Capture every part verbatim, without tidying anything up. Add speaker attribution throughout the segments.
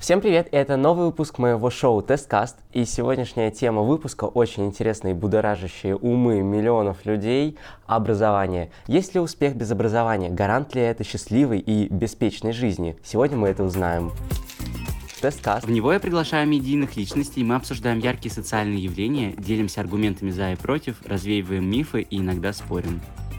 Speaker 1: Всем привет! Это новый выпуск моего шоу «Тесткаст», и сегодняшняя тема выпуска очень интересная и будоражащая умы миллионов людей – образование. Есть ли успех без образования? Гарант ли это счастливой и беспечной жизни? Сегодня мы это узнаем. Тесткаст.
Speaker 2: В него я приглашаю медийных личностей, мы обсуждаем яркие социальные явления, делимся аргументами за и против, развеиваем мифы и иногда спорим.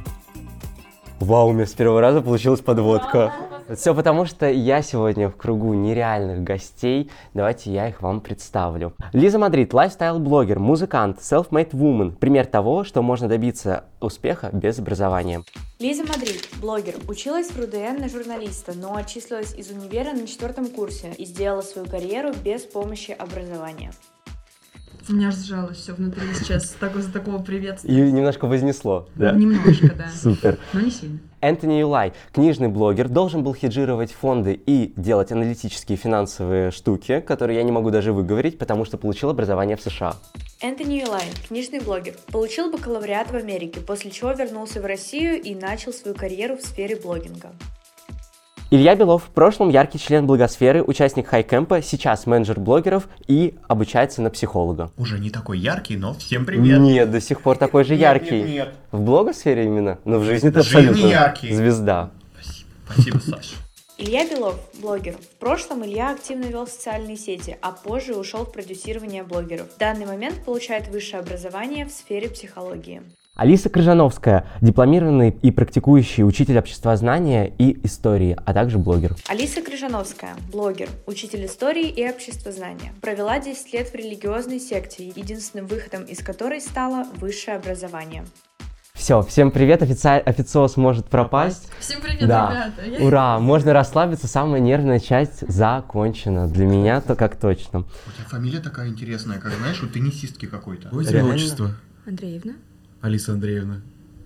Speaker 1: Вау, у меня с первого раза получилась подводка. Все потому, что я сегодня в кругу нереальных гостей. Давайте я их вам представлю. Лиза Мадрид, лайфстайл-блогер, музыкант, self-made woman. Пример того, что можно добиться успеха без образования.
Speaker 3: Лиза Мадрид, блогер, училась в РУДН на журналиста, но отчислилась из универа на четвертом курсе и сделала свою карьеру без помощи образования.
Speaker 4: У меня аж сжалось все внутри сейчас так, за такого приветствия.
Speaker 1: И немножко вознесло, да?
Speaker 4: Немножко, да.
Speaker 1: Супер.
Speaker 4: Но не сильно.
Speaker 1: Энтони Юлай, книжный блогер, должен был хеджировать фонды и делать аналитические финансовые штуки, которые я не могу даже выговорить, потому что получил образование в США.
Speaker 3: Энтони Юлай, книжный блогер, получил бакалавриат в Америке, после чего вернулся в Россию и начал свою карьеру в сфере блогинга.
Speaker 1: Илья Белов, в прошлом яркий член Благосферы, участник хайкэмпа, сейчас менеджер блогеров и обучается на психолога.
Speaker 5: Уже не такой яркий, но всем привет.
Speaker 1: Нет, до сих пор такой же
Speaker 5: Нет,
Speaker 1: яркий.
Speaker 5: Нет, нет.
Speaker 1: В Благосфере именно, но в жизни ты
Speaker 5: В жизни
Speaker 1: абсолютно
Speaker 5: яркий.
Speaker 1: звезда.
Speaker 5: Спасибо, спасибо, Саша.
Speaker 3: Илья Белов, блогер. В прошлом Илья активно вел социальные сети, а позже ушел в продюсирование блогеров. В данный момент получает высшее образование в сфере психологии.
Speaker 1: Алиса Крыжановская, дипломированный и практикующий учитель обществознания и истории, а также блогер.
Speaker 3: Алиса Крыжановская, блогер, учитель истории и обществознания. Провела десять лет в религиозной секте, единственным выходом из которой стало высшее образование.
Speaker 1: Все, всем привет, офици... официоз может пропасть.
Speaker 4: Всем привет,
Speaker 1: Да.
Speaker 4: ребята.
Speaker 1: Ура, можно расслабиться, самая нервная часть закончена. Для меня то как точно.
Speaker 5: У тебя фамилия такая интересная, как, знаешь, у теннисистки какой-то.
Speaker 6: Какое тебе
Speaker 1: Реально?
Speaker 6: отчество?
Speaker 4: Андреевна.
Speaker 6: Алиса Андреевна.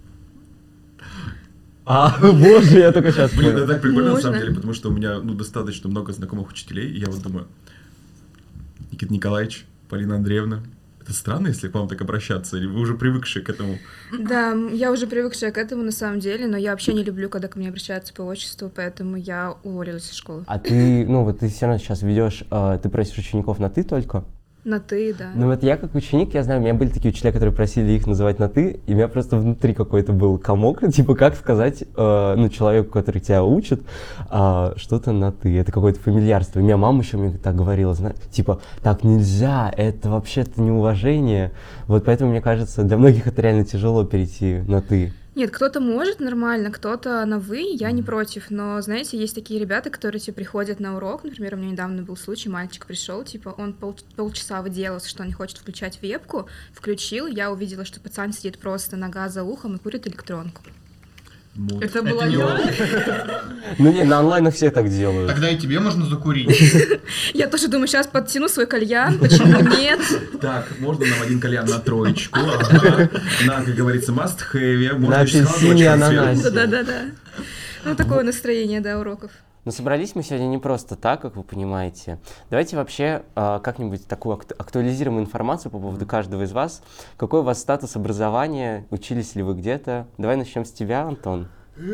Speaker 1: А, боже, я только сейчас
Speaker 6: Блин,
Speaker 1: понял.
Speaker 6: это так прикольно на
Speaker 4: Можно.
Speaker 6: самом деле, потому что у меня ну, достаточно много знакомых учителей, и я вот думаю, Никита Николаевич, Полина Андреевна, это странно, если к вам так обращаться, или вы уже привыкшие к этому?
Speaker 4: Да, я уже привыкшая к этому на самом деле, но я вообще не люблю, когда ко мне обращаются по отчеству, поэтому я уволилась из школы.
Speaker 1: А ты, ну вот ты все равно сейчас ведешь, э, ты просишь учеников на ты только?
Speaker 4: На ты, да.
Speaker 1: Ну вот я как ученик, я знаю, у меня были такие учителя, которые просили их называть на ты, и у меня просто внутри какой-то был комок, типа как сказать, э, ну, человеку, который тебя учит, э, что-то на ты, это какое-то фамильярство. И у меня мама еще мне так говорила, знаешь, типа, так нельзя, это вообще-то неуважение. Вот поэтому, мне кажется, для многих это реально тяжело перейти на ты.
Speaker 4: Нет, кто-то может нормально, кто-то на «вы», я не против, но, знаете, есть такие ребята, которые, типа, приходят на урок, например, у меня недавно был случай, мальчик пришел, типа, он пол- полчаса выделался, что он не хочет включать вебку, включил, я увидела, что пацан сидит просто нога за ухом и курит электронку.
Speaker 6: Вот.
Speaker 4: Это
Speaker 5: Это
Speaker 4: была
Speaker 5: не
Speaker 4: я?
Speaker 5: он.
Speaker 1: Ну не, на онлайнах все так делают.
Speaker 5: Тогда и тебе можно закурить.
Speaker 4: Я тоже думаю, сейчас подтяну свой кальян, почему нет?
Speaker 6: Так, можно нам один кальян на троечку, ага. На, как говорится, must have, можно
Speaker 1: На
Speaker 6: еще
Speaker 1: апельсине и
Speaker 6: складывать сверху.
Speaker 1: ананасе.
Speaker 4: Да-да-да. Ну, такое настроение, да, уроков.
Speaker 1: Но собрались мы сегодня не просто так, как вы понимаете. Давайте вообще э, как-нибудь такую ак- актуализируем информацию по поводу каждого из вас. Какой у вас статус образования? Учились ли вы где-то? Давай начнем с тебя, Антон.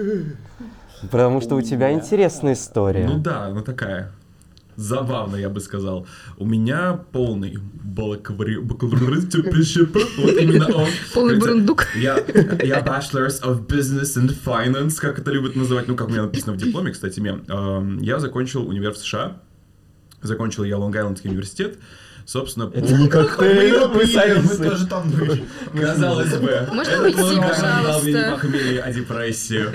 Speaker 1: Потому что у тебя интересная история.
Speaker 6: Ну да, она такая забавная, я бы сказал. У меня полный бакалаври- бакалавриат, вот именно он.
Speaker 4: Полный бурундук.
Speaker 6: Я, я Bachelor's of Business and Finance, как это любят называть, ну, как у меня написано в дипломе, кстати, мне. Эм, Я закончил универ в США, закончил я Лонг-Айлендский университет, собственно...
Speaker 1: Это не коктейль, мы с
Speaker 5: Мы
Speaker 1: Алисой.
Speaker 5: тоже там были.
Speaker 6: Казалось бы.
Speaker 4: Можно
Speaker 6: этот
Speaker 4: уйти,
Speaker 6: Лонг-Айленд дал мне не
Speaker 4: пожалуйста?
Speaker 6: похмелье, а депрессию.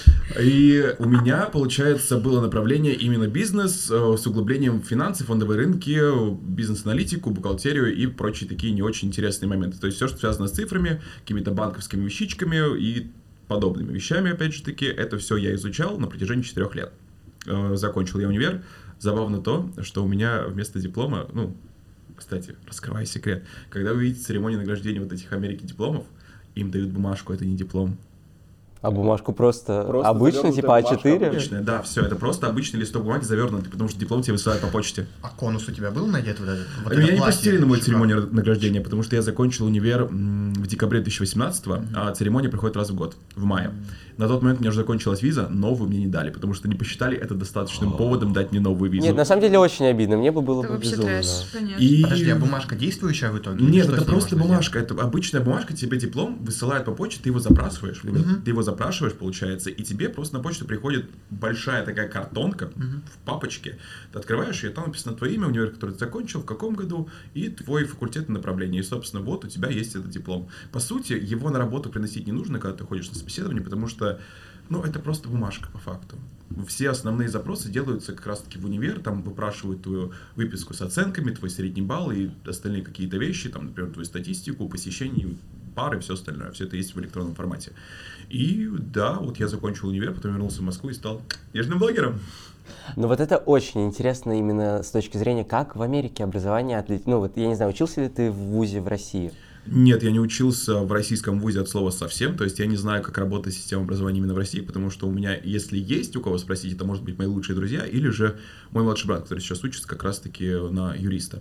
Speaker 6: И у меня, получается, было направление именно бизнес э, с углублением в финансы, фондовые рынки, бизнес-аналитику, бухгалтерию и прочие такие не очень интересные моменты. То есть все, что связано с цифрами, какими-то банковскими вещичками и подобными вещами, опять же таки, это все я изучал на протяжении четырех лет. Э, Закончил я универ. Забавно то, что у меня вместо диплома, ну, кстати, раскрываю секрет, когда вы видите церемонию награждения вот этих Америки дипломов, им дают бумажку, это не диплом.
Speaker 1: А бумажку просто,
Speaker 6: Просто
Speaker 1: обычно,
Speaker 6: завернутая
Speaker 1: типа а
Speaker 6: бумажка
Speaker 1: четыре?
Speaker 6: обычная, да, все, это просто обычный листок бумаги завернутый, потому что диплом тебе высылают по почте.
Speaker 5: А конус у тебя был надет вот этот? Вот
Speaker 6: Меня
Speaker 5: это
Speaker 6: не
Speaker 5: платье?
Speaker 6: пустили на мою
Speaker 5: Шикарно.
Speaker 6: церемонию награждения, потому что я закончил универ м, в декабре две тысячи восемнадцатого, а церемония проходит раз в год, в мае. На тот момент у меня уже закончилась виза, новую мне не дали, потому что не посчитали это достаточным поводом дать мне новую визу.
Speaker 1: Нет, на самом деле очень обидно, мне бы было
Speaker 4: Это
Speaker 1: бы
Speaker 4: вообще
Speaker 1: безумно.
Speaker 4: трэш, конечно.
Speaker 6: И...
Speaker 5: Подожди, а бумажка действующая в итоге? Или
Speaker 6: Нет,
Speaker 5: что
Speaker 6: это
Speaker 5: с ней
Speaker 6: просто
Speaker 5: можно
Speaker 6: бумажка, это обычная бумажка, тебе диплом высылают по почте, ты его запрашиваешь, либо
Speaker 5: Мгм.
Speaker 6: ты его запрашиваешь, получается, и тебе просто на почту приходит большая такая картонка
Speaker 5: Мгм.
Speaker 6: в папочке, ты открываешь ее, там написано твое имя, универ, который ты закончил, в каком году, и твой факультет и направление, и, собственно, вот у тебя есть этот диплом. По сути, его на работу приносить не нужно, когда ты ходишь на собеседование, потому что, ну, это просто бумажка по факту. Все основные запросы делаются как раз-таки в универ, там выпрашивают твою выписку с оценками, твой средний балл и остальные какие-то вещи, там, например, твою статистику, посещений, пары, все остальное, все это есть в электронном формате. И да, вот я закончил универ, потом вернулся в Москву и стал нежным блогером.
Speaker 1: Но вот это очень интересно именно с точки зрения, как в Америке образование отличается. Ну вот, я не знаю, учился ли ты в вузе в России?
Speaker 6: Нет, я не учился в российском вузе от слова совсем, то есть я не знаю, как работает система образования именно в России, потому что у меня, если есть у кого спросить, это может быть мои лучшие друзья или же мой младший брат, который сейчас учится как раз-таки на юриста.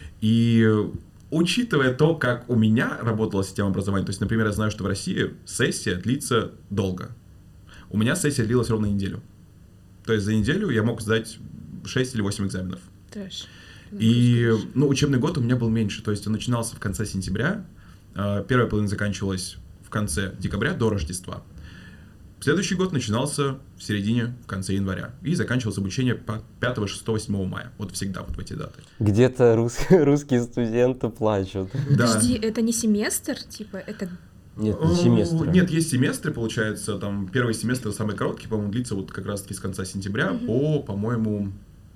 Speaker 6: И учитывая то, как у меня работала система образования, то есть, например, я знаю, что в России сессия длится долго. У меня сессия длилась ровно неделю. То есть за неделю я мог сдать шесть или восемь экзаменов.
Speaker 4: Трэш.
Speaker 6: И, ну, учебный год у меня был меньше, то есть он начинался в конце сентября, э, первая половина заканчивалась в конце декабря до Рождества. Следующий год начинался в середине, в конце января, и заканчивалось обучение по пятого, шестого, седьмого мая, вот всегда вот в эти даты.
Speaker 1: Где-то рус... русские студенты плачут.
Speaker 6: Да.
Speaker 4: Подожди, это не семестр? Типа, это...
Speaker 1: Нет,
Speaker 6: Э,
Speaker 1: не семестра.
Speaker 6: Нет, есть семестры, получается, там первый семестр самый короткий, по-моему, длится вот как раз-таки с конца сентября по, по-моему,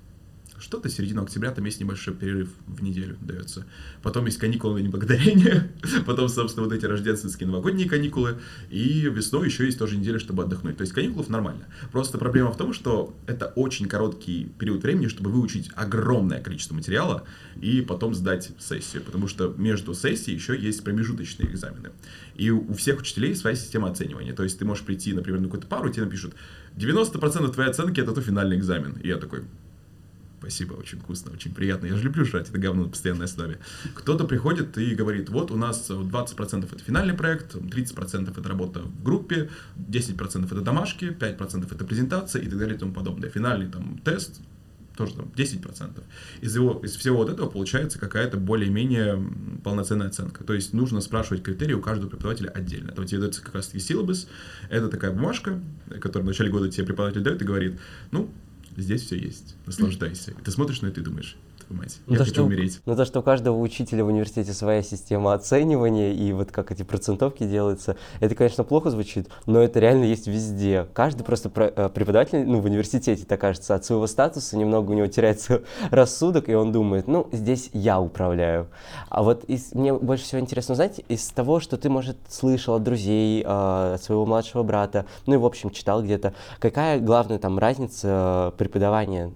Speaker 6: что-то середину октября, там есть небольшой перерыв в неделю дается. Потом есть каникулы на неблагодарение, потом, собственно, вот эти рождественские новогодние каникулы, и весной еще есть тоже неделя, чтобы отдохнуть. То есть каникулов нормально. Просто проблема в том, что это очень короткий период времени, чтобы выучить огромное количество материала и потом сдать сессию, потому что между сессией еще есть промежуточные экзамены. И у всех учителей своя система оценивания. То есть ты можешь прийти, например, на какую-то пару, и тебе напишут девяносто процентов твоей оценки — это твой финальный экзамен. И я такой: спасибо, очень вкусно, очень приятно. Я же люблю жрать это говно на постоянной основе. Кто-то приходит и говорит: вот у нас двадцать процентов это финальный проект, тридцать процентов это работа в группе, десять процентов это домашки, пять процентов это презентация и так далее и тому подобное. Финальный там тест тоже там десять процентов. Из, его, из всего вот этого получается какая-то более-менее полноценная оценка. То есть нужно спрашивать критерии у каждого преподавателя отдельно. Это тебе дается как раз-таки силабус. Это такая бумажка, которую в начале года тебе преподаватель дает и говорит: ну, здесь все есть, наслаждайся. И ты смотришь на это и думаешь: твою мать,
Speaker 1: Ну,
Speaker 6: я
Speaker 1: то,
Speaker 6: хочу
Speaker 1: что,
Speaker 6: умереть.
Speaker 1: ну, то, что у каждого учителя в университете своя система оценивания, и вот как эти процентовки делаются, это, конечно, плохо звучит, но это реально есть везде. Каждый просто преподаватель, ну, в университете, так кажется, от своего статуса немного у него теряется рассудок, и он думает: ну, здесь я управляю. А вот из, мне больше всего интересно узнать из того, что ты, может, слышал от друзей, от своего младшего брата, ну и, в общем, читал где-то, какая главная там разница преподавания?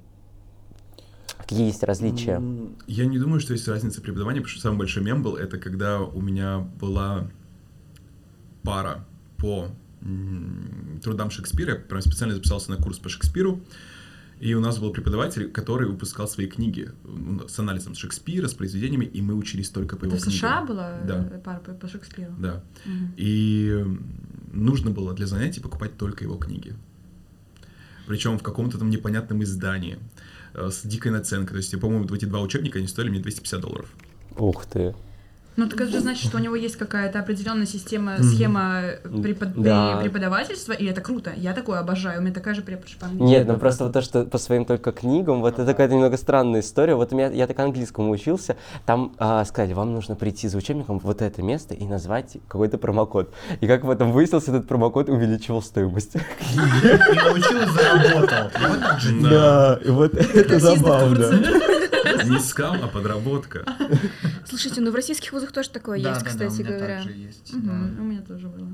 Speaker 1: Какие есть различия?
Speaker 6: Я не думаю, что есть разница преподавания, потому что самый большой мем был, это когда у меня была пара по м, трудам Шекспира, я прям специально записался на курс по Шекспиру, и у нас был преподаватель, который выпускал свои книги с анализом Шекспира, с произведениями, и мы учились только по
Speaker 7: Это
Speaker 6: его
Speaker 7: в
Speaker 6: книгам.
Speaker 7: США была
Speaker 6: Да.
Speaker 7: пара по, по Шекспиру?
Speaker 6: Да.
Speaker 7: Мгм.
Speaker 6: И нужно было для занятий покупать только его книги. Причем в каком-то там непонятном издании, с дикой наценкой. То есть, по-моему, эти два учебника, они стоили мне двести пятьдесят долларов.
Speaker 1: Ух ты.
Speaker 7: Ну, так это же значит, что у него есть какая-то определенная система,
Speaker 6: Мгм.
Speaker 7: схема препод-
Speaker 1: Да.
Speaker 7: преподавательства, и это круто. Я такое обожаю. У меня такая же преподаватель по-английски.
Speaker 1: Нет, ну просто вот то, что по своим только книгам, вот это какая-то немного странная история. Вот у меня, я так английскому учился, там а, сказали: вам нужно прийти за учебником в вот это место и назвать какой-то промокод. И как потом выяснилось, этот промокод увеличивал стоимость.
Speaker 5: И научился, заработал. И вот так же.
Speaker 1: Да, и вот это забавно.
Speaker 6: Не скам, а подработка.
Speaker 4: Слушайте, ну в российских вузах тоже такое
Speaker 5: Да,
Speaker 4: есть,
Speaker 5: да, да,
Speaker 4: кстати
Speaker 5: у меня
Speaker 4: говоря.
Speaker 5: также есть.
Speaker 7: Мгм,
Speaker 5: да.
Speaker 7: у меня тоже было.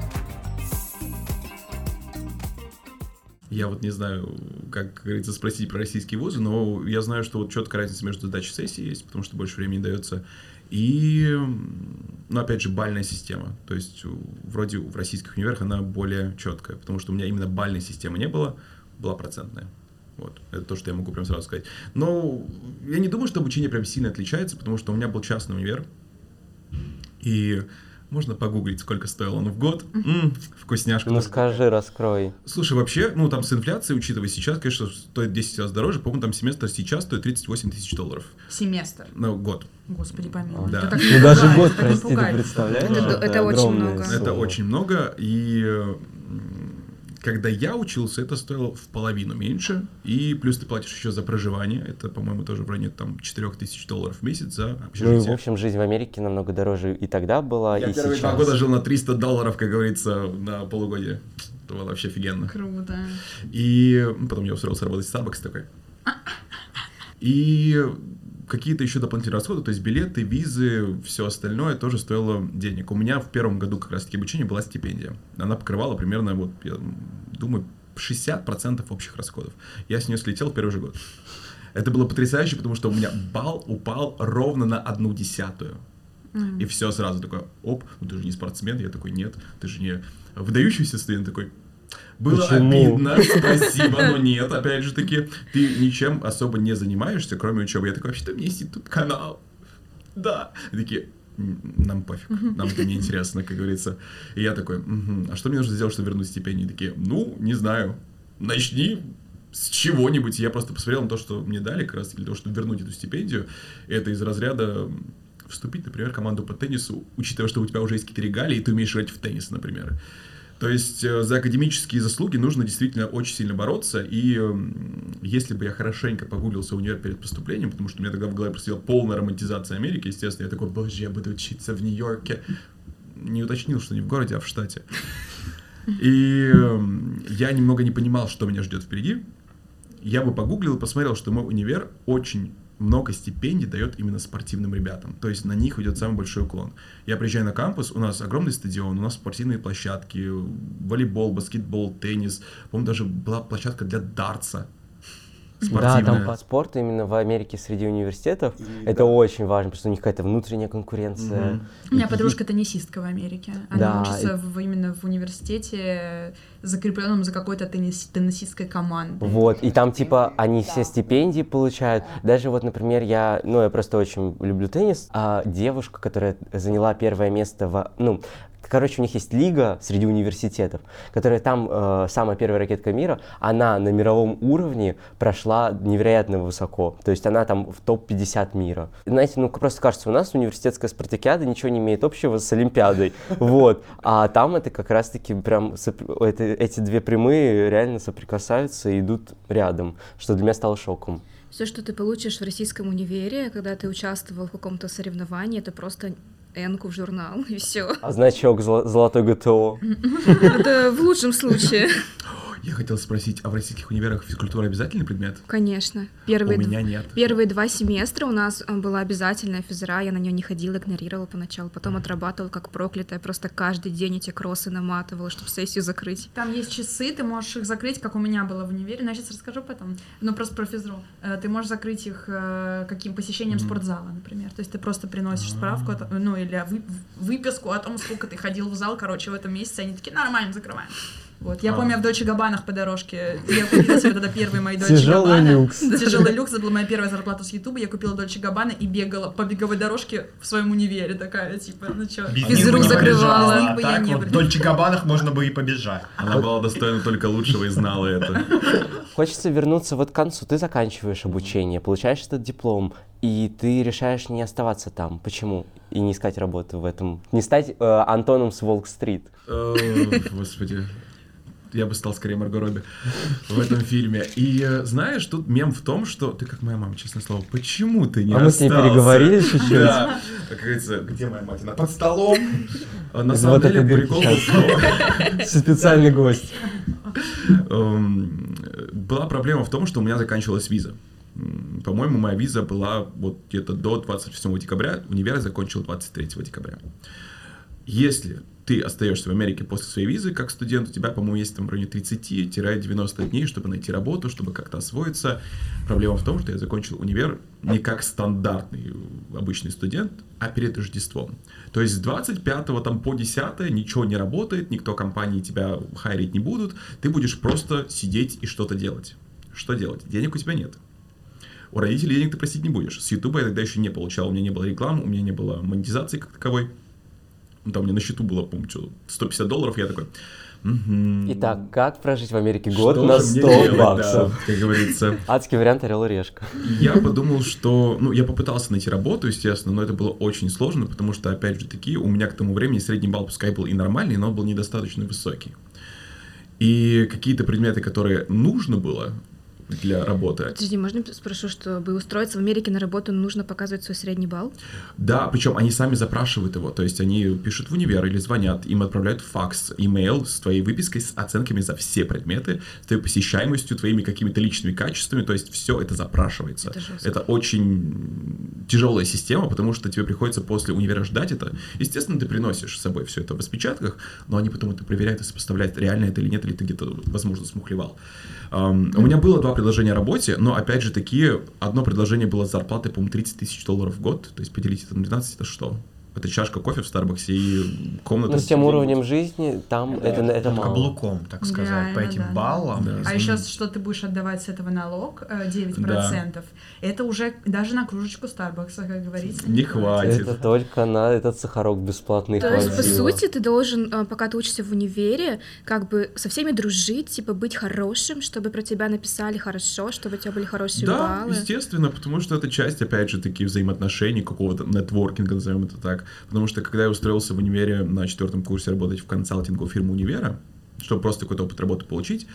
Speaker 6: Я вот не знаю, как говорится, спросить про российские вузы, но я знаю, что вот четкая разница между сдачей сессии есть, потому что больше времени дается, И, ну, опять же, бальная система. То есть вроде в российских универах она более четкая, потому что у меня именно бальной системы не было, была процентная. Вот, это то, что я могу прям сразу сказать. Но я не думаю, что обучение прям сильно отличается, потому что у меня был частный универ, и можно погуглить, сколько стоил он в год. М-м, вкусняшка.
Speaker 1: Ну скажи, раскрой.
Speaker 6: Слушай, вообще, ну там с инфляцией, учитывая сейчас, конечно, стоит десять раз дороже. По-моему, там семестр сейчас стоит тридцать восемь тысяч долларов.
Speaker 7: Семестр.
Speaker 6: Ну, год.
Speaker 7: Господи помилуй.
Speaker 6: Да.
Speaker 7: Это так
Speaker 1: Ну даже
Speaker 7: пугает,
Speaker 1: год,
Speaker 7: это так
Speaker 1: прости, ты
Speaker 7: пугает.
Speaker 1: представляешь?
Speaker 4: Это- это очень
Speaker 1: огромная
Speaker 4: много.
Speaker 1: сумма.
Speaker 6: Это очень много, и м, когда я учился, это стоило в половину меньше, и плюс ты платишь еще за проживание, это, по-моему, тоже в районе там четыре тысячи долларов в месяц за
Speaker 1: Ну, в
Speaker 6: общежитие.
Speaker 1: общем, жизнь в Америке намного дороже и тогда была,
Speaker 6: Я
Speaker 1: и
Speaker 6: первые
Speaker 1: сейчас.
Speaker 6: два года жил на триста долларов, как говорится, на полугодие. Это было вообще офигенно.
Speaker 7: Круто.
Speaker 6: И ну, потом я устроился работать в Starbucks такой. И какие-то еще дополнительные расходы, то есть билеты, визы, все остальное тоже стоило денег. У меня в первом году как раз-таки обучения была стипендия. Она покрывала примерно, вот, я думаю, шестьдесят процентов общих расходов. Я с нее слетел в первый же год. Это было потрясающе, потому что у меня балл упал ровно на одну десятую.
Speaker 7: Мгм.
Speaker 6: И все сразу такое, оп, ну ты же не спортсмен. Я такой, нет, ты же не выдающийся студент. Такой, было
Speaker 1: Почему?
Speaker 6: обидно, спасибо, но нет, опять же таки, ты ничем особо не занимаешься, кроме учебы. Я такой, вообще-то у меня есть YouTube-канал. Да. И такие, «М, нам пофиг, нам это не интересно, как говорится. И я такой, «Мгм, а что мне нужно сделать, чтобы вернуть стипендию?» И такие, ну, не знаю, начни с чего-нибудь. И я просто посмотрел на то, что мне дали, как раз для того, чтобы вернуть эту стипендию. Это из разряда вступить, например, в команду по теннису, учитывая, что у тебя уже есть какие-то регалии, и ты умеешь играть в теннис, например. То есть э, за академические заслуги нужно действительно очень сильно бороться, и э, если бы я хорошенько погуглился универ перед поступлением, потому что у меня тогда в голове просидела полная романтизация Америки, естественно, я такой, боже, я буду учиться в Нью-Йорке. Не уточнил, что не в городе, а в штате. И э, я немного не понимал, что меня ждет впереди. Я бы погуглил и посмотрел, что мой универ очень много стипендий дает именно спортивным ребятам. То есть на них идет самый большой уклон. Я приезжаю на кампус, у нас огромный стадион, у нас спортивные площадки, волейбол, баскетбол, теннис. По-моему, даже была площадка для дартса.
Speaker 1: Да,
Speaker 6: Спортивная.
Speaker 1: там по спорту именно в Америке среди университетов это очень важно, потому что у них какая-то внутренняя конкуренция.
Speaker 6: Мгм.
Speaker 7: У меня подружка теннисистка в Америке. Она
Speaker 1: Да,
Speaker 7: учится в- именно в университете, закрепленном за какой-то теннис- теннисистской командой.
Speaker 1: Вот, и там, типа, они все стипендии получают. Даже вот, например, я, ну, я просто очень люблю теннис, а девушка, которая заняла первое место в, ну, короче, у них есть лига среди университетов, которая там э, самая первая ракетка мира, она на мировом уровне прошла невероятно высоко, то есть она там в топ пятьдесят мира. Знаете, ну просто кажется, у нас университетская спартакиада ничего не имеет общего с Олимпиадой, вот, а там это как раз-таки прям, сопр- это, эти две прямые реально соприкасаются и идут рядом, что для меня стало шоком.
Speaker 4: Все, что ты получишь в российском универе, когда ты участвовал в каком-то соревновании, это просто энку в журнал, и все.
Speaker 1: А значок золо- золотой ГТО.
Speaker 4: Это в лучшем случае.
Speaker 6: Я хотел спросить, а в российских универах физкультура обязательный предмет?
Speaker 4: Конечно.
Speaker 6: У
Speaker 4: Первые,
Speaker 6: меня
Speaker 4: дв-
Speaker 6: нет.
Speaker 4: первые два семестра у нас э, была обязательная физра, я на нее не ходила, игнорировала поначалу, потом отрабатывала как проклятая, просто каждый день эти кроссы наматывала, чтобы сессию закрыть.
Speaker 7: Там есть часы, ты можешь их закрыть, как у меня было в универе. Но я сейчас расскажу потом. Ну, просто про физру. Э, Ты можешь закрыть их э, каким посещением
Speaker 6: Мгм.
Speaker 7: спортзала, например. То есть ты просто приносишь справку, о том- ну, или вы- выписку о том, сколько ты ходил в зал, короче, в этом месяце. Они такие, нормально, закрываем. Вот. Я
Speaker 6: А.
Speaker 7: помню, я в Дольче Габбанах по дорожке. Я купила себе тогда первый мои Дольче
Speaker 1: Тяжелый
Speaker 7: Габбана.
Speaker 1: люкс.
Speaker 7: Тяжелый люкс. Это была моя первая зарплата с Ютуба. Я купила Дольче Габбана и бегала по беговой дорожке в своем универе. Такая, типа, ну чё,
Speaker 5: Без
Speaker 7: физру
Speaker 5: них бы не
Speaker 7: закрывала.
Speaker 5: побежала.
Speaker 7: Без них
Speaker 5: А
Speaker 7: бы я
Speaker 5: так
Speaker 7: не
Speaker 5: вот в
Speaker 7: была.
Speaker 5: Дольче Габбанах можно бы и побежать.
Speaker 6: Она была достойна только лучшего и знала это.
Speaker 1: Хочется вернуться вот к концу. Ты заканчиваешь обучение, получаешь этот диплом, и ты решаешь не оставаться там. Почему? И не искать работу в этом. Не стать э, Антоном с Волк-стрит.
Speaker 6: Э, Господи. Я бы стал скорее Марго Робби в этом фильме. И э, знаешь, тут мем в том, что ты как моя мама, честное слово, почему ты не
Speaker 1: А мы с ней
Speaker 6: остался?
Speaker 1: переговорили чуть-чуть.
Speaker 6: Да. Как говорится, где моя мать? Она под столом. А На
Speaker 1: Из
Speaker 6: самом
Speaker 1: вот
Speaker 6: деле
Speaker 1: этой дырки
Speaker 6: прикол был в том,
Speaker 1: Специальный гость.
Speaker 6: эм, была проблема в том, что у меня заканчивалась виза. М, По-моему, моя виза была вот где-то до двадцать седьмого декабря, универ я закончил двадцать третьего декабря. Если ты остаешься в Америке после своей визы как студент, у тебя, по-моему, есть там в районе тридцать-девяносто дней, чтобы найти работу, чтобы как-то освоиться. Проблема в том, что я закончил универ не как стандартный обычный студент, а перед Рождеством. То есть с двадцать пятого там, по десятое ничего не работает, никто компании тебя хайрить не будут, ты будешь просто сидеть и что-то делать. Что делать? Денег у тебя нет. У родителей денег ты просить не будешь. С Ютуба я тогда еще не получал, у меня не было рекламы, у меня не было монетизации как таковой. Там у меня на счету было, помню, сто пятьдесят долларов, я такой... Угу.
Speaker 1: Итак, как прожить в Америке год
Speaker 6: Что
Speaker 1: на
Speaker 6: же мне
Speaker 1: сто
Speaker 6: делать,
Speaker 1: баксов?
Speaker 6: да, как говорится.
Speaker 1: Адский вариант Орел и Решка.
Speaker 6: Я подумал, что... Ну, я попытался найти работу, естественно, но это было очень сложно, потому что, опять же таки, у меня к тому времени средний балл, пускай был и нормальный, но он был недостаточно высокий. И какие-то предметы, которые нужно было для работы.
Speaker 4: Подожди, можно спрошу, чтобы устроиться в Америке на работу, нужно показывать свой средний балл?
Speaker 6: Да, причем они сами запрашивают его, то есть они пишут в универ или звонят, им отправляют факс, имейл с твоей выпиской, с оценками за все предметы, с твоей посещаемостью, твоими какими-то личными качествами, то есть все это запрашивается.
Speaker 4: Это жестко.
Speaker 6: Это очень тяжелая система, потому что тебе приходится после универа ждать это. Естественно, ты приносишь с собой все это в распечатках, но они потом это проверяют и сопоставляют, реально это или нет, или ты где-то, возможно, смухлевал. Um, у меня было два предложения о работе, но, опять же, такие, одно предложение было с зарплатой, по-моему, тридцать тысяч долларов в год, то есть поделить это на двенадцать, это что? Это чашка кофе в Старбаксе и комната...
Speaker 1: Ну, с тем уровнем жизни, там
Speaker 5: Да,
Speaker 1: это, это мало.
Speaker 5: Каблуком, так сказать,
Speaker 7: Реально,
Speaker 5: по этим
Speaker 7: да.
Speaker 5: баллам.
Speaker 6: Да.
Speaker 7: А еще что ты будешь отдавать с этого налог, э, девять процентов, это уже даже на кружечку Старбакса, как говорится.
Speaker 6: Не хватит.
Speaker 1: Это только на этот сахарок бесплатный
Speaker 4: То есть, по
Speaker 1: хватило.
Speaker 4: сути, ты должен, э, пока ты учишься в универе, как бы со всеми дружить, типа быть хорошим, чтобы про тебя написали хорошо, чтобы у тебя были хорошие
Speaker 6: Да,
Speaker 4: баллы.
Speaker 6: естественно, потому что это часть, опять же, таких взаимоотношений, какого-то нетворкинга, назовем это так. Потому что, когда я устроился в универе на четвертом курсе работать в консалтинговую фирму универа, чтобы просто какой-то опыт работы получить,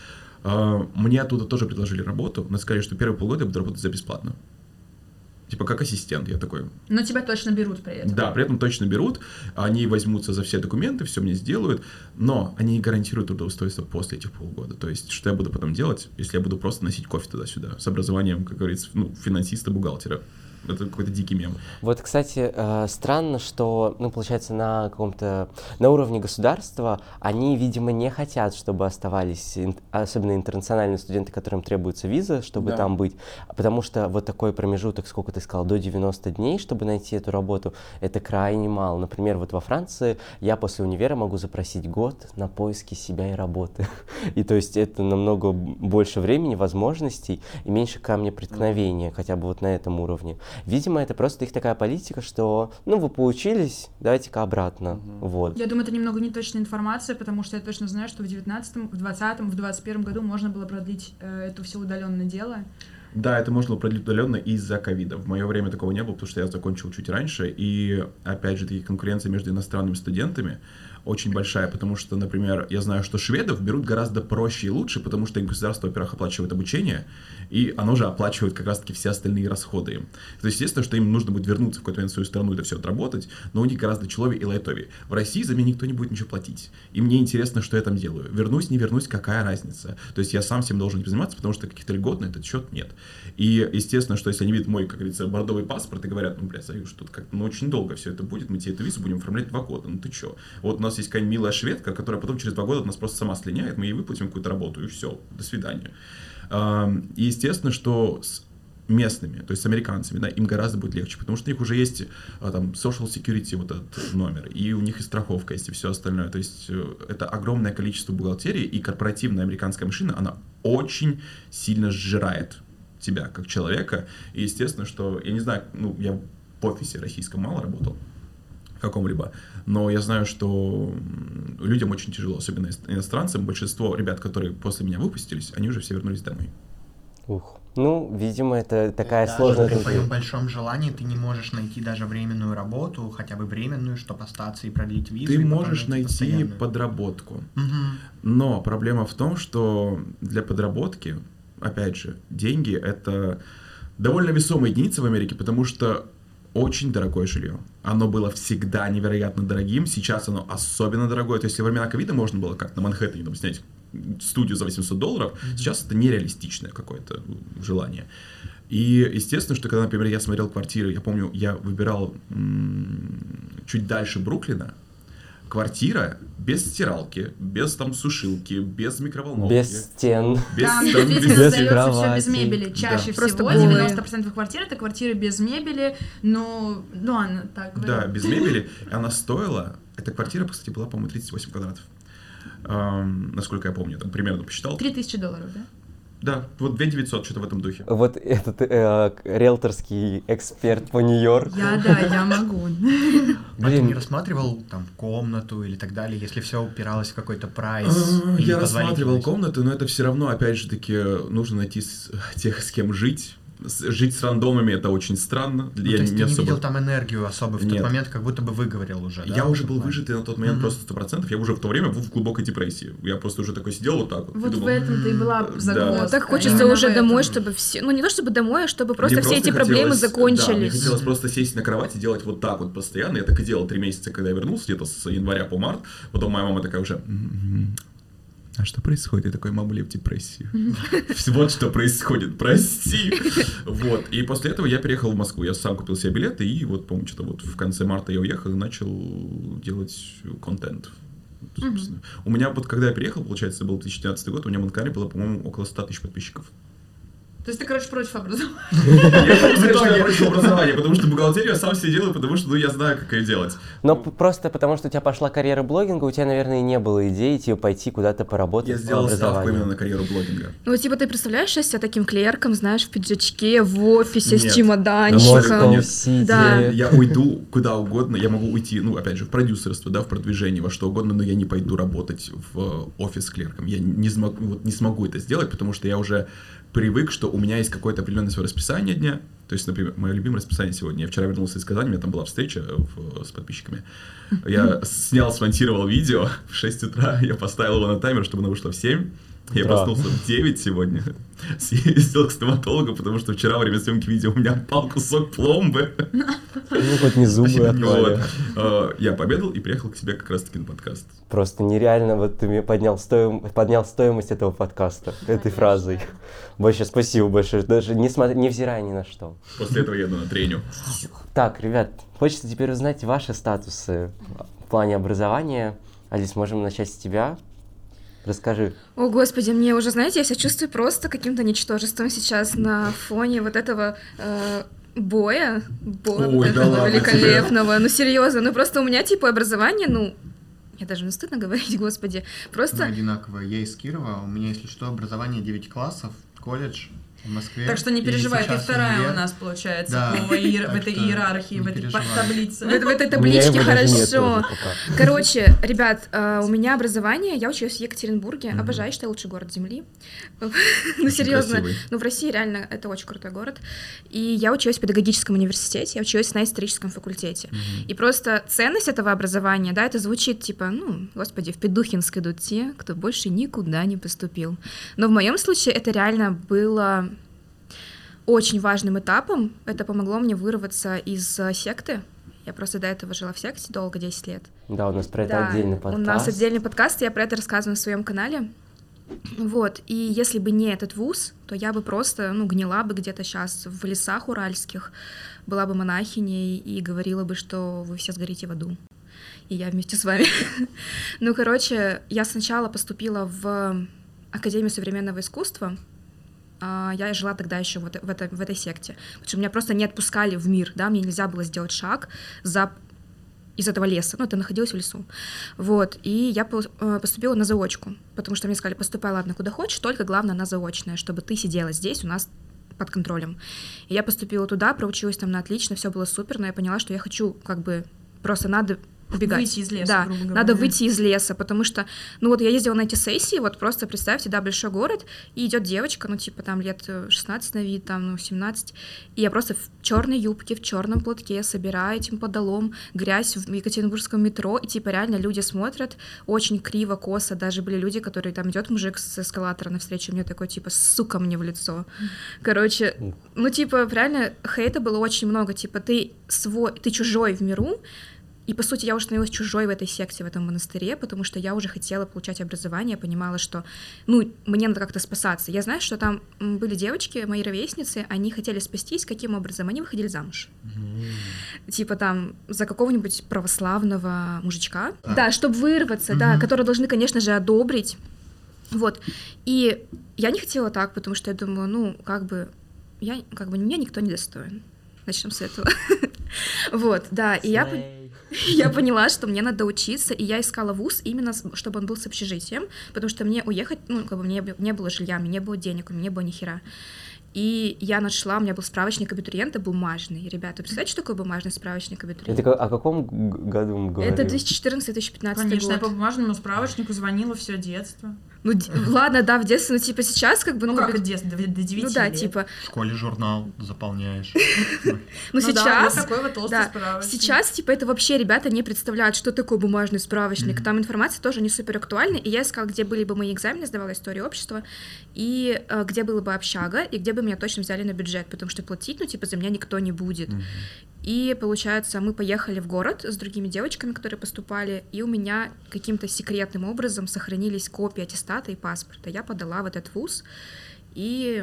Speaker 6: мне оттуда тоже предложили работу, но сказали, что первые полгода я буду работать за бесплатно. Типа как ассистент, я такой...
Speaker 7: Но тебя точно берут при этом.
Speaker 6: Да, при этом точно берут, они возьмутся за все документы, все мне сделают, но они не гарантируют трудоустройство после этих полгода. То есть, что я буду потом делать, если я буду просто носить кофе туда-сюда, с образованием, как говорится, ну, финансиста-бухгалтера. Это какой-то дикий мем.
Speaker 1: Вот, кстати, э, странно, что, ну, получается, на каком-то, на уровне государства они, видимо, не хотят, чтобы оставались, ин- особенно интернациональные студенты, которым требуется виза, чтобы
Speaker 6: Да.
Speaker 1: там быть, потому что вот такой промежуток, сколько ты сказал, до девяноста дней, чтобы найти эту работу, это крайне мало. Например, вот во Франции я после универа могу запросить год на поиски себя и работы. И то есть это намного больше времени, возможностей и меньше камня преткновения, хотя бы вот на этом уровне. Видимо, это просто их такая политика, что, ну, вы поучились, давайте-ка обратно, вот.
Speaker 7: Я думаю, это немного неточная информация, потому что я точно знаю, что в девятнадцатом, в двадцатом, в двадцать первом году можно было продлить э, это все удаленное дело.
Speaker 6: Да, это можно было продлить удаленно из-за ковида. В мое время такого не было, потому что я закончил чуть раньше, и, опять же, таки конкуренция между иностранными студентами очень большая, потому что, например, я знаю, что шведов берут гораздо проще и лучше, потому что им государство, во-первых, оплачивает обучение, и оно же оплачивает как раз-таки все остальные расходы им. То есть, естественно, что им нужно будет вернуться в какой-то момент в свою страну и это все отработать, но у них гораздо человее и лайтовее. В России за меня никто не будет ничего платить. И мне интересно, что я там делаю. Вернусь, не вернусь, какая разница? То есть я сам всем должен этим заниматься, потому что каких-то льгот на этот счет нет. И, естественно, что если они видят мой, как говорится, бордовый паспорт и говорят, ну, бля, Союз, тут как-то, ну, очень долго все это будет, мы тебе эту визу будем оформлять два года, ну ты чё? Вот у нас есть какая-нибудь милая шведка, которая потом через два года от нас просто сама слиняет, мы ей выплатим какую-то работу, и все, до свидания. И естественно, что с местными, то есть с американцами, да, им гораздо будет легче, потому что у них уже есть там social security вот этот номер, и у них и страховка есть, и все остальное. То есть это огромное количество бухгалтерии, и корпоративная американская машина, она очень сильно сжирает тебя как человека. И естественно, что, я не знаю, ну, я в офисе российском мало работал, каком-либо, но я знаю, что людям очень тяжело, особенно иностранцам. Большинство ребят, которые после меня выпустились, они уже все вернулись домой.
Speaker 1: Ух. Ну, видимо, это такая
Speaker 5: Даже
Speaker 1: сложная...
Speaker 5: при твоем большом желании ты не можешь найти даже временную работу, хотя бы временную, чтобы остаться и продлить визу.
Speaker 6: Ты
Speaker 5: и
Speaker 6: можешь найти
Speaker 5: постоянную.
Speaker 6: подработку.
Speaker 5: Мгм.
Speaker 6: Но проблема в том, что для подработки, опять же, деньги — это довольно весомая единица в Америке, потому что очень дорогое жилье. Оно было всегда невероятно дорогим, сейчас оно особенно дорогое. То есть, во времена ковида можно было как на Манхэттене там, снять студию за восемьсот долларов, mm-hmm. сейчас это нереалистичное какое-то желание. И естественно, что когда, например, я смотрел квартиры, я помню, я выбирал м- чуть дальше Бруклина, квартира без стиралки, без там сушилки, без микроволновки.
Speaker 1: Без стен.
Speaker 6: Без,
Speaker 7: Там
Speaker 6: там,
Speaker 7: действительно
Speaker 6: без-
Speaker 1: без
Speaker 7: сдается все
Speaker 1: кровати.
Speaker 7: без мебели. Чаще
Speaker 6: Да.
Speaker 4: Просто
Speaker 7: всего
Speaker 4: голые.
Speaker 7: девяносто процентов квартир это квартиры без мебели. Ну, ну ладно, так говорю.
Speaker 6: Да, без мебели. Она стоила... Эта квартира, кстати, была, по-моему, тридцать восемь квадратов. Эм, насколько я помню, там примерно посчитал.
Speaker 7: Три тысячи долларов, да?
Speaker 6: Да, вот две тысячи девятьсот, что-то в этом духе.
Speaker 1: Вот этот э, риэлторский эксперт по Нью-Йорку.
Speaker 7: Я, да, я могу.
Speaker 5: А ты не
Speaker 1: Блин,
Speaker 5: рассматривал там комнату или так далее, если все упиралось в какой-то прайс?
Speaker 6: А,
Speaker 5: или
Speaker 6: Я рассматривал
Speaker 5: позволительность?
Speaker 6: комнату, но это все равно, опять же таки, нужно найти с- тех, с кем жить. С- Жить с рандомами это очень странно.
Speaker 5: Ну,
Speaker 6: Я
Speaker 5: то есть
Speaker 6: не
Speaker 5: ты не
Speaker 6: особо-
Speaker 5: видел там энергию особо в
Speaker 6: Нет.
Speaker 5: тот момент, как будто бы выговорил уже, да?
Speaker 6: Я
Speaker 5: в
Speaker 6: уже
Speaker 5: этом
Speaker 6: был
Speaker 5: плане?
Speaker 6: выжатый на тот момент
Speaker 5: Мгм.
Speaker 6: просто сто процентов. Я уже в то время был в глубокой депрессии. Я просто уже такой сидел вот так вот. и
Speaker 7: Вот
Speaker 6: думал,
Speaker 7: в этом-то и была
Speaker 6: «М,
Speaker 7: загвоздка.
Speaker 6: да».
Speaker 4: Так хочется
Speaker 7: Именно
Speaker 4: уже
Speaker 7: в этом.
Speaker 4: домой, чтобы все... Ну, не то чтобы домой, а чтобы просто
Speaker 6: Мне
Speaker 4: все эти проблемы
Speaker 6: хотелось- Да, мне
Speaker 4: закончились.
Speaker 6: хотелось просто сесть на кровать и делать вот так вот постоянно. Я так и делал три месяца, когда я вернулся, где-то с января по март. Потом моя мама такая уже... «М-м-м. А что происходит? Я такой, мама, ли в депрессии. Вот что происходит, прости. Вот. И после этого я переехал в Москву. Я сам купил себе билеты, и вот, по-моему, что-то вот в конце марта я уехал и начал делать контент. Собственно. У меня вот, когда я переехал, получается, это был две тысячи двенадцатый год, у меня на канале было, по-моему, около ста тысяч подписчиков.
Speaker 7: То есть ты, короче, против образования.
Speaker 6: Я в итоге против образования, потому что бухгалтерию я сам себе делаю, потому что, ну, я знаю, как ее делать.
Speaker 1: но п- просто потому, что у тебя пошла карьера блогинга, у тебя, наверное, и не было идеи типа, пойти куда-то поработать
Speaker 6: Я
Speaker 1: по
Speaker 6: сделал ставку
Speaker 1: образованию.
Speaker 6: именно на карьеру блогинга.
Speaker 4: Ну, вот, типа, ты представляешь себя таким клерком, знаешь, в пиджачке, в офисе,
Speaker 6: Нет.
Speaker 4: с чемоданчиком.
Speaker 6: Абсолютно нет.
Speaker 1: Сити.
Speaker 4: Да.
Speaker 6: Я уйду куда угодно, я могу уйти, ну, опять же, в продюсерство, да, в продвижение, во что угодно, но я не пойду работать в офис клерком. Я не смогу, вот, не смогу это сделать, потому что я уже привык, что у меня есть какое-то определенное свое расписание дня. То есть, например, мое любимое расписание сегодня. Я вчера вернулся из Казани, у меня там была встреча в- с подписчиками. Я снял, смонтировал видео в шесть утра, я поставил его на таймер, чтобы оно вышло в семь. Я
Speaker 1: Да.
Speaker 6: проснулся в девять сегодня, съездил к стоматологу, потому что вчера во время съемки видео у меня упал кусок пломбы.
Speaker 1: Ну, хоть не зубы отпали.
Speaker 6: Вот. Э, Я пообедал и приехал к себе как раз-таки на подкаст.
Speaker 1: Просто нереально, вот ты мне поднял, стоим... поднял стоимость этого подкаста, этой фразой. Большое спасибо большое, даже не смотря, невзирая ни на что.
Speaker 6: После этого еду на треню.
Speaker 1: Так, ребят, хочется теперь узнать ваши статусы в плане образования. Алис, можем начать с тебя. Расскажи.
Speaker 4: О, господи, мне уже, знаете, я себя чувствую просто каким-то ничтожеством сейчас на фоне вот этого э, боя, боя
Speaker 6: Ой,
Speaker 4: вот
Speaker 6: да
Speaker 4: этого
Speaker 6: ладно
Speaker 4: великолепного. Ну, серьезно, ну просто у меня типа образование, ну, мне даже не стыдно говорить, господи,
Speaker 5: Мы
Speaker 4: просто...
Speaker 5: одинаковые. Я из Кирова, у меня, если что, образование девять классов, колледж в Москве.
Speaker 7: Так что не
Speaker 5: и
Speaker 7: переживай, ты
Speaker 5: сейчас
Speaker 7: вторая
Speaker 5: универ.
Speaker 7: у нас, получается,
Speaker 5: Да.
Speaker 7: по иер- в
Speaker 5: Так
Speaker 7: этой
Speaker 5: что
Speaker 7: иерархии,
Speaker 5: не
Speaker 7: в этой
Speaker 5: переживай.
Speaker 7: по- таблице.
Speaker 4: В, этой- в этой
Speaker 1: У меня
Speaker 4: табличке
Speaker 1: его даже нет
Speaker 4: хорошо.
Speaker 1: тоже пока.
Speaker 4: Короче, ребят, э, у меня образование, я училась в Екатеринбурге,
Speaker 6: Мгм.
Speaker 4: обожаю, считаю, лучший город Земли. Ну,
Speaker 6: Очень
Speaker 4: серьезно.
Speaker 6: красивый.
Speaker 4: Ну, в России реально это очень крутой город. И я училась в педагогическом университете, я училась на историческом факультете. И просто ценность этого образования, да, это звучит типа, ну, господи, в Петухинск идут те, кто больше никуда не поступил. Но в моем случае это реально было очень важным этапом. Это помогло мне вырваться из э, секты. Я просто до этого жила в секте долго, десять лет.
Speaker 1: Да, у нас про это
Speaker 4: Да,
Speaker 1: отдельный подкаст.
Speaker 4: у нас отдельный подкаст, я про это рассказываю на своем канале. Вот, и если бы не этот вуз, то я бы просто, ну, гнила бы где-то сейчас в лесах уральских, была бы монахиней и говорила бы, что вы все сгорите в аду. И я вместе с вами. Ну, короче, я сначала поступила в Академию современного искусства. А, Я жила тогда еще вот в, это, в этой секте, потому что меня просто не отпускали в мир, да, мне нельзя было сделать шаг за из этого леса, ну, это находилось в лесу, вот, и я по- э, поступила на заочку, потому что мне сказали, поступай, ладно, куда хочешь, только главное на заочное, чтобы ты сидела здесь у нас под контролем. И я поступила туда, проучилась там на отлично, все было супер, но я поняла, что я хочу, как бы, просто надо убегать.
Speaker 7: Выйти из леса,
Speaker 4: Да,
Speaker 7: грубо говоря.
Speaker 4: надо выйти из леса, потому что, ну вот я ездила на эти сессии, вот просто представьте, да, большой город, и идет девочка, ну типа там лет шестнадцать на вид, там, ну семнадцать, и я просто в черной юбке, в черном платке собираю этим подолом грязь в Екатеринбургском метро, и типа реально люди смотрят очень криво, косо, даже были люди, которые там идет мужик с эскалатора навстречу, мне такой типа, сука, мне в лицо. Короче, ну типа реально хейта было очень много, типа ты свой, ты чужой в миру, и, по сути, я уже становилась чужой в этой секте, в этом монастыре, потому что я уже хотела получать образование, понимала, что, ну, мне надо как-то спасаться. Я знаю, что там были девочки, мои ровесницы, они хотели спастись, каким образом? Они выходили замуж. Mm. Типа там за какого-нибудь православного мужичка. А. Да, чтобы вырваться, mm-hmm. да, которые должны, конечно же, одобрить. Вот. И я не хотела так, потому что я думала, ну, как бы, я, как бы, меня никто не достоин. Начнем с этого. Вот, да, и я... Я поняла, что мне надо учиться, и я искала вуз именно, чтобы он был с общежитием, потому что мне уехать, ну, как бы мне не было жилья, мне не было денег, у меня не было ни хера. И я нашла, у меня был справочник абитуриента бумажный. Ребята, представляете, что такое бумажный справочник абитуриента?
Speaker 1: Это о каком году мы говорим?
Speaker 4: Это две тысячи четырнадцатый — две тысячи пятнадцатый
Speaker 7: Конечно,
Speaker 4: год.
Speaker 7: я по бумажному справочнику звонила все детство.
Speaker 4: Ну, ладно, да, в детстве, но типа сейчас как бы...
Speaker 7: Ну, как в детстве, до девяти
Speaker 4: Ну, да,
Speaker 7: лет.
Speaker 4: типа...
Speaker 5: В школе журнал заполняешь.
Speaker 4: Ну, сейчас...
Speaker 7: такой вот толстый справочник.
Speaker 4: Сейчас, типа, это вообще ребята не представляют, что такое бумажный справочник. Там информация тоже не супер актуальна, и я искала, где были бы мои экзамены, сдавала историю общества, и где было бы общага, и где бы меня точно взяли на бюджет, потому что платить, ну, типа, за меня никто не будет. И, получается, мы поехали в город с другими девочками, которые поступали, и у меня каким-то секретным образом сохранились копии аттестата и паспорта. Я подала в этот вуз, и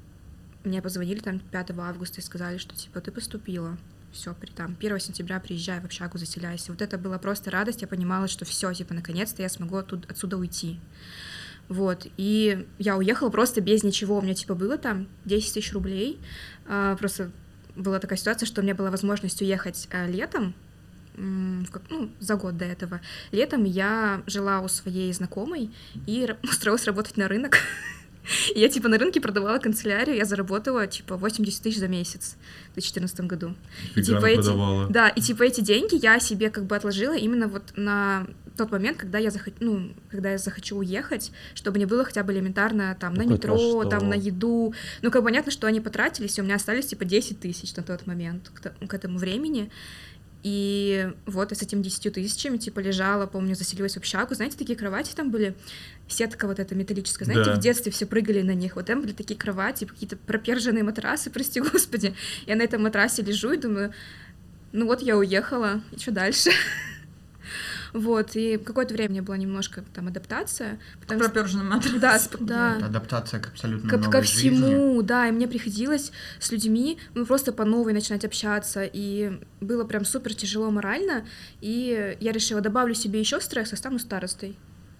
Speaker 4: мне позвонили там пятого августа и сказали, что, типа, ты поступила. Все, там, первого сентября приезжай в общагу, заселяйся. Вот это была просто радость, я понимала, что все, типа, наконец-то я смогу оттуда, отсюда уйти. Вот, и я уехала просто без ничего. У меня, типа, было там десять тысяч рублей, просто... Была такая ситуация, что у меня была возможность уехать э, летом, м, как, ну, за год до этого. Летом я жила у своей знакомой и р- устроилась работать на рынок. И я, типа, на рынке продавала канцелярию, я заработала, типа, восемьдесят тысяч за месяц в две тысячи четырнадцатом году. И, типа, эти, да, и, типа, эти деньги я себе, как бы, отложила именно вот на тот момент, когда я, захочу, ну, когда я захочу уехать, чтобы не было хотя бы элементарно, там, на метро, что... там, на еду. Ну, как бы, понятно, что они потратились, и у меня остались, типа, десять тысяч на тот момент, к, к этому времени. И вот, и с этими десятью тысячами, типа, лежала, помню, заселилась в общагу. Знаете, такие кровати там были, сетка вот эта металлическая, знаете, да. В детстве все прыгали на них. Вот там были такие кровати, какие-то проперженные матрасы, прости господи. Я на этом матрасе лежу и думаю, ну вот я уехала, и что дальше? Вот, и какое-то время у меня была немножко там адаптация.
Speaker 7: Потому проперженный матрас.
Speaker 4: Да, да.
Speaker 5: Это адаптация к абсолютно
Speaker 4: к,
Speaker 5: новой
Speaker 4: ко всему,
Speaker 5: жизни.
Speaker 4: Да, и мне приходилось с людьми, ну, просто по новой начинать общаться, и было прям супер тяжело морально, и я решила, добавлю себе еще стресса, стану старостой.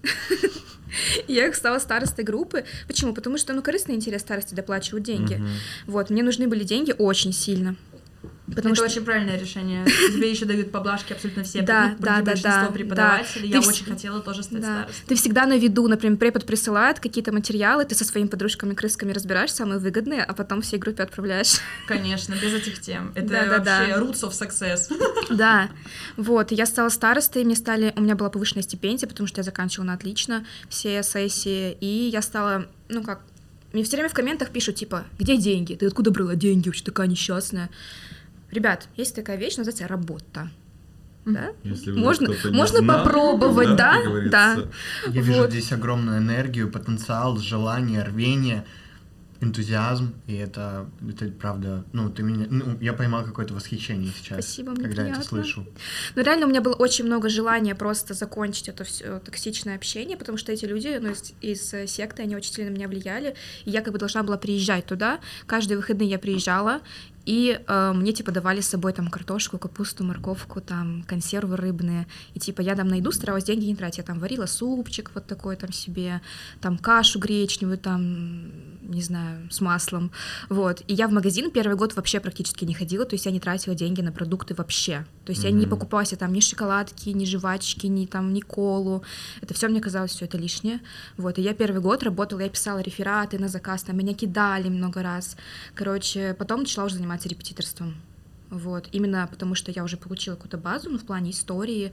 Speaker 4: Я стала старостой группы. Почему? Потому что, ну, корыстный интерес старости доплачивают деньги. Вот, мне нужны были деньги очень сильно.
Speaker 7: Потому это что... очень правильное решение. Тебе еще дают поблажки абсолютно все.
Speaker 4: Да,
Speaker 7: ну,
Speaker 4: да, да,
Speaker 7: большинство
Speaker 4: да,
Speaker 7: преподавателей.
Speaker 4: да.
Speaker 7: Я
Speaker 4: ты
Speaker 7: очень
Speaker 4: в...
Speaker 7: хотела тоже стать
Speaker 4: да.
Speaker 7: старостой.
Speaker 4: Ты всегда на виду, например, препод присылает какие-то материалы, ты со своими подружками-крысками разбираешь самые выгодные, а потом всей группе отправляешь.
Speaker 7: Конечно, без этих тем. Это
Speaker 4: да, да,
Speaker 7: вообще
Speaker 4: да.
Speaker 7: roots of success.
Speaker 4: Да, вот, я стала старостой, мне стали, у меня была повышенная стипендия, потому что я заканчивала на отлично все сессии, и я стала, ну как, мне все время в комментах пишут, типа, где деньги? Ты откуда брала деньги? Вообще такая несчастная. Ребят, есть такая вещь, называется работа. Да? Можно, можно знал, попробовать, да? Да. да.
Speaker 5: Я вижу вот. Здесь огромную энергию, потенциал, желание, рвение, энтузиазм, и это, это правда, ну, ты меня, ну, я поймал какое-то восхищение сейчас,
Speaker 4: Спасибо, мне
Speaker 5: когда
Speaker 4: приятно.
Speaker 5: это слышу.
Speaker 4: Ну, реально, у меня было очень много желания просто закончить это все токсичное общение, потому что эти люди, ну, из, из секты, они очень сильно на меня влияли, и я как бы должна была приезжать туда, каждые выходные я приезжала, и э, мне, типа, давали с собой там картошку, капусту, морковку, там, консервы рыбные, и, типа, я там на еду старалась деньги не тратить, я там варила супчик вот такой там себе, там, кашу гречневую, там, не знаю, с маслом, вот, и я в магазин первый год вообще практически не ходила, то есть я не тратила деньги на продукты вообще, то есть mm-hmm. я не покупала себе там ни шоколадки, ни жвачки, ни там, ни колу, это все мне казалось, все это лишнее, вот, и я первый год работала, я писала рефераты на заказ, там, меня кидали много раз, короче, потом начала уже заниматься репетиторством. Вот. Именно потому, что я уже получила какую-то базу, ну, в плане истории,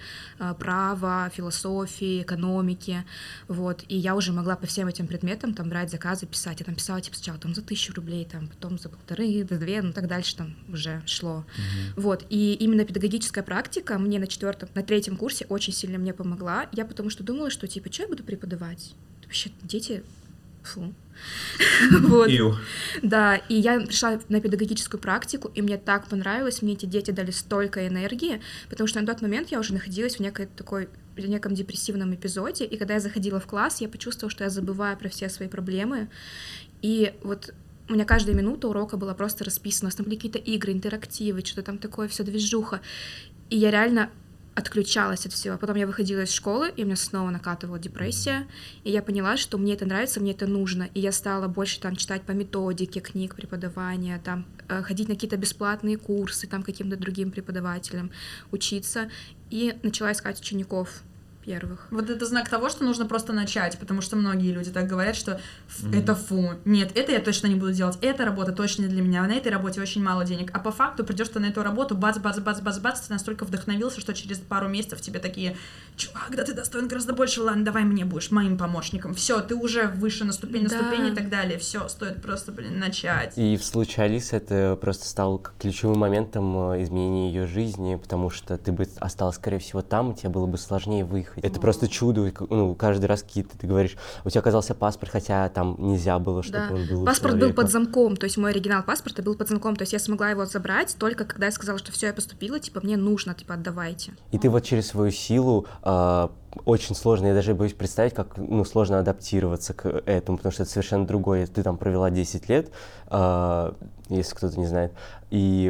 Speaker 4: права, философии, экономики, вот, и я уже могла по всем этим предметам там брать заказы, писать. Я там писала, типа, сначала там за тысячу рублей, там, потом за полторы, за две, ну, так дальше там уже шло. Mm-hmm. Вот, и именно педагогическая практика мне на четвертом, на третьем курсе очень сильно мне помогла. Я потому что думала, что, типа, что я буду преподавать? Вообще дети Фу. Вот.
Speaker 6: Ил.
Speaker 4: Да, и я пришла на педагогическую практику, и мне так понравилось, мне эти дети дали столько энергии, потому что на тот момент я уже находилась в некой такой, в неком депрессивном эпизоде, и когда я заходила в класс, я почувствовала, что я забываю про все свои проблемы, и вот у меня каждая минута урока была просто расписана, там были какие-то игры, интерактивы, что-то там такое, все движуха, и я реально отключалась от всего. Потом я выходила из школы, и у меня снова накатывала депрессия, и я поняла, что мне это нравится, мне это нужно, и я стала больше там читать по методике книг преподавания, там ходить на какие-то бесплатные курсы, там каким-то другим преподавателям учиться, и начала искать учеников первых.
Speaker 7: Вот это знак того, что нужно просто начать, потому что многие люди так говорят, что mm-hmm. это фу, нет, это я точно не буду делать, эта работа точно не для меня, на этой работе очень мало денег, а по факту придешь ты на эту работу, бац-бац-бац-бац-бац, ты настолько вдохновился, что через пару месяцев тебе такие: чувак, да ты достоин гораздо больше, ладно, давай мне будешь моим помощником, все, ты уже выше на ступень, на
Speaker 4: да.
Speaker 7: ступень и так далее, все, стоит просто, блин, начать.
Speaker 1: И в случае Алисы это просто стало ключевым моментом изменения ее жизни, потому что ты бы осталась, скорее всего, там, и тебе было бы сложнее выехать. Это просто чудо, ну, каждый раз какие-то, ты говоришь, у тебя оказался паспорт, хотя там нельзя было, чтобы
Speaker 4: да.
Speaker 1: он был у
Speaker 4: Паспорт
Speaker 1: человека.
Speaker 4: был под замком, то есть мой оригинал паспорта был под замком, то есть я смогла его забрать только когда я сказала, что все, я поступила, типа, мне нужно, типа, отдавайте.
Speaker 1: И ты вот через свою силу э, очень сложно, я даже боюсь представить, как, ну, сложно адаптироваться к этому, потому что это совершенно другое. Ты там провела десять лет, э, если кто-то не знает, и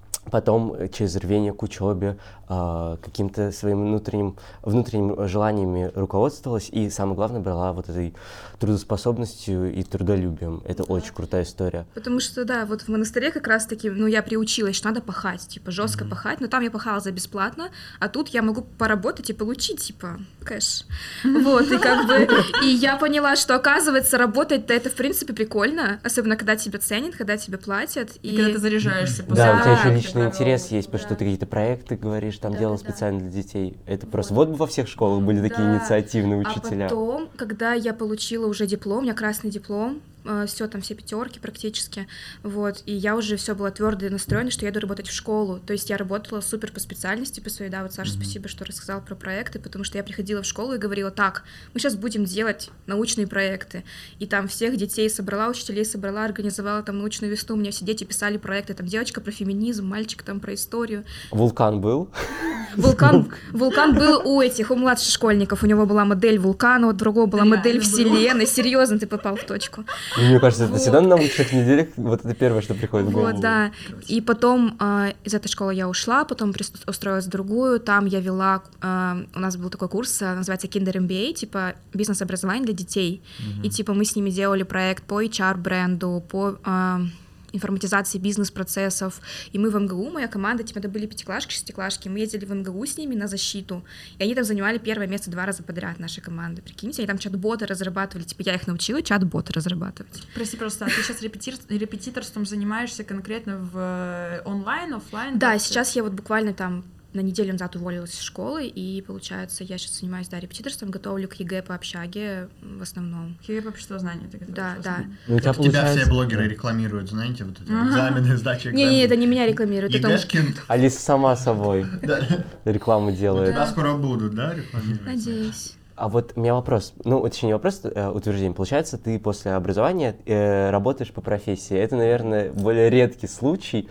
Speaker 1: потом через рвение к учебе, э, каким-то своим внутренним, внутренними желаниями руководствовалась, и самое главное, брала вот этой трудоспособностью и трудолюбием. Это да. очень крутая история.
Speaker 4: Потому что, да, вот в монастыре как раз-таки, ну, я приучилась, что надо пахать, типа, жестко mm-hmm. пахать, но там я пахала за бесплатно, а тут я могу поработать и получить, типа, кэш. Вот, и как бы, и я поняла, что, оказывается, работать-то это, в принципе, прикольно, особенно когда тебя ценят, когда тебе платят.
Speaker 7: И, и когда ты заряжаешься.
Speaker 1: Да, да, у тебя еще личный интерес есть, потому да. что ты какие-то проекты говоришь, там да, делал да, специально да. для детей. Это вот. Просто, вот бы во всех школах были да. такие инициативные учителя.
Speaker 4: А потом, когда я получила уже диплом, у меня красный диплом, все там, все пятерки практически, вот, и я уже все была твердо настроена, что я иду работать в школу, то есть я работала супер по специальности, по своей, да, вот Саша, mm-hmm. спасибо, что рассказал про проекты, потому что я приходила в школу и говорила: так, мы сейчас будем делать научные проекты, и там всех детей собрала, учителей собрала, организовала там научную весну, у меня все дети писали проекты, там девочка про феминизм, мальчик там про историю.
Speaker 1: Вулкан был?
Speaker 4: Вулкан, вулкан был у этих, у младших школьников, у него была модель вулкана, у другого была
Speaker 7: Реально
Speaker 4: модель
Speaker 7: было.
Speaker 4: Вселенной, серьезно, ты попал в точку.
Speaker 1: Мне кажется, это
Speaker 4: вот.
Speaker 1: всегда на научных неделях, вот это первое, что приходит в голову.
Speaker 4: Вот, да, и потом э, из этой школы я ушла, потом устроилась в другую, там я вела, э, у нас был такой курс, называется Kinder эм би эй, типа бизнес-образование для детей, mm-hmm. и типа мы с ними делали проект по эйч ар-бренду, по... Э, информатизации бизнес-процессов, и мы в эм гэ у, моя команда, типа, это были пятиклашки, шестиклашки, мы ездили в эм гэ у с ними на защиту, и они там занимали первое место два раза подряд, нашей команды, прикиньте, они там чат-боты разрабатывали, типа, я их научила чат-боты разрабатывать.
Speaker 7: Прости, просто, а ты сейчас репетир... репетиторством занимаешься конкретно в онлайн, офлайн?
Speaker 4: Да, сейчас я вот буквально там на неделю назад уволилась из школы, и, получается, я сейчас занимаюсь, да, репетиторством, готовлю к ЕГЭ по общаге в основном.
Speaker 7: ЕГЭ по обществознанию ты готовишь?
Speaker 4: Да, да.
Speaker 1: Ну, у тебя,
Speaker 5: Тебя
Speaker 1: получается...
Speaker 5: все блогеры рекламируют, знаете, вот эти экзамены, сдача экзаменов.
Speaker 4: Не-не, это не меня рекламируют. это...
Speaker 1: Алиса сама собой рекламу делает.
Speaker 5: Тебя скоро будут, да, рекламировать?
Speaker 4: Надеюсь.
Speaker 1: А вот у меня вопрос, ну, точнее, не вопрос, а утверждение. Получается, ты после образования э, работаешь по профессии. Это, наверное, более редкий случай,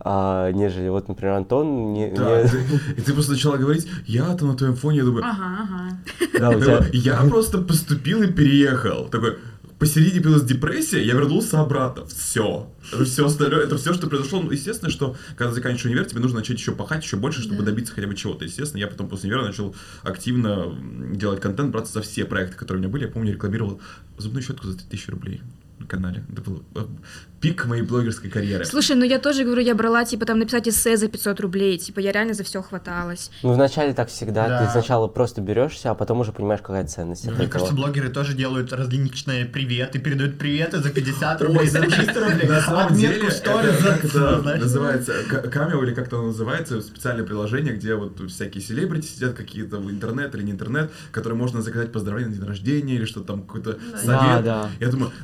Speaker 1: а, нежели вот, например, Антон... Не,
Speaker 6: да,
Speaker 1: не...
Speaker 6: Ты, и ты просто начала говорить: я там на твоем фоне, я думаю...
Speaker 7: Ага, ага.
Speaker 1: Да, у тебя...
Speaker 6: Я просто поступил и переехал. Такой... Посередине появилась депрессия, я вернулся обратно. Все. Это все остальное, это все, что произошло. Ну, естественно, что когда заканчиваешь универ, тебе нужно начать еще пахать, еще больше, чтобы да. добиться хотя бы чего-то. Естественно, я потом после универа начал активно делать контент, браться за все проекты, которые у меня были. Я помню, рекламировал зубную щетку за три тысячи рублей на канале. Это был пик моей блогерской карьеры.
Speaker 4: Слушай, ну я тоже говорю, я брала, типа, там, написать эссе за пятьсот рублей, типа, я реально за все хваталась.
Speaker 1: Ну, вначале так всегда,
Speaker 5: да.
Speaker 1: ты сначала просто берешься, а потом уже понимаешь, какая ценность.
Speaker 5: Мне кажется, блогеры тоже делают различные приветы, передают приветы за пятьдесят рублей, за триста рублей.
Speaker 6: На самом деле,
Speaker 5: как
Speaker 6: это называется, Cameo, или как-то оно называется, специальное приложение, где вот всякие селебрити сидят, какие-то в интернет или не интернет, которые можно заказать поздравления на день рождения или что-то там, какой-то совет.
Speaker 1: Да, да.
Speaker 6: Я думаю, на самом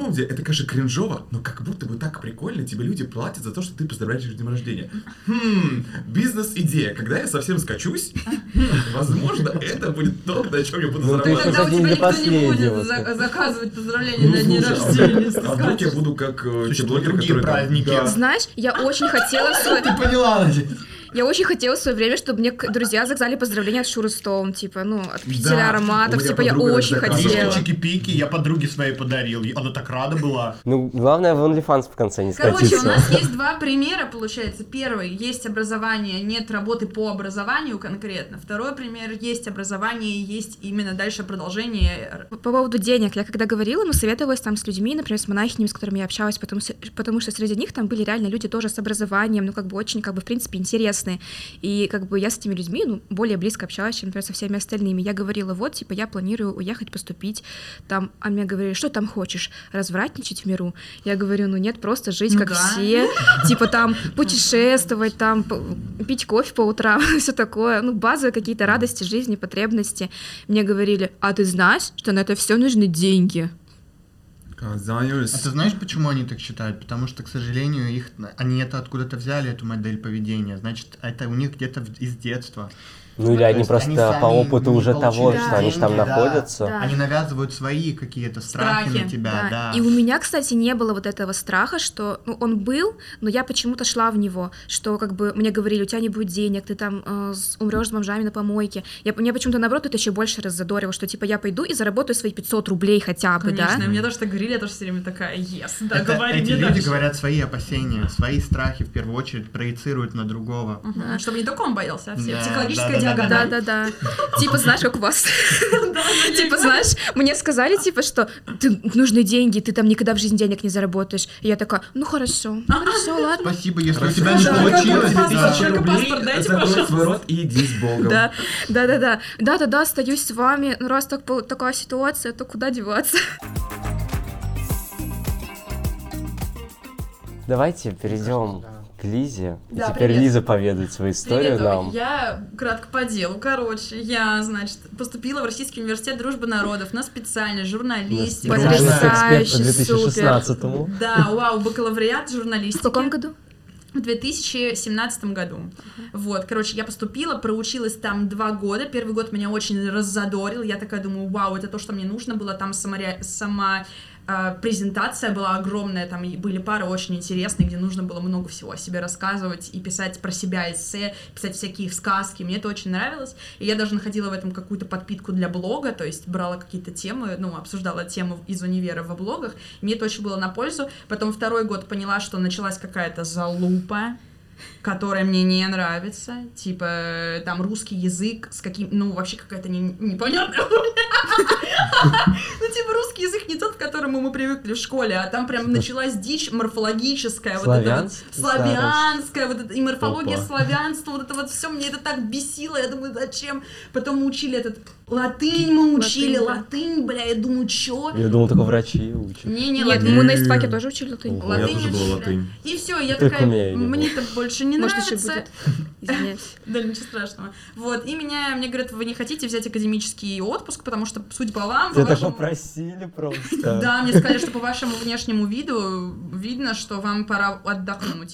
Speaker 6: самом деле это, конечно, кринжово, но как будто бы так прикольно, тебе люди платят за то, что ты поздравляешь с днем рождения. Хм, бизнес-идея. Когда я совсем скачусь, возможно, это будет то, на чем я буду
Speaker 1: Ну, ты
Speaker 6: зарабатывать.
Speaker 7: Тогда у
Speaker 1: деньги
Speaker 7: тебя никто не
Speaker 1: последнего,
Speaker 7: будет
Speaker 1: скажи.
Speaker 7: за- заказывать поздравления
Speaker 6: Ну,
Speaker 7: на день
Speaker 6: слушай, а
Speaker 7: рождения.
Speaker 6: вдруг-
Speaker 7: если
Speaker 6: а вдруг я
Speaker 7: скажешь.
Speaker 6: буду как э, те
Speaker 5: Существуют
Speaker 6: блогеры,
Speaker 5: другие
Speaker 6: которые там-
Speaker 5: праздники.
Speaker 6: Да.
Speaker 4: Знаешь, я очень хотела в свое...
Speaker 5: Ты поняла, Надя?
Speaker 4: Я очень хотела в свое время, чтобы мне к- друзья заказали поздравления от Шуры Стоун, типа, ну, от победителя
Speaker 6: Да,
Speaker 4: ароматов,
Speaker 6: у меня
Speaker 4: типа, я
Speaker 6: подруга
Speaker 4: очень
Speaker 6: заказывала.
Speaker 4: хотела.
Speaker 5: Чики-пики я подруге своей подарил. и Она так рада была.
Speaker 1: Ну, главное в OnlyFans в конце не
Speaker 7: Короче,
Speaker 1: скатиться.
Speaker 7: у нас есть два примера, получается. Первый, есть образование, нет работы по образованию конкретно. Второй пример, есть образование, есть именно дальше продолжение.
Speaker 4: По поводу денег, я когда говорила, ну, советовалась там с людьми, например, с монахинями, с которыми я общалась, потому, с- потому что среди них там были реально люди тоже с образованием, ну, как бы очень, как бы, в принципе, интересные. И, как бы, я с этими людьми, ну, более близко общалась, чем, например, со всеми остальными. Я говорила, вот, типа, я планирую уехать, поступить, там, а мне говорили, что там хочешь, развратничать в миру? Я говорю, ну, нет, просто жить,
Speaker 7: Ну
Speaker 4: как
Speaker 7: да.
Speaker 4: все, типа, там, путешествовать, там, п- пить кофе по утрам, все такое, ну, базовые какие-то радости жизни, потребности. Мне говорили, а ты знаешь, что на это все нужны деньги?
Speaker 6: Казаюсь.
Speaker 5: А ты знаешь, почему они так считают? Потому что, к сожалению, их, они это откуда-то взяли, эту модель поведения. Значит, это у них где-то в- из детства.
Speaker 1: Ну, или
Speaker 5: То
Speaker 1: они
Speaker 5: есть
Speaker 1: просто
Speaker 5: они
Speaker 1: по
Speaker 5: сами
Speaker 1: опыту
Speaker 5: не
Speaker 1: уже
Speaker 5: получили
Speaker 1: того,
Speaker 4: Да.
Speaker 1: что они же там
Speaker 5: деньги, да.
Speaker 1: находятся.
Speaker 4: Да.
Speaker 5: Они навязывают свои какие-то страхи,
Speaker 7: Страхи,
Speaker 5: на тебя, да.
Speaker 4: И у меня, кстати, не было вот этого страха, что, ну, он был, но я почему-то шла в него, что, как бы, мне говорили, у тебя не будет денег, ты там э, с- умрешь с бомжами на помойке. Я, мне почему-то, наоборот, это еще больше раззадорило, что, типа, я пойду и заработаю свои пятьсот рублей хотя бы,
Speaker 7: Конечно, и
Speaker 4: да?
Speaker 7: мне тоже так говорили, я тоже все время такая, yes, да,
Speaker 5: Это-
Speaker 7: говори
Speaker 5: эти
Speaker 7: мне
Speaker 5: люди
Speaker 7: дальше.
Speaker 5: говорят свои опасения, свои страхи в первую очередь проецируют на другого.
Speaker 7: Мгм. Чтобы не только он боялся, а все.
Speaker 5: Да,
Speaker 7: Психологическая
Speaker 5: да, да, да,
Speaker 7: диагональ.
Speaker 4: Да-да-да. Типа, знаешь, как у вас. Типа, знаешь, мне сказали, типа, что ты нужны деньги, ты там никогда в жизни денег не заработаешь. И я такая, ну хорошо, хорошо, ладно.
Speaker 5: Спасибо, если у
Speaker 6: Хорошо.
Speaker 5: тебя не
Speaker 7: Да,
Speaker 5: получилось.
Speaker 7: как
Speaker 5: да.
Speaker 7: тысяча рублей, паспорт дайте,
Speaker 6: закрой
Speaker 7: пожалуйста.
Speaker 6: свой рот и иди с Богом.
Speaker 4: Да, да, да, да. Да, да, да, остаюсь с вами. Ну, раз так, пол- такая ситуация, то куда деваться?
Speaker 1: Давайте перейдем к Лизе. И
Speaker 7: Да,
Speaker 1: теперь
Speaker 7: привет.
Speaker 1: Лиза поведает свою историю
Speaker 7: Привет,
Speaker 1: нам.
Speaker 7: я кратко по делу. Короче, я, значит, поступила в Российский университет дружбы народов на специальность журналистика.
Speaker 5: Дружный
Speaker 1: эксперт по
Speaker 4: Потрясающе,
Speaker 1: две тысячи шестнадцатому.
Speaker 7: Да, вау, бакалавриат журналистики.
Speaker 4: В каком году?
Speaker 7: В две тысячи семнадцатом году. Вот, короче, я поступила, проучилась там два года. Первый год меня очень раззадорил. Я такая думаю, вау, это то, что мне нужно было. Там сама, ре- сама э, презентация была огромная, там и были пары очень интересные, где нужно было много всего о себе рассказывать и писать про себя эссе, писать всякие сказки. Мне это очень нравилось. И я даже находила в этом какую-то подпитку для блога, то есть брала какие-то темы, ну, обсуждала темы из универа во блогах. Мне это очень было на пользу. Потом второй год поняла, что началась какая-то залупа, которая мне не нравится, типа там русский язык с каким, ну вообще какая-то не- непонятная ну типа русский язык не тот, к которому мы привыкли в школе, а там прям началась дичь морфологическая, вот это вот
Speaker 1: Славянс-
Speaker 7: славянская, вот это и морфология
Speaker 1: Опа.
Speaker 7: славянства, вот это вот все мне это так бесило, я думаю, зачем? Потом мы учили этот латынь, мы учили
Speaker 4: Латынь, да.
Speaker 7: латынь, бля, я думаю, чё?
Speaker 1: Я думал, только врачи учат.
Speaker 7: Не, не,
Speaker 4: Нет,
Speaker 7: латынь.
Speaker 4: мы на истфаке тоже учили латынь.
Speaker 1: Ого.
Speaker 6: У меня
Speaker 7: Латынь
Speaker 6: тоже была
Speaker 7: учили.
Speaker 6: латынь.
Speaker 7: И все, я
Speaker 1: Только
Speaker 7: такая,
Speaker 1: мне не
Speaker 7: мне
Speaker 1: было.
Speaker 7: это больше не
Speaker 4: Может,
Speaker 7: нравится.
Speaker 4: еще будет. Извиняюсь.
Speaker 7: Да, ничего страшного. Вот, и меня, мне говорят, вы не хотите взять академический отпуск, потому что, судя по вам, по
Speaker 1: Тебя так
Speaker 7: вашему...
Speaker 1: попросили просто.
Speaker 7: Да, мне сказали, что по вашему внешнему виду видно, что вам пора отдохнуть.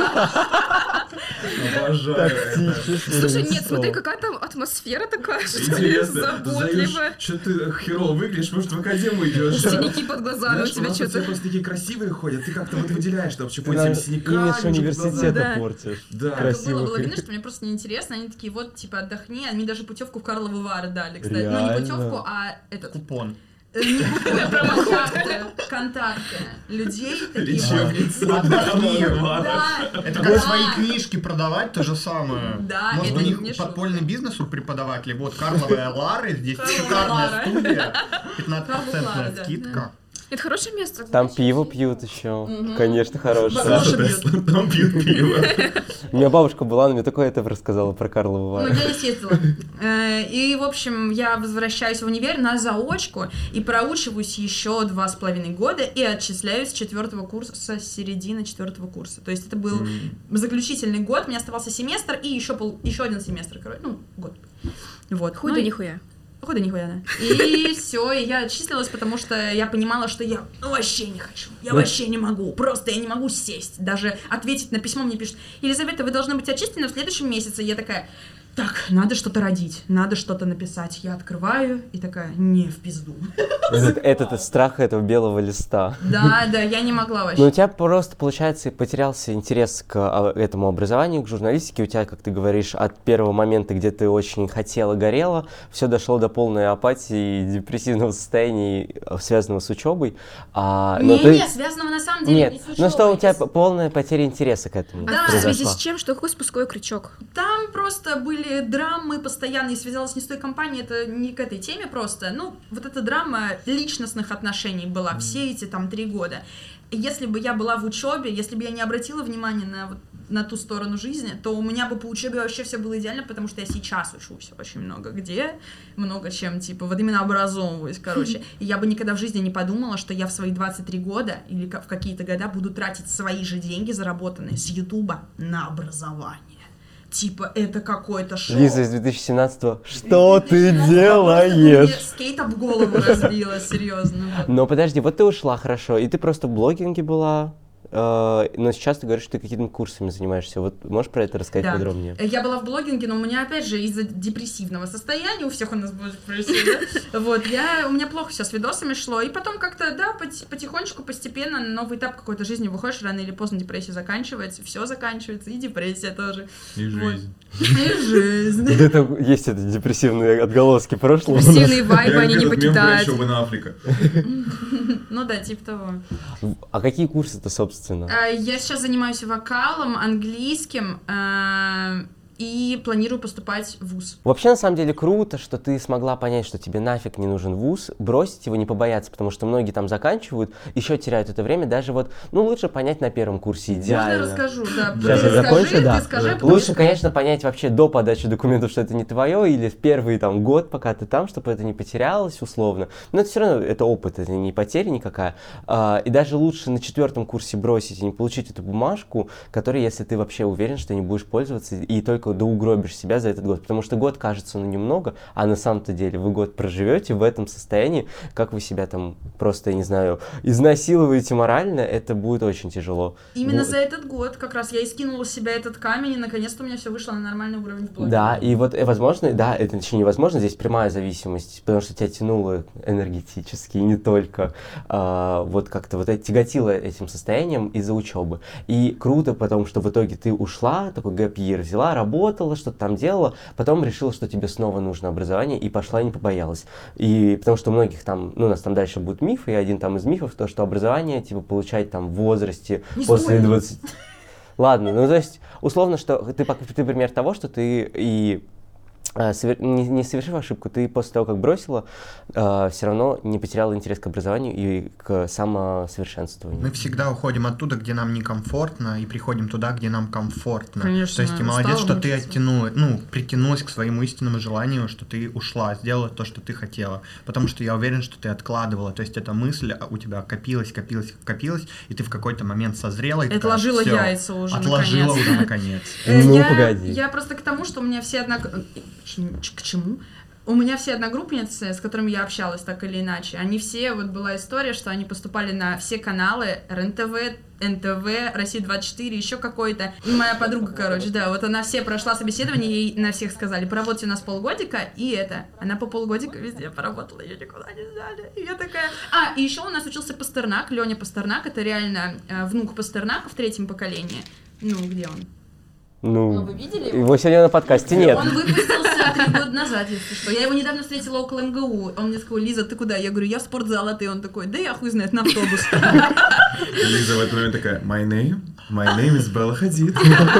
Speaker 6: Обожаю это.
Speaker 4: Слушай, нет, смотри, какая там атмосфера такая, что ли,
Speaker 6: Интересно,
Speaker 4: заботливая.
Speaker 6: что ты херово выглядишь, может, в академию идешь?
Speaker 4: Синяки под глазами у
Speaker 6: Знаешь, у
Speaker 4: тебя
Speaker 6: нас тут все
Speaker 4: что-то.
Speaker 6: просто такие красивые ходят, ты как-то вот выделяешь, там вообще
Speaker 1: Ты
Speaker 6: по
Speaker 1: нам
Speaker 6: этим синякам.
Speaker 1: имидж университета
Speaker 4: Да.
Speaker 1: портишь.
Speaker 6: Да.
Speaker 7: Так,
Speaker 1: Красиво.
Speaker 7: было, было
Speaker 1: Красивых.
Speaker 7: видно, что мне просто неинтересно. Они такие, вот, типа, отдохни. Они даже путевку в Карловы Вары дали, кстати. Ну,
Speaker 1: Реально?
Speaker 7: не путевку, а этот...
Speaker 5: Купон.
Speaker 7: э, Не купон, а контакты, контакты людей. Такие вот.
Speaker 6: Лечебница.
Speaker 5: Отдохни.
Speaker 7: Да,
Speaker 5: Это
Speaker 7: да.
Speaker 5: как свои книжки продавать, то же самое.
Speaker 7: Да,
Speaker 5: Может,
Speaker 7: это
Speaker 5: у
Speaker 7: не-
Speaker 5: них
Speaker 7: не шутка.
Speaker 5: подпольный бизнес у преподавателей. Вот Карловая Лары, здесь
Speaker 7: Карловая
Speaker 5: шикарная
Speaker 7: Лара.
Speaker 5: студия, пятнадцать
Speaker 7: Карловая Лара,
Speaker 5: процентная
Speaker 7: да.
Speaker 5: скидка.
Speaker 4: Это хорошее место.
Speaker 1: Там пиво пьют еще.
Speaker 7: Мгм.
Speaker 1: Конечно, хорошее.
Speaker 7: Баклажан бьют.
Speaker 6: Там пьют пиво.
Speaker 1: У меня бабушка была, она мне такое это рассказала про Карлову
Speaker 7: Ну,
Speaker 1: Вару.
Speaker 7: я не съездила. Э, И, в общем, я возвращаюсь в универ на заочку и проучиваюсь еще два с половиной года и отчисляюсь с четвертого курса, с середины четвертого курса. То есть это был заключительный год, у меня оставался семестр и еще, пол, еще один семестр, короче, ну, год. Вот.
Speaker 4: Хуй
Speaker 7: Ну
Speaker 4: да
Speaker 7: и-
Speaker 4: нихуя.
Speaker 7: Походу, нихуя, да. И все, и я отчислилась, потому что я понимала, что я ну, вообще не хочу, я вообще не могу, просто я не могу сесть, даже ответить на письмо мне пишут: Елизавета, вы должны быть отчислены в следующем месяце. И я такая: так, надо что-то родить, надо что-то написать. Я открываю и такая: не, в пизду.
Speaker 1: Этот, этот страх этого белого листа.
Speaker 7: Да, да, я не могла вообще.
Speaker 1: Но у тебя просто, получается, потерялся интерес к а, этому образованию, к журналистике. У тебя, как ты говоришь, от первого момента, где ты очень хотела, горела, все дошло до полной апатии и депрессивного состояния, связанного с учебой. А,
Speaker 7: не,
Speaker 1: ты...
Speaker 7: не, связанного на самом деле
Speaker 1: Нет,
Speaker 7: не с учебой.
Speaker 1: ну что, у тебя полная потеря интереса к этому
Speaker 7: Да.
Speaker 4: А в связи
Speaker 1: произошла.
Speaker 4: с чем? Что какой спусковой крючок?
Speaker 7: Там просто были драмы постоянные, связалась не с той компанией, это не к этой теме просто. Ну, вот эта драма личностных отношений была все эти там три года. Если бы я была в учебе, если бы я не обратила внимания на, вот, на ту сторону жизни, то у меня бы по учебе вообще все было идеально, потому что я сейчас учусь очень много где, много чем, типа, вот именно образовываюсь, короче. И я бы никогда в жизни не подумала, что я в свои двадцать три года или в какие-то года буду тратить свои же деньги, заработанные с Ютуба, на образование. Типа, это какой-то шоу.
Speaker 1: Лиза из две тысячи семнадцатого, что ты
Speaker 7: Мне
Speaker 1: делаешь?
Speaker 7: скейт об голову разбила, серьезно. Вот.
Speaker 1: Но подожди, вот ты ушла, хорошо, и ты просто в блогинге была, э, но сейчас ты говоришь, что ты какими-то курсами занимаешься. Вот можешь про это рассказать
Speaker 7: Да.
Speaker 1: подробнее?
Speaker 7: Я была в блогинге, но у меня, опять же, из-за депрессивного состояния, у всех у нас будет депрессия, да? Вот, я, у меня плохо все с видосами шло, и потом как-то, да, пот- потихонечку, постепенно на новый этап какой-то жизни выходишь, рано или поздно депрессия заканчивается, все заканчивается, и депрессия тоже.
Speaker 6: И
Speaker 7: Вот.
Speaker 6: жизнь.
Speaker 7: И жизнь.
Speaker 1: Вот это есть это депрессивные отголоски прошлого.
Speaker 4: Депрессивные вайбы,
Speaker 6: Я
Speaker 4: они не
Speaker 6: этот мем
Speaker 4: покидают.
Speaker 6: еще Бен Аффлека.
Speaker 7: Ну да, типа того.
Speaker 1: А какие курсы-то, собственно?
Speaker 7: А, Я сейчас занимаюсь вокалом, английским, а, и планирую поступать в вуз.
Speaker 1: Вообще, на самом деле, круто, что ты смогла понять, что тебе нафиг не нужен вуз, бросить его, не побояться, потому что многие там заканчивают, еще теряют это время, даже вот, ну, лучше понять на первом курсе идеально.
Speaker 7: Можно расскажу, да.
Speaker 1: Сейчас
Speaker 7: Ты
Speaker 1: я закончу,
Speaker 7: скажи,
Speaker 1: да.
Speaker 7: ты скажи, потому
Speaker 1: Лучше,
Speaker 7: что-
Speaker 1: конечно, понять вообще до подачи документов, что это не твое, или в первый там год, пока ты там, чтобы это не потерялось условно. Но это все равно, это опыт, это не потеря никакая. А, и даже лучше на четвертом курсе бросить и не получить эту бумажку, которой, если ты вообще уверен, что не будешь пользоваться, и только доугробишь себя за этот год. Потому что год кажется, ну, немного, а на самом-то деле вы год проживете в этом состоянии, как вы себя там просто, я не знаю, изнасилуете морально, это будет очень тяжело.
Speaker 7: Именно
Speaker 1: Вот.
Speaker 7: за этот год как раз я и скинула с себя этот камень, и наконец-то у меня все вышло на нормальный уровень в блоге.
Speaker 1: Да, и вот, э, возможно, да, это еще невозможно, здесь прямая зависимость, потому что тебя тянуло энергетически, и не только, а, вот как-то вот это тяготило этим состоянием из-за учебы. И круто, потому что в итоге ты ушла, такой гэп йир взяла, работала, что-то там делала, потом решила, что тебе снова нужно образование, и пошла и не побоялась. И потому что у многих там, ну, у нас там дальше будут мифы, и один там из мифов, то, что образование, типа, получать там в возрасте
Speaker 7: Не
Speaker 1: после
Speaker 7: спорю.
Speaker 1: двадцати... Ладно, ну, то есть, условно, что ты, пок- ты пример того, что ты и а, совер- не, не совершив ошибку, ты после того, как бросила, все равно не потеряла интерес к образованию и к самосовершенствованию.
Speaker 5: Мы всегда уходим оттуда, где нам некомфортно, и приходим туда, где нам комфортно.
Speaker 7: Конечно,
Speaker 5: То есть ты молодец,
Speaker 7: устала
Speaker 5: что ты
Speaker 7: мучиться.
Speaker 5: оттянула, ну, притянулась к своему истинному желанию, что ты ушла, сделала то, что ты хотела. Потому что я уверен, что ты откладывала. То есть эта мысль у тебя копилась, копилась, копилась, и ты в какой-то момент созрела. И такая,
Speaker 7: Отложила
Speaker 5: «Всё,
Speaker 7: яйца уже,
Speaker 5: Отложила
Speaker 7: наконец.
Speaker 5: уже наконец.
Speaker 7: Э,
Speaker 1: Ну,
Speaker 7: я,
Speaker 1: погоди.
Speaker 7: Я просто к тому, что у меня все одногруппницы... К чему? У меня все одногруппницы, с которыми я общалась так или иначе, они все, вот была история, что они поступали на все каналы РЕН-ТВ, эн тэ вэ, Россия двадцать четыре, еще какой-то. И моя подруга, короче, да, вот она все прошла собеседование, ей на всех сказали, поработайте у нас полгодика, и это. Она по полгодика везде поработала, ее никуда не взяли. И я такая... А, и еще у нас учился Пастернак, Леня Пастернак, это реально э, внук Пастернака в третьем поколении. Ну, где он?
Speaker 1: Ну,
Speaker 7: Ну, вы видели его?
Speaker 1: его сегодня на подкасте нет.
Speaker 7: Он выпустился три года назад, если что. Я его недавно встретила около эм гэ у. Он мне сказал: Лиза, ты куда? Я говорю: я в спортзал, а ты? Он такой: да я хуй знает, на автобус.
Speaker 6: Лиза в этот момент такая: my name, my name is Белла Хадид.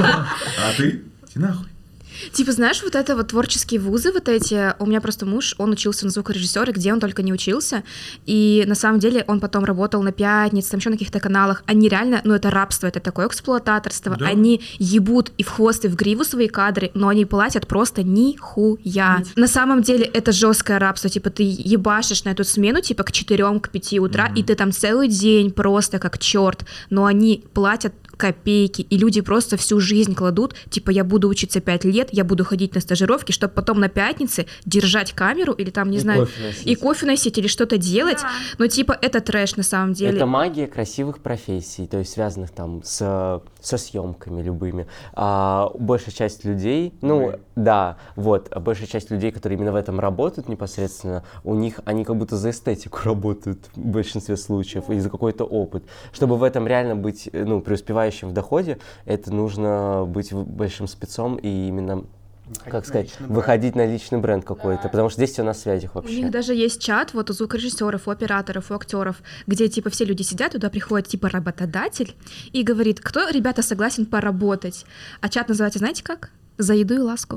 Speaker 6: А ты? Иди нахуй.
Speaker 4: Типа, знаешь, вот это вот творческие вузы, вот эти, у меня просто муж, он учился на звукорежиссера, где он только не учился, и на самом деле он потом работал на Пятнице, там еще на каких-то каналах, они реально, ну это рабство, это такое эксплуататорство,
Speaker 5: Да.
Speaker 4: они ебут и в хвост, и в гриву свои кадры, но они платят просто нихуя.
Speaker 7: Нет.
Speaker 4: На самом деле это жесткое рабство, типа ты ебашишь на эту смену, типа к четырем, к пяти утра,
Speaker 5: Мгм.
Speaker 4: и ты там целый день просто как черт, но они платят копейки, и люди просто всю жизнь кладут, типа, я буду учиться пять лет, лет я буду ходить на стажировки, чтобы потом на пятнице держать камеру или там, не
Speaker 1: И
Speaker 4: знаю,
Speaker 1: кофе носить.
Speaker 4: и кофе носить или что-то делать.
Speaker 7: Да.
Speaker 4: Но типа это трэш на самом деле.
Speaker 1: Это магия красивых профессий, то есть связанных там с, со съемками любыми. А, большая часть людей, ну
Speaker 6: Вы.
Speaker 1: да, вот, а большая часть людей, которые именно в этом работают непосредственно, у них, они как будто за эстетику работают в большинстве случаев, и за какой-то опыт. Чтобы в этом реально быть, ну, преуспевающим в доходе, это нужно быть большим спецом и именно, как сказать, выходить на личный бренд какой-то, потому что здесь все на связях
Speaker 4: У
Speaker 1: вообще.
Speaker 4: них даже есть чат вот у звукорежиссеров, у операторов, у актеров, где типа все люди сидят, туда приходит типа работодатель и говорит, кто, ребята, согласен поработать. А чат называется, знаете как? За еду и ласку.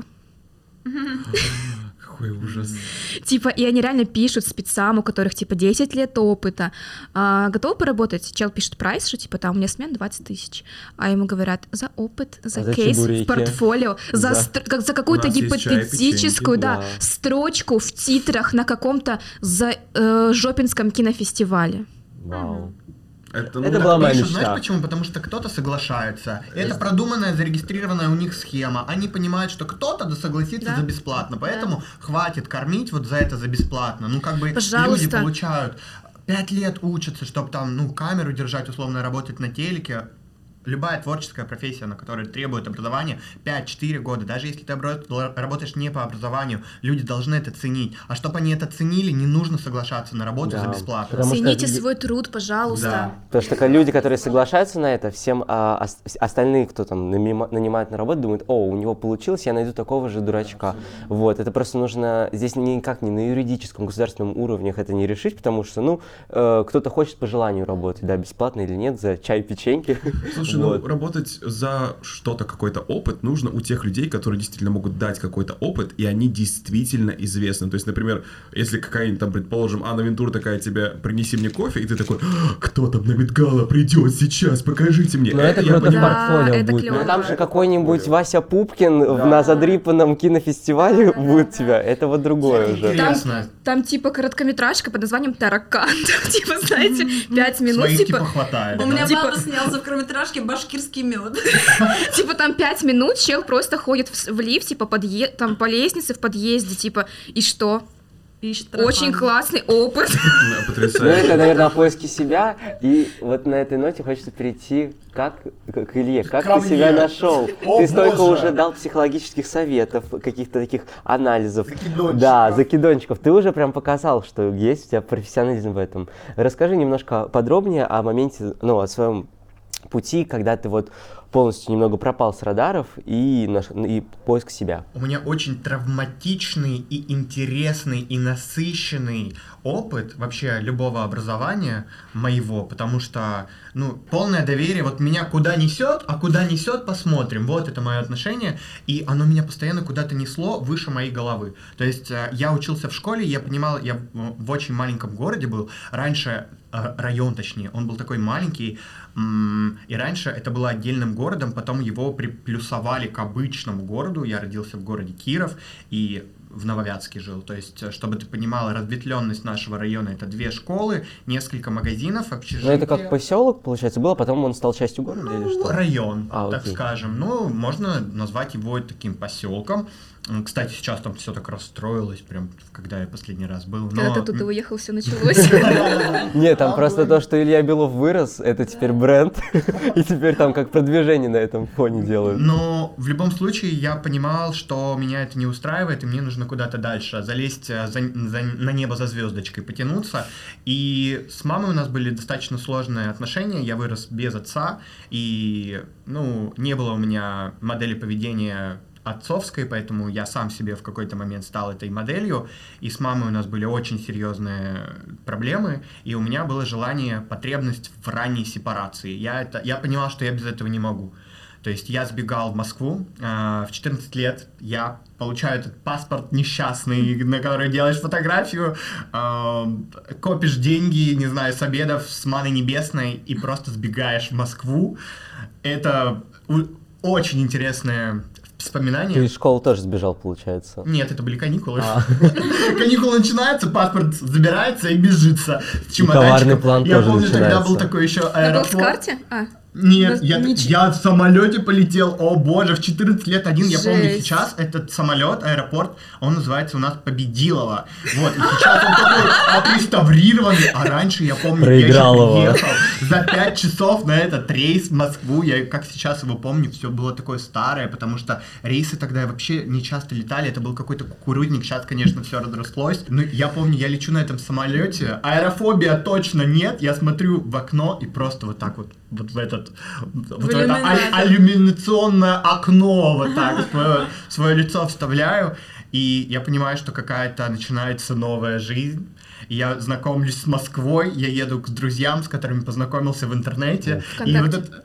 Speaker 6: Какой ужас.
Speaker 4: Типа, и они реально пишут спецам, у которых типа десять лет опыта. А, готовы поработать? Чел пишет прайс, что типа там у меня смен двадцать тысяч. А ему говорят, за опыт, за,
Speaker 1: А за
Speaker 4: кейс
Speaker 1: чебуреки?
Speaker 4: в портфолио, за,
Speaker 1: Да.
Speaker 4: стр- как- за какую-то
Speaker 6: У нас есть чай,
Speaker 4: гипотетическую,
Speaker 1: печеньки,
Speaker 4: да,
Speaker 1: да.
Speaker 4: строчку в титрах на каком-то за э, Жопинском кинофестивале.
Speaker 1: Вау.
Speaker 6: Это, ну,
Speaker 1: Это
Speaker 6: да,
Speaker 1: была моя
Speaker 5: Пишут,
Speaker 1: мечта.
Speaker 5: знаешь почему? Потому что кто-то соглашается. Это продуманная, зарегистрированная у них схема. Они понимают, что кто-то да согласится
Speaker 4: Да.
Speaker 5: за бесплатно. Поэтому хватит кормить вот за это за бесплатно. Ну, как бы
Speaker 4: Пожалуйста.
Speaker 5: люди получают пять лет учатся, чтобы там, ну, камеру держать, условно, работать на телеке. Любая творческая профессия, на которой требует образования, пять-четыре года, даже если ты обра- работаешь не по образованию, люди должны это ценить. А чтобы они это ценили, не нужно соглашаться на работу
Speaker 1: Да,
Speaker 5: за бесплатно.
Speaker 1: потому что
Speaker 4: Цените
Speaker 1: люди-
Speaker 4: свой труд, пожалуйста.
Speaker 5: Да.
Speaker 1: Потому что когда люди, которые соглашаются на это, всем а, ос- остальные, кто там нанима- нанимает на работу, думают, о, у него получилось, я найду такого же дурачка. Вот, это просто нужно, здесь никак не на юридическом, государственном уровнях это не решить, потому что, ну, э, кто-то хочет по желанию работать, да, бесплатно или нет, за чай, печеньки.
Speaker 6: Слушай,
Speaker 1: Вот.
Speaker 6: ну работать за что-то, какой-то опыт нужно у тех людей, которые действительно могут дать какой-то опыт, и они действительно известны. То есть, например, если какая-нибудь там, предположим, Анна Вентура такая тебе, принеси мне кофе, и ты такой, «А, кто там на Медгала придет сейчас, покажите мне.
Speaker 1: Но это
Speaker 6: я
Speaker 1: круто в
Speaker 6: понимаю.
Speaker 4: Да,
Speaker 1: портфолио
Speaker 4: это
Speaker 1: будет.
Speaker 4: клёво.
Speaker 1: Ну там же какой-нибудь Вася Пупкин в- на задрипанном кинофестивале будет тебя. Это вот другое уже.
Speaker 5: Интересно.
Speaker 4: Там типа короткометражка под названием «Таракан». Там, типа, знаете, пять минут,
Speaker 5: Своих
Speaker 4: типа,
Speaker 5: типа хватает.
Speaker 7: У
Speaker 5: да?
Speaker 7: меня
Speaker 4: Типа-
Speaker 7: папа снялся в короткометражке «Башкирский мед».
Speaker 4: типа там пять минут чел просто ходит в, с- в лифте по подъе... там по лестнице в подъезде, типа, и что?
Speaker 7: Ищет
Speaker 4: Очень
Speaker 7: таракана.
Speaker 4: классный опыт.
Speaker 6: Да,
Speaker 1: Ну,
Speaker 6: потрясающе.
Speaker 1: это, наверное, о поиске себя. И вот на этой ноте хочется перейти как, к Илье. Как
Speaker 5: Ко
Speaker 1: ты себя
Speaker 5: мне.
Speaker 1: нашел?
Speaker 5: О,
Speaker 1: Ты столько
Speaker 5: боже.
Speaker 1: уже дал психологических советов, каких-то таких анализов.
Speaker 5: Закидончиков.
Speaker 1: Да, закидончиков. Ты уже прям показал, что есть у тебя профессионализм в этом. Расскажи немножко подробнее о моменте, ну, о своем пути, когда ты вот полностью немного пропал с радаров и, наш... и поиск себя.
Speaker 5: У меня очень травматичный и интересный и насыщенный опыт вообще любого образования моего, потому что, ну, полное доверие, вот меня куда несет, а куда несет, посмотрим. Вот это мое отношение, и оно меня постоянно куда-то несло выше моей головы. То есть э, я учился в школе, я понимал, я в в очень маленьком городе был, раньше э, район, точнее, он был такой маленький, м, и раньше это было отдельным городом, потом его приплюсовали к обычному городу. Я родился в городе Киров и в Нововятске жил. То есть, э, чтобы ты понимала, разветвленность нашего района — это две школы, несколько магазинов,
Speaker 1: Ну,
Speaker 5: общежития.
Speaker 1: это как поселок, получается, было, потом он стал частью города или
Speaker 5: Ну,
Speaker 1: что?
Speaker 5: район,
Speaker 1: А,
Speaker 5: так
Speaker 1: окей.
Speaker 5: скажем. Ну, можно назвать его таким поселком. М, Кстати, сейчас там все так расстроилось, прям когда я последний раз был.
Speaker 4: Когда
Speaker 5: Но...
Speaker 4: ты оттуда уехал, все началось.
Speaker 1: Нет, там просто то, что Илья Белов вырос, это теперь бренд, и теперь там как продвижение на этом фоне делают.
Speaker 5: Но в любом случае я понимал, что меня это не устраивает, и мне нужно куда-то дальше залезть э, за- за- на небо за звездочкой, потянуться. И с мамой у нас были достаточно сложные отношения, я вырос без отца, и, ну, не было у меня модели поведения отцовской, поэтому я сам себе в какой-то момент стал этой моделью, и с мамой у нас были очень серьезные проблемы, и у меня было желание, потребность в ранней сепарации. Я, это, я понимал, что я без этого не могу. То есть я сбегал в Москву, э, в четырнадцать лет я получаю этот паспорт несчастный, на который делаешь фотографию, э, копишь деньги, не знаю, с обедов, с маны небесной, и просто сбегаешь в Москву. Это у- очень интересное вспоминание.
Speaker 1: Ты из школы тоже сбежал, получается.
Speaker 5: Нет, это были каникулы.
Speaker 1: А.
Speaker 5: Каникулы начинаются, паспорт забирается и бежится с
Speaker 1: коварный
Speaker 5: чемоданчиком.
Speaker 1: план
Speaker 5: Я
Speaker 1: тоже
Speaker 5: помню, тогда
Speaker 1: начинается.
Speaker 5: был такой еще
Speaker 4: На
Speaker 5: аэропорт.
Speaker 4: плацкарте? А,
Speaker 5: Нет,
Speaker 4: Да,
Speaker 5: я,
Speaker 4: нич-
Speaker 5: я в самолете полетел, о боже, в четырнадцать лет один, я помню
Speaker 4: Жесть.
Speaker 5: сейчас, этот самолет, аэропорт, он называется у нас Победилово, вот, и сейчас он такой отреставрированный, а раньше, я помню,
Speaker 1: Проиграл его.
Speaker 5: я еще приехал за пять часов на этот рейс в Москву, я как сейчас его помню, все было такое старое, потому что рейсы тогда вообще не часто летали, это был какой-то кукурузник, сейчас, конечно, все разрослось, но я помню, я лечу на этом самолете, аэрофобия точно нет, я смотрю в окно и просто вот так вот, вот в этот, вот в это а- иллюминационное окно вот так свое, свое лицо вставляю, и я понимаю, что какая-то начинается новая жизнь. И я знакомлюсь с Москвой, я еду к друзьям, с которыми познакомился в интернете. И вот это...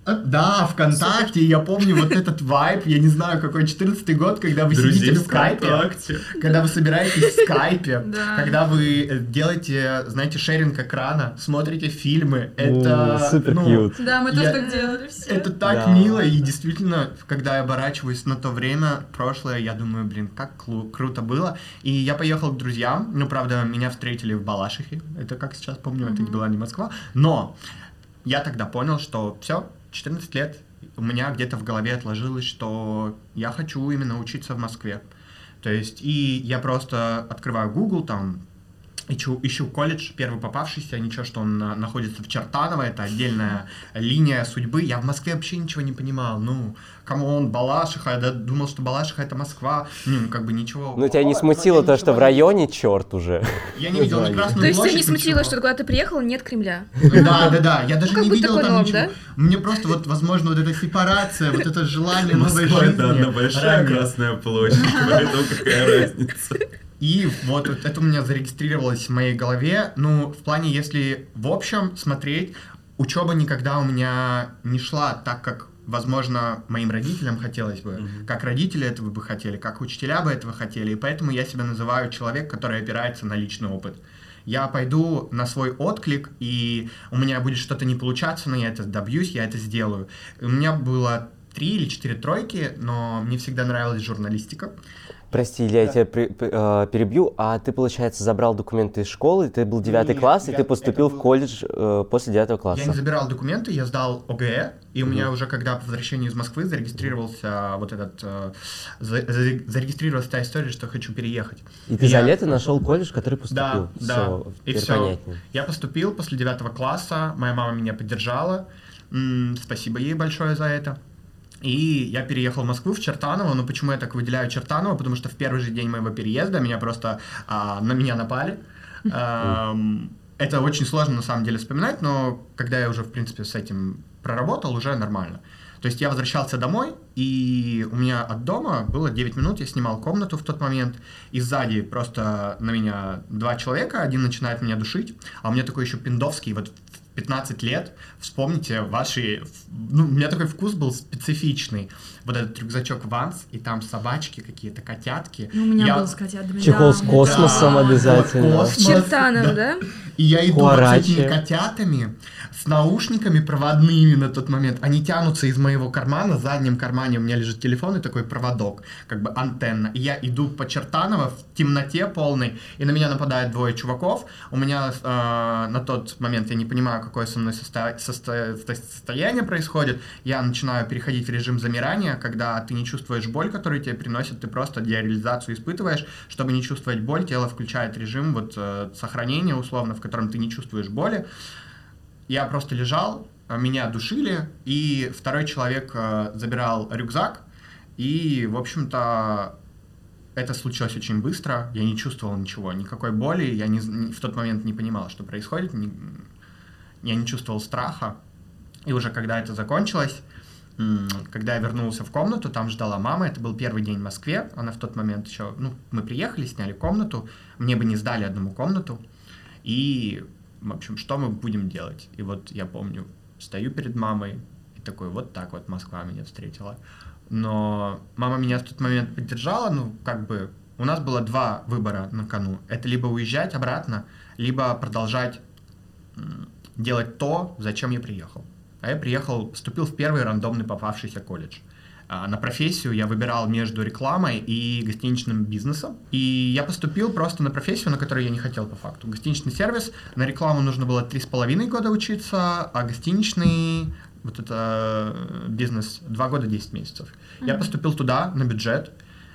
Speaker 5: Да, ВКонтакте, и я помню вот этот вайб, я не знаю, какой четырнадцатый год, когда вы
Speaker 6: Друзей
Speaker 5: сидите в скайпе,
Speaker 6: ВКонтакте.
Speaker 5: когда вы собираетесь в скайпе,
Speaker 7: Да.
Speaker 5: когда вы делаете, знаете, шеринг экрана, смотрите фильмы, это...
Speaker 1: О, супер
Speaker 5: ну,
Speaker 1: кьют.
Speaker 7: Да, мы тоже
Speaker 5: Я-
Speaker 7: так делали все.
Speaker 5: Это так
Speaker 1: Да.
Speaker 5: мило, и действительно, когда я оборачиваюсь на то время, прошлое, я думаю, блин, как клу- круто было. И я поехал к друзьям, ну, правда, меня встретили в Балашихе, это, как сейчас помню, это была не Москва, но я тогда понял, что все, четырнадцать лет, у меня где-то в голове отложилось, что я хочу именно учиться в Москве. То есть, и я просто открываю Google, там, ищу, ищу колледж, первый попавшийся, ничего, что он на- находится в Чертаново, это отдельная линия судьбы. Я в Москве вообще ничего не понимал. Ну, камон, Балашиха, я да- думал, что Балашиха это Москва. Ну, как бы ничего.
Speaker 1: Ну, тебя не
Speaker 5: плохого,
Speaker 1: смутило
Speaker 5: я
Speaker 1: то, что
Speaker 5: ничего
Speaker 1: в районе черт уже.
Speaker 5: Я не видел ни Красную
Speaker 4: То есть тебя
Speaker 5: площадь,
Speaker 4: не смутило,
Speaker 5: ничего.
Speaker 4: что куда ты приехал, нет Кремля?
Speaker 5: Да, да, да. Я даже
Speaker 4: Ну, как
Speaker 5: не
Speaker 4: бы
Speaker 5: видел
Speaker 4: такой
Speaker 5: там
Speaker 4: норм,
Speaker 5: ничего.
Speaker 4: да?
Speaker 5: Мне просто вот, возможно, вот эта сепарация, вот это желание новой
Speaker 6: Москва —
Speaker 5: жизни.
Speaker 6: это одна большая
Speaker 5: ранее.
Speaker 6: Красная площадь, поэтому какая разница.
Speaker 5: И вот, вот это у меня зарегистрировалось в моей голове. Ну, в плане, если в общем смотреть, учеба никогда у меня не шла так, как, возможно, моим родителям хотелось бы.
Speaker 6: Мгм.
Speaker 5: Как родители этого бы хотели, как учителя бы этого хотели. И поэтому я себя называю человек, который опирается на личный опыт. Я пойду на свой отклик, и у меня будет что-то не получаться, но я это добьюсь, я это сделаю. У меня было три или четыре тройки, но мне всегда нравилась журналистика.
Speaker 1: Прости, Илья, я тебя при- п- э, перебью. А ты, получается, забрал документы из школы, ты был девятый
Speaker 5: Нет,
Speaker 1: класс, и
Speaker 5: я-
Speaker 1: ты поступил
Speaker 5: это
Speaker 1: в
Speaker 5: был-
Speaker 1: колледж э, после девятого
Speaker 5: Я не
Speaker 1: класса.
Speaker 5: забирал документы, я сдал ОГЭ, и у меня
Speaker 1: Мгм.
Speaker 5: уже, когда по возвращении из Москвы зарегистрировался вот этот, э, за- за- зарегистрировалась та история, что хочу переехать.
Speaker 1: И ты за
Speaker 5: Я-
Speaker 1: лето нашел колледж, который поступил.
Speaker 5: Да, да.
Speaker 1: Всё,
Speaker 5: И
Speaker 1: теперь
Speaker 5: всё.
Speaker 1: понятнее.
Speaker 5: Я поступил после девятого класса, моя мама меня поддержала, М, спасибо ей большое за это. И я переехал в Москву, в Чертаново. Но почему я так выделяю Чертаново? Потому что в первый же день моего переезда меня просто а, на меня напали. Ам, Это очень сложно на самом деле вспоминать, но когда я уже, в принципе, с этим проработал, уже нормально. То есть я возвращался домой, и у меня от дома было девять минут, я снимал комнату в тот момент, и сзади просто на меня два человека, один начинает меня душить, а у меня такой еще пиндовский, вот в пятнадцать лет, вспомните ваши, ну, у меня такой вкус был специфичный, вот этот рюкзачок Ванс, и там собачки какие-то, котятки.
Speaker 7: Ну, у меня
Speaker 5: Я-
Speaker 7: был с котятами.
Speaker 1: Чехол
Speaker 7: да,
Speaker 1: с
Speaker 7: у меня
Speaker 1: космосом
Speaker 7: да.
Speaker 1: обязательно.
Speaker 5: Вот, космос,
Speaker 4: Чертаново, да?
Speaker 5: И я иду вот с
Speaker 1: Хуарачи.
Speaker 5: этими котятами, с наушниками проводными на тот момент. Они тянутся из моего кармана, в заднем кармане у меня лежит телефон и такой проводок, как бы антенна. И я иду по Чертаново в темноте полной, и на меня нападают двое чуваков. У меня э, на тот момент, я не понимаю, какое со мной состо- состо- состояние происходит. Я начинаю переходить в режим замирания, когда ты не чувствуешь боль, которую тебе приносят, ты просто дереализацию испытываешь. Чтобы не чувствовать боль, тело включает режим вот, э, сохранения, условно, в котором ты не чувствуешь боли. Я просто лежал, а меня душили, и второй человек э, забирал рюкзак, и, в общем-то, это случилось очень быстро, я не чувствовал ничего, никакой боли, я не, не- в тот момент не понимал, что происходит, не- я не чувствовал страха, и уже когда это закончилось, м, когда я вернулся в комнату, там ждала мама, это был первый день в Москве, она в тот момент еще, ну, мы приехали, сняли комнату, мне бы не сдали одному комнату, и, в общем, что мы будем делать? И вот я помню, стою перед мамой и такой, вот так вот Москва меня встретила. Но мама меня в тот момент поддержала, ну, как бы, у нас было два выбора на кону. Это либо уезжать обратно, либо продолжать м, делать то, зачем я приехал. А я приехал, поступил в первый рандомный попавшийся колледж. А, На профессию я выбирал между рекламой и гостиничным бизнесом. И я поступил просто на профессию, на которую я не хотел по факту. Гостиничный сервис, на рекламу нужно было три с половиной года учиться, а гостиничный вот это бизнес, два года десять месяцев. Mm-hmm. Я поступил туда на бюджет.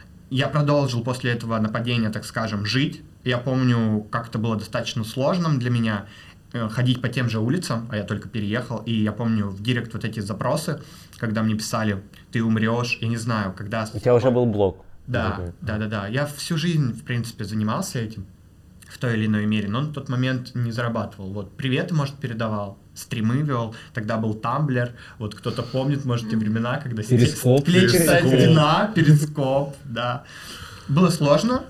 Speaker 5: Я продолжил после этого нападения, так скажем, жить. Я помню, как это было достаточно сложным для меня ходить по тем же улицам, а я только переехал, и я помню в директ вот эти запросы, когда мне писали, ты умрешь, я не знаю, когда...
Speaker 1: У тебя уже был блог.
Speaker 5: Да, да, да, да. Я всю жизнь, в принципе, занимался этим в той или иной мере, но на тот момент не зарабатывал. Вот приветы, может, передавал, стримы вел, тогда был Тамблер, вот кто-то помнит, может, те времена, когда
Speaker 1: Перископ,
Speaker 5: клетчатая стена, перископ, да. Было сложно,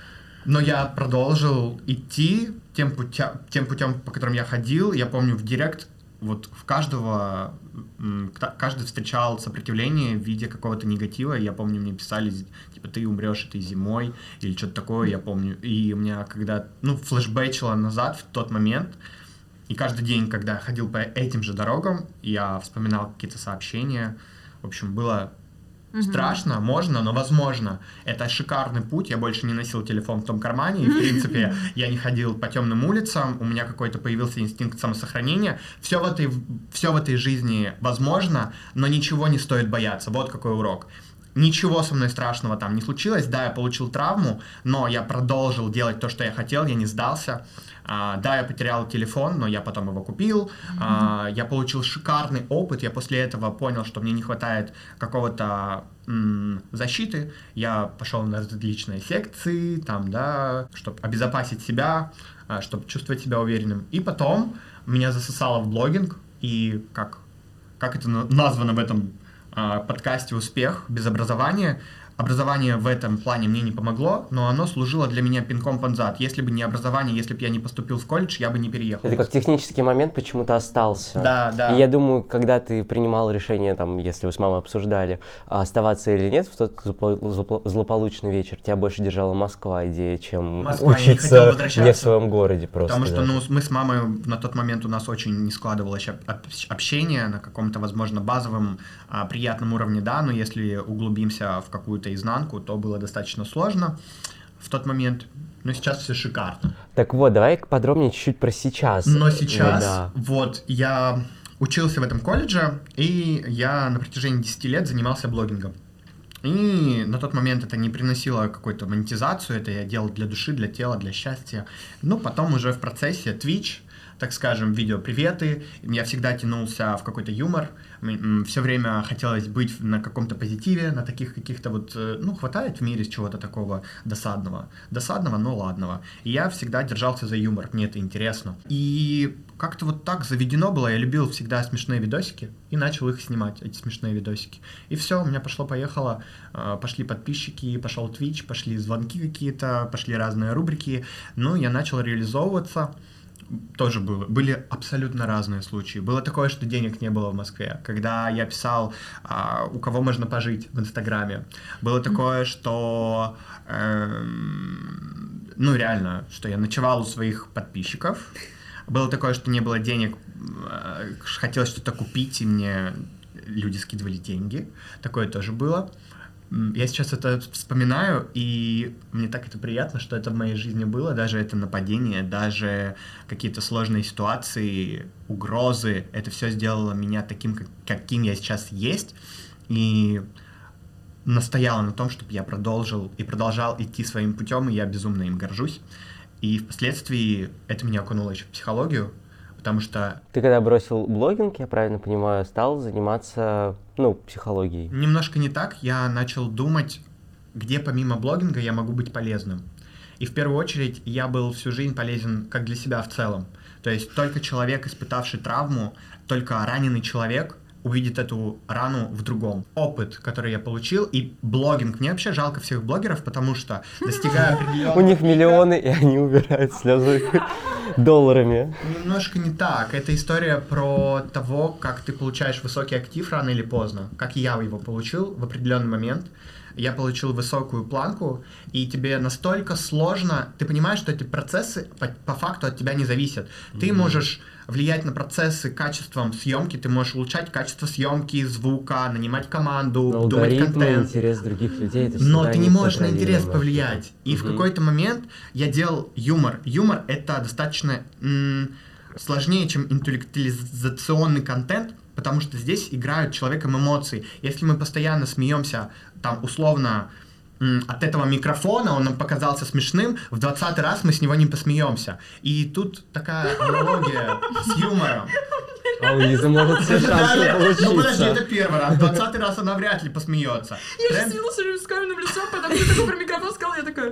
Speaker 5: но я продолжил идти тем путем, тем путем, по которым я ходил. Я помню, в директ вот в каждого, каждый встречал сопротивление в виде какого-то негатива. Я помню, мне писали, типа, ты умрешь этой зимой или что-то такое, я помню. И у меня когда, ну, флешбэчило назад в тот момент, и каждый день, когда я ходил по этим же дорогам, я вспоминал какие-то сообщения. В общем, было... Страшно, можно, но возможно. Это шикарный путь. Я больше не носил телефон в том кармане. И, в принципе, я не ходил по темным улицам. У меня какой-то появился инстинкт самосохранения. Все в этой, все в этой жизни возможно, но ничего не стоит бояться. Вот какой урок. Ничего со мной страшного там не случилось. Да, я получил травму, но я продолжил делать то, что я хотел. Я не сдался. Uh, да, я потерял телефон, но я потом его купил. Uh, я получил шикарный опыт. Я после этого понял, что мне не хватает какого-то м- защиты. Я пошел на различные секции, там, да, чтобы обезопасить себя, uh, чтобы чувствовать себя уверенным. И потом меня засосало в блогинг. И как, как это названо в этом uh, подкасте «Успех без образования». Образование в этом плане мне не помогло, но оно служило для меня пинком под зад. Если бы не образование, если бы я не поступил в колледж, я бы не переехал.
Speaker 1: Это как технический момент почему-то остался.
Speaker 5: Да, да.
Speaker 1: И я думаю, когда ты принимал решение, там, если вы с мамой обсуждали, оставаться или нет в тот злополучный вечер, тебя больше держала Москва идея, чем
Speaker 5: Москва,
Speaker 1: учиться не, не в своем городе просто.
Speaker 5: Потому что
Speaker 1: да.
Speaker 5: ну, мы с мамой на тот момент у нас очень не складывалось общение на каком-то, возможно, базовом, приятном уровне, да, но если углубимся в какую-то изнанку, то было достаточно сложно в тот момент, но сейчас все шикарно.
Speaker 1: Так вот, давай подробнее чуть-чуть про сейчас.
Speaker 5: Но сейчас,
Speaker 1: да.
Speaker 5: вот, я учился в этом колледже, и я на протяжении десяти лет занимался блогингом. И на тот момент это не приносило какую-то монетизацию, это я делал для души, для тела, для счастья. Ну, потом уже в процессе Twitch, так скажем, видео-приветы. Я всегда тянулся в какой-то юмор. Все время хотелось быть на каком-то позитиве, на таких каких-то вот... Ну, хватает в мире чего-то такого досадного. Досадного, но ладного. И я всегда держался за юмор. Мне это интересно. И как-то вот так заведено было. Я любил всегда смешные видосики. И начал их снимать, эти смешные видосики. И все, у меня пошло-поехало. Пошли подписчики, пошел Twitch, пошли звонки какие-то, пошли разные рубрики. Ну, я начал реализовываться. Тоже было. Были абсолютно разные случаи. Было такое, что денег не было в Москве. Когда я писал, а, у кого можно пожить в Инстаграме. Было такое, что... Э, ну, реально, что я ночевал у своих подписчиков. Было такое, что не было денег. Э, хотелось что-то купить, и мне люди скидывали деньги. Такое тоже было. Я сейчас это вспоминаю, и мне так это приятно, что это в моей жизни было, даже это нападение, даже какие-то сложные ситуации, угрозы, это все сделало меня таким, каким я сейчас есть, и настояло на том, чтобы я продолжил и продолжал идти своим путем, и я безумно им горжусь. И впоследствии это меня окунуло еще в психологию, потому что...
Speaker 1: Ты когда бросил блогинг, я правильно понимаю, стал заниматься, ну, психологией?
Speaker 5: Немножко не так. Я начал думать, где помимо блогинга я могу быть полезным. И в первую очередь я был всю жизнь полезен как для себя в целом. То есть только человек, испытавший травму, только раненый человек увидит эту рану в другом. Опыт, который я получил, и блогинг. Мне вообще жалко всех блогеров, потому что, достигая определенного...
Speaker 1: У них миллионы, и они убирают слезы долларами.
Speaker 5: Немножко не так. Это история про того, как ты получаешь высокий актив рано или поздно. Как я его получил в определенный момент. Я получил высокую планку, и тебе настолько сложно... Ты понимаешь, что эти процессы по, по факту от тебя не зависят. Mm-hmm. Ты можешь влиять на процессы качеством съемки, ты можешь улучшать качество съемки, звука, нанимать команду,
Speaker 1: но
Speaker 5: думать контент.
Speaker 1: Интерес других людей, это
Speaker 5: но ты не можешь на интерес повлиять. И
Speaker 1: угу.
Speaker 5: в какой-то момент я делал юмор. Юмор — это достаточно м- сложнее, чем интеллектуализационный контент, потому что здесь играют человеком эмоции. Если мы постоянно смеемся, там, условно, от этого микрофона, он нам показался смешным, в двадцатый раз мы с него не посмеемся. И тут такая аналогия с юмором.
Speaker 1: А у Лизы может все шансы получиться.
Speaker 5: Ну подожди, это первый раз. двадцатый раз она вряд ли посмеется.
Speaker 7: Я же сидела все время с каменным лицом, потом ты такой про микрофон сказал, я такая...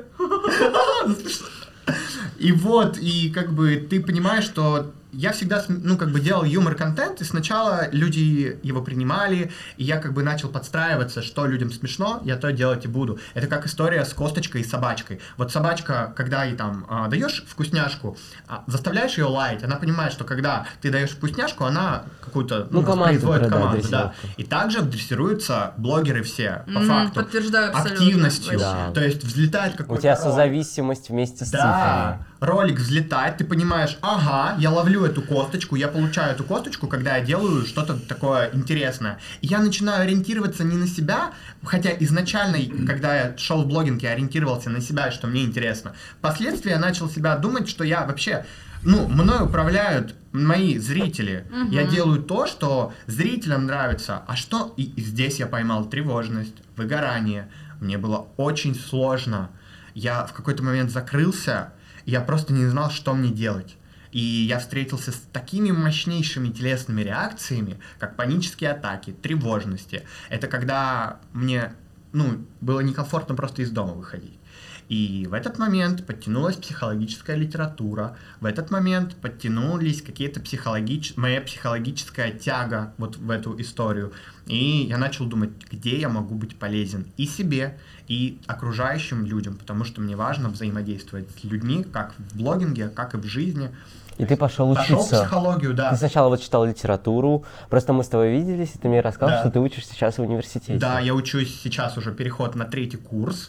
Speaker 5: И вот, и как бы ты понимаешь, что я всегда, ну, как бы делал юмор-контент, и сначала люди его принимали, и я как бы начал подстраиваться, что людям смешно, я то делать и буду. Это как история с косточкой и собачкой. Вот собачка, когда ей там а, даешь вкусняшку, а, заставляешь ее лаять, она понимает, что когда ты даешь вкусняшку, она какую-то, ну,
Speaker 1: ну
Speaker 5: производит
Speaker 1: команду,
Speaker 5: команду, да. И также дрессируются блогеры все, по
Speaker 7: Mm,
Speaker 5: факту.
Speaker 7: подтверждаю абсолютно.
Speaker 5: Активностью.
Speaker 1: Да.
Speaker 5: То есть взлетает какой-то
Speaker 1: У тебя
Speaker 5: ролик.
Speaker 1: созависимость вместе с
Speaker 5: Да,
Speaker 1: цифрами.
Speaker 5: ролик взлетает, ты понимаешь, ага, я ловлю эту косточку, я получаю эту косточку, когда я делаю что-то такое интересное. И я начинаю ориентироваться не на себя, хотя изначально, когда я шел в блогинг, я ориентировался на себя, что мне интересно. Впоследствии я начал себя думать, что я вообще... Ну, мной управляют мои зрители.
Speaker 7: Мгм.
Speaker 5: Я делаю то, что зрителям нравится. А что? И, и здесь я поймал тревожность, выгорание. Мне было очень сложно. Я в какой-то момент закрылся, и я просто не знал, что мне делать. И я встретился с такими мощнейшими телесными реакциями, как панические атаки, тревожности. Это когда мне, ну, было некомфортно просто из дома выходить. И в этот момент подтянулась психологическая литература, в этот момент подтянулись какие-то психологические, моя психологическая тяга вот в эту историю. И я начал думать, где я могу быть полезен и себе, и окружающим людям, потому что мне важно взаимодействовать с людьми, как в блогинге, как и в жизни.
Speaker 1: И ты пошел учиться.
Speaker 5: Пошел в психологию, да.
Speaker 1: Ты сначала вот читал литературу, просто мы с тобой виделись, и ты мне рассказал,
Speaker 5: Да.
Speaker 1: что ты учишься сейчас в университете.
Speaker 5: Да, я учусь сейчас уже переход на третий курс,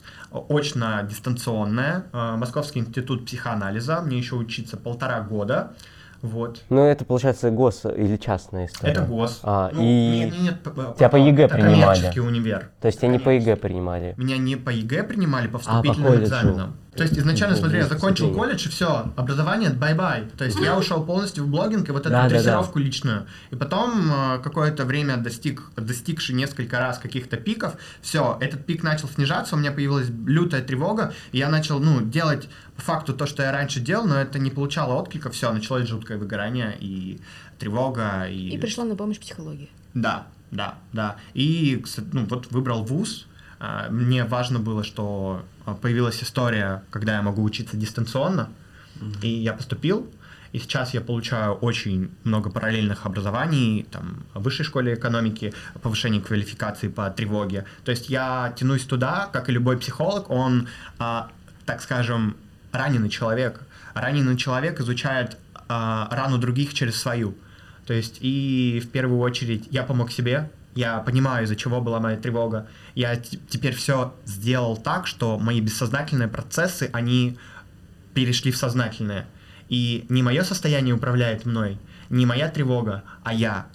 Speaker 5: очно-дистанционное, э, Московский институт психоанализа, мне еще учиться полтора года, вот.
Speaker 1: Ну, это, получается, гос или частная история?
Speaker 5: Это ГОС.
Speaker 1: А,
Speaker 5: Ну,
Speaker 1: и...
Speaker 5: нет, нет, п- п-
Speaker 1: Тебя по ЕГЭ
Speaker 5: это
Speaker 1: принимали?
Speaker 5: коммерческий универ.
Speaker 1: То есть тебя не по ЕГЭ принимали?
Speaker 5: Меня не по ЕГЭ принимали, по
Speaker 1: А, по
Speaker 5: вступительным
Speaker 1: колледжу.
Speaker 5: экзаменам. То есть изначально,
Speaker 1: Ну,
Speaker 5: смотри, я
Speaker 1: ну,
Speaker 5: закончил
Speaker 1: вступление.
Speaker 5: колледж, и все, образование, бай-бай. То есть я ушел полностью в блогинг и вот эту
Speaker 1: Да, да, да.
Speaker 5: дрессировку личную. И потом э, какое-то время достиг, достигший несколько раз каких-то пиков, все, этот пик начал снижаться, у меня появилась лютая тревога, и я начал, ну, делать по факту то, что я раньше делал, но это не получало отклика, все, началось жуткое выгорание и тревога. И,
Speaker 4: И пришла на помощь психологии.
Speaker 5: Да, да, да. И, кстати, ну, вот выбрал вуз. А, Мне важно было, что а, появилась история, когда я могу учиться дистанционно. Mm-hmm. И я поступил. И сейчас я получаю очень много параллельных образований, там, в высшей школе экономики, повышение квалификации по тревоге. То есть я тянусь туда, как и любой психолог, он, а, так скажем, раненый человек. Раненый человек изучает а, рану других через свою. То есть и в первую очередь я помог себе, я понимаю, из-за чего была моя тревога. Я т- теперь все сделал так, что мои бессознательные процессы, они перешли в сознательные. И не мое состояние управляет мной, не моя тревога, а я.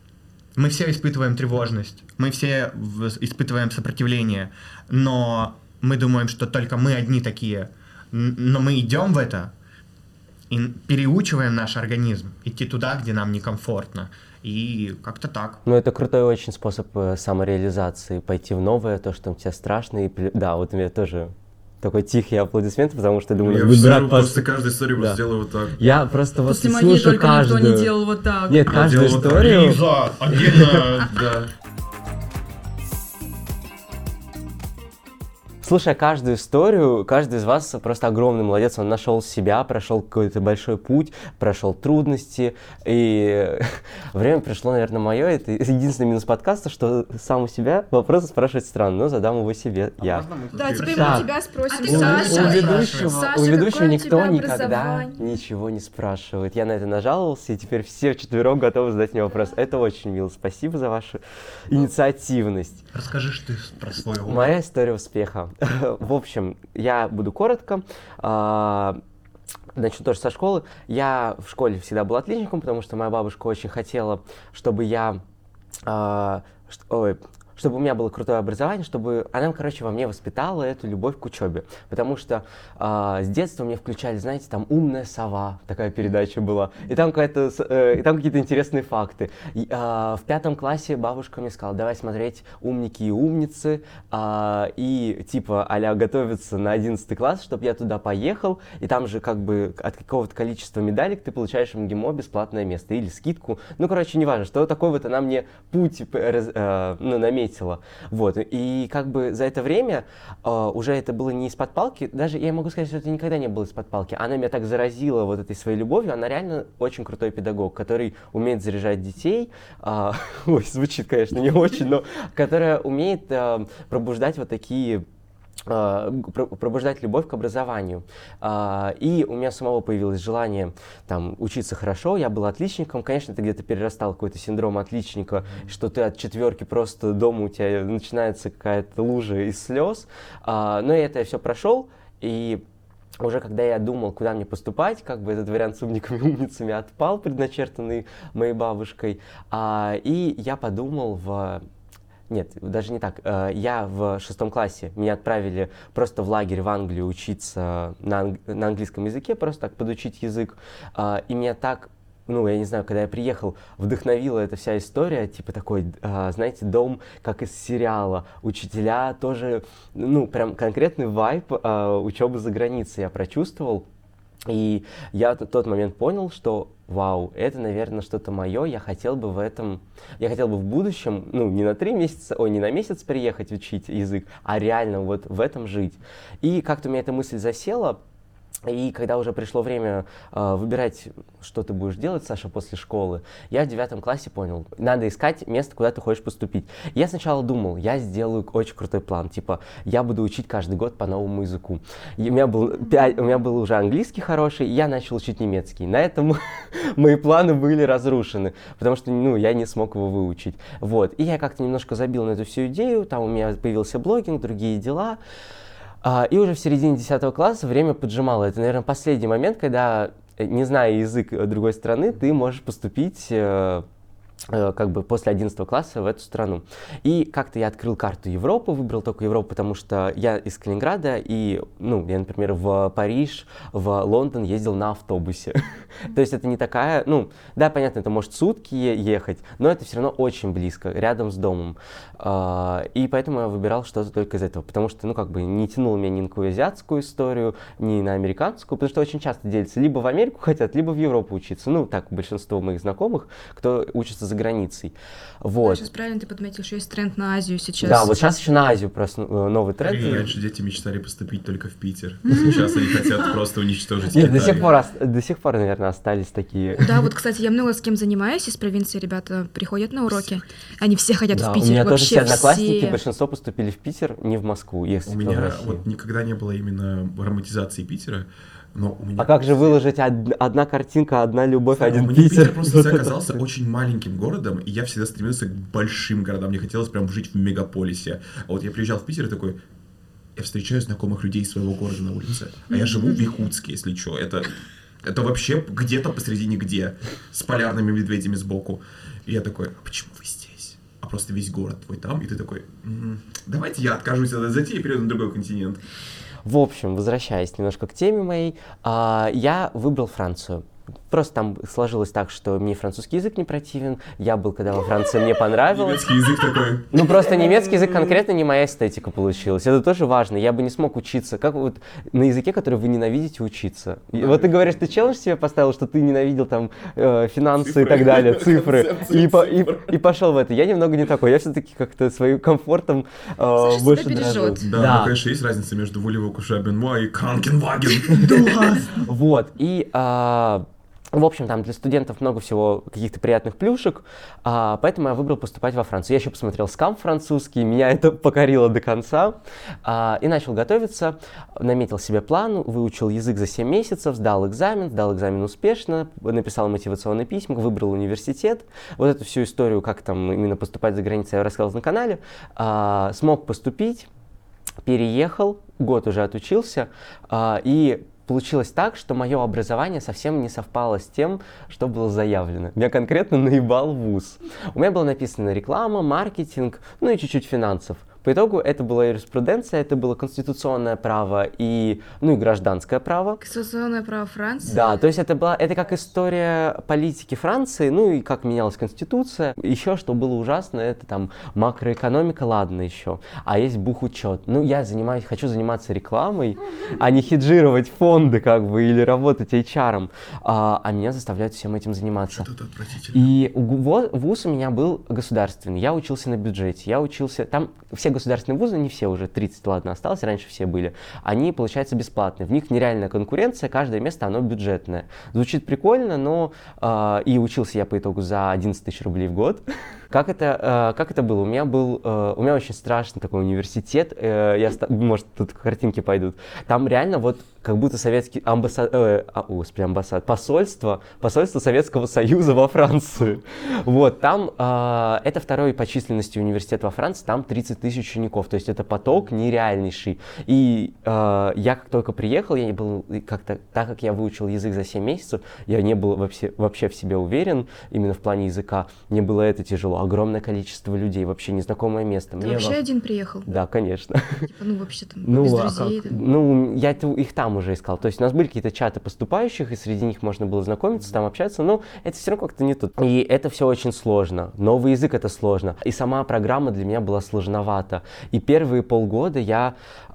Speaker 5: Мы все испытываем тревожность, мы все в- испытываем сопротивление, но мы думаем, что только мы одни такие. Н- Но мы идем в это, и переучиваем наш организм идти туда, где нам некомфортно. И как-то так.
Speaker 1: Ну, это крутой очень способ э, самореализации, пойти в новое, то, что тебе страшно. И... пли- Да, вот у меня тоже такой тихий аплодисмент, потому что думаю,
Speaker 6: Я
Speaker 1: будет
Speaker 6: все
Speaker 1: брат
Speaker 6: равно
Speaker 1: пос-
Speaker 6: после каждой истории
Speaker 1: Да.
Speaker 6: просто сделаю вот так.
Speaker 1: Я просто вот
Speaker 7: После моей
Speaker 1: слушаю
Speaker 7: только
Speaker 1: каждую...
Speaker 7: никто не делал вот так.
Speaker 1: Нет,
Speaker 6: Я
Speaker 1: каждую
Speaker 6: делал вот так.
Speaker 1: историю...
Speaker 5: Лиза, отдельно.
Speaker 6: Да.
Speaker 1: Слушая каждую историю, каждый из вас просто огромный молодец. Он нашел себя, прошел какой-то большой путь, прошел трудности. И время пришло, наверное, мое. Это единственный минус подкаста, что сам у себя вопросы спрашивать странно, но задам его себе я.
Speaker 4: Да, теперь
Speaker 1: Да.
Speaker 4: мы у тебя спросим.
Speaker 7: А ты,
Speaker 1: У,
Speaker 7: Саша?
Speaker 1: у ведущего,
Speaker 4: Саша,
Speaker 1: у ведущего
Speaker 4: какое у
Speaker 1: никто
Speaker 4: тебя
Speaker 1: никогда
Speaker 4: образование?
Speaker 1: ничего не спрашивает. Я на это нажаловался, и теперь все вчетвером готовы задать мне вопрос. Это очень мило. Спасибо за вашу инициативность.
Speaker 5: Расскажи, что ты про свой опыт.
Speaker 1: Моя история успеха. В общем, я буду коротко. А, Начну тоже со школы. Я в школе всегда был отличником, потому что моя бабушка очень хотела, чтобы я... а, ш- ой, чтобы у меня было крутое образование, чтобы она, короче, во мне воспитала эту любовь к учебе. Потому что э, с детства мне включали, знаете, там «Умная сова», такая передача была, и там, какая-то, э, и там какие-то интересные факты. И, э, в пятом классе бабушка мне сказала: давай смотреть «Умники и умницы», э, и типа а-ля готовиться на одиннадцатый класс, чтобы я туда поехал, и там же как бы от какого-то количества медалек ты получаешь в МГИМО бесплатное место или скидку. Ну, короче, неважно, что такое вот она мне путь э, ну, наметила. Вот. И как бы за это время э, уже это было не из-под палки, даже я могу сказать, что это никогда не было из-под палки. Она меня так заразила вот этой своей любовью, она реально очень крутой педагог, который умеет заряжать детей, э, ой, звучит, конечно, не очень, но которая умеет э, пробуждать вот такие пробуждать любовь к образованию. И у меня самого появилось желание там учиться хорошо, я был отличником, конечно, это где-то перерастал какой-то синдром отличника, mm-hmm. что ты от четверки просто дома у тебя начинается какая-то лужа из слез, но это я все прошел, и уже когда я думал, куда мне поступать, как бы этот вариант с умниками и умницами отпал, предначертанный моей бабушкой, и я подумал в... Нет, даже не так. Я в шестом классе, меня отправили просто в лагерь в Англию учиться на, анг... на английском языке, просто так подучить язык. И меня так, ну, я не знаю, когда я приехал, вдохновила эта вся история, типа такой, знаете, дом, как из сериала. Учителя тоже, ну, прям конкретный вайб учебы за границей я прочувствовал. И я в тот момент понял, что вау, это, наверное, что-то мое, я хотел бы в этом, я хотел бы в будущем, ну, не на три месяца, ой, не на месяц приехать учить язык, а реально вот в этом жить. И как-то у меня эта мысль засела, и когда уже пришло время э, выбирать, что ты будешь делать, Саша, после школы, я в девятом классе понял, надо искать место, куда ты хочешь поступить. Я сначала думал, я сделаю очень крутой план, типа, я буду учить каждый год по новому языку. И у меня был, пять, у меня был уже английский хороший, и я начал учить немецкий. На этом мои планы были разрушены, потому что, ну, я не смог его выучить. Вот, и я как-то немножко забил на эту всю идею, там у меня появился блогинг, другие дела. И уже в середине десятого класса время поджимало. Это, наверное, последний момент, когда, не зная язык другой страны, ты можешь поступить как бы после одиннадцатого класса в эту страну. И как-то я открыл карту Европы, выбрал только Европу, потому что я из Калининграда, и, ну, я, например, в Париж, в Лондон ездил на автобусе. То есть это не такая, ну, да, понятно, это может сутки ехать, но это все равно очень близко, рядом с домом. И поэтому я выбирал что-то только из этого, потому что, ну, как бы не тянуло меня ни на какую азиатскую историю, ни на американскую, потому что очень часто делятся, либо в Америку хотят, либо в Европу учиться. Ну, так, большинство моих знакомых, кто учится за границей. Вот.
Speaker 4: Да, сейчас правильно ты подметил, что есть тренд на Азию сейчас.
Speaker 1: Да, вот сейчас еще на Азию просто новый тренд.
Speaker 6: И раньше дети мечтали поступить только в Питер. Сейчас они хотят просто уничтожить Китай.
Speaker 1: Нет, до сих пор, до сих пор, наверное, остались такие.
Speaker 4: Да, вот, кстати, я много с кем занимаюсь из провинции, ребята приходят на уроки. Они все хотят
Speaker 1: да,
Speaker 4: в Питер.
Speaker 1: У меня тоже все одноклассники,
Speaker 4: все.
Speaker 1: большинство поступили в Питер, не в Москву. Если
Speaker 6: у меня вот никогда не было именно романтизации Питера. Но у меня
Speaker 1: а как же выложить од- одна картинка, одна любовь,
Speaker 6: да,
Speaker 1: один
Speaker 6: у меня
Speaker 1: Питер?
Speaker 6: Питер просто всегда оказался очень маленьким городом, и я всегда стремился к большим городам. Мне хотелось прям жить в мегаполисе. А вот я приезжал в Питер и такой, я встречаю знакомых людей из своего города на улице. А я живу в Якутске, если что. Это, это вообще где-то посередине где, с полярными медведями сбоку. И я такой, а почему вы здесь? А просто весь город твой там, и ты такой, м-м, давайте я откажусь от этой затеи и перейду на другой континент.
Speaker 1: В общем, возвращаясь немножко к теме моей, я выбрал Францию. Просто там сложилось так, что мне французский язык не противен. Я был, когда во Франции, мне понравилось.
Speaker 6: Немецкий язык такой.
Speaker 1: Ну, просто немецкий язык конкретно не моя эстетика получилась. Это тоже важно. Я бы не смог учиться. Как вот на языке, который вы ненавидите, учиться. И вот ты говоришь, ты челлендж себе поставил, что ты ненавидел там э, финансы цифры. И так далее, цифры. И, по, и, и пошел в это. Я немного не такой. Я все-таки как-то своим комфортом э, больше дрожу.
Speaker 6: Да, да. Ну, конечно, есть разница между Voulez-vous coucher avec moi и Krankenwagen.
Speaker 1: Вот. И... В общем, там для студентов много всего каких-то приятных плюшек, а, поэтому я выбрал поступать во Францию. Я еще посмотрел «Скам» французский, меня это покорило до конца, а, и начал готовиться, наметил себе план, выучил язык за семь месяцев, сдал экзамен, сдал экзамен успешно, написал мотивационные письма, выбрал университет. Вот эту всю историю, как там именно поступать за границей, я рассказал на канале. А, смог поступить, переехал, год уже отучился, а, и получилось так, что мое образование совсем не совпало с тем, что было заявлено. Меня конкретно наебал вуз. У меня была написана реклама, маркетинг, ну и чуть-чуть финансов. По итогу это была юриспруденция, это было конституционное право и, ну, и гражданское право.
Speaker 4: Конституционное право Франции?
Speaker 1: Да, то есть это была, это как история политики Франции, ну и как менялась конституция. Еще что было ужасно, это там макроэкономика, ладно еще, а есть бухучет. Ну, я занимаюсь, хочу заниматься рекламой, а не хеджировать фонды как бы или работать эйч ар, а, а меня заставляют всем этим заниматься.
Speaker 6: Что-то отвратительно.
Speaker 1: И вуз у меня был государственный, я учился на бюджете, я учился, там все государственные вузы, не все уже, тридцать, ладно, осталось, раньше все были, они, получается, бесплатные. В них нереальная конкуренция, каждое место, оно бюджетное. Звучит прикольно, но э, и учился я по итогу за одиннадцать тысяч рублей в год. Как это, э, как это было? У меня был, э, у меня очень страшный такой университет, э, я, может, тут картинки пойдут. Там реально вот как будто советский амбассад, э, а, господи, амбассад, посольство, посольство Советского Союза во Франции. Вот, там, э, это второй по численности университет во Франции, там тридцать тысяч учеников, то есть это поток нереальнейший. И э, я как только приехал, я был как-то, так как я выучил язык за семь месяцев, я не был вообще, вообще в себе уверен, именно в плане языка, мне было это тяжело. Огромное количество людей, вообще незнакомое место.
Speaker 4: Ты
Speaker 1: Мне
Speaker 4: вообще
Speaker 1: во...
Speaker 4: один приехал?
Speaker 1: Да, конечно.
Speaker 4: Типа, ну, вообще там,
Speaker 1: Ну,
Speaker 4: без
Speaker 1: а
Speaker 4: друзей.
Speaker 1: как?
Speaker 4: Да.
Speaker 1: Ну, я это, их там уже искал. То есть у нас были какие-то чаты поступающих, и среди них можно было знакомиться, там общаться, но это все равно как-то не тут. И это все очень сложно. Новый язык — это сложно. И сама программа для меня была сложновата. И первые полгода я,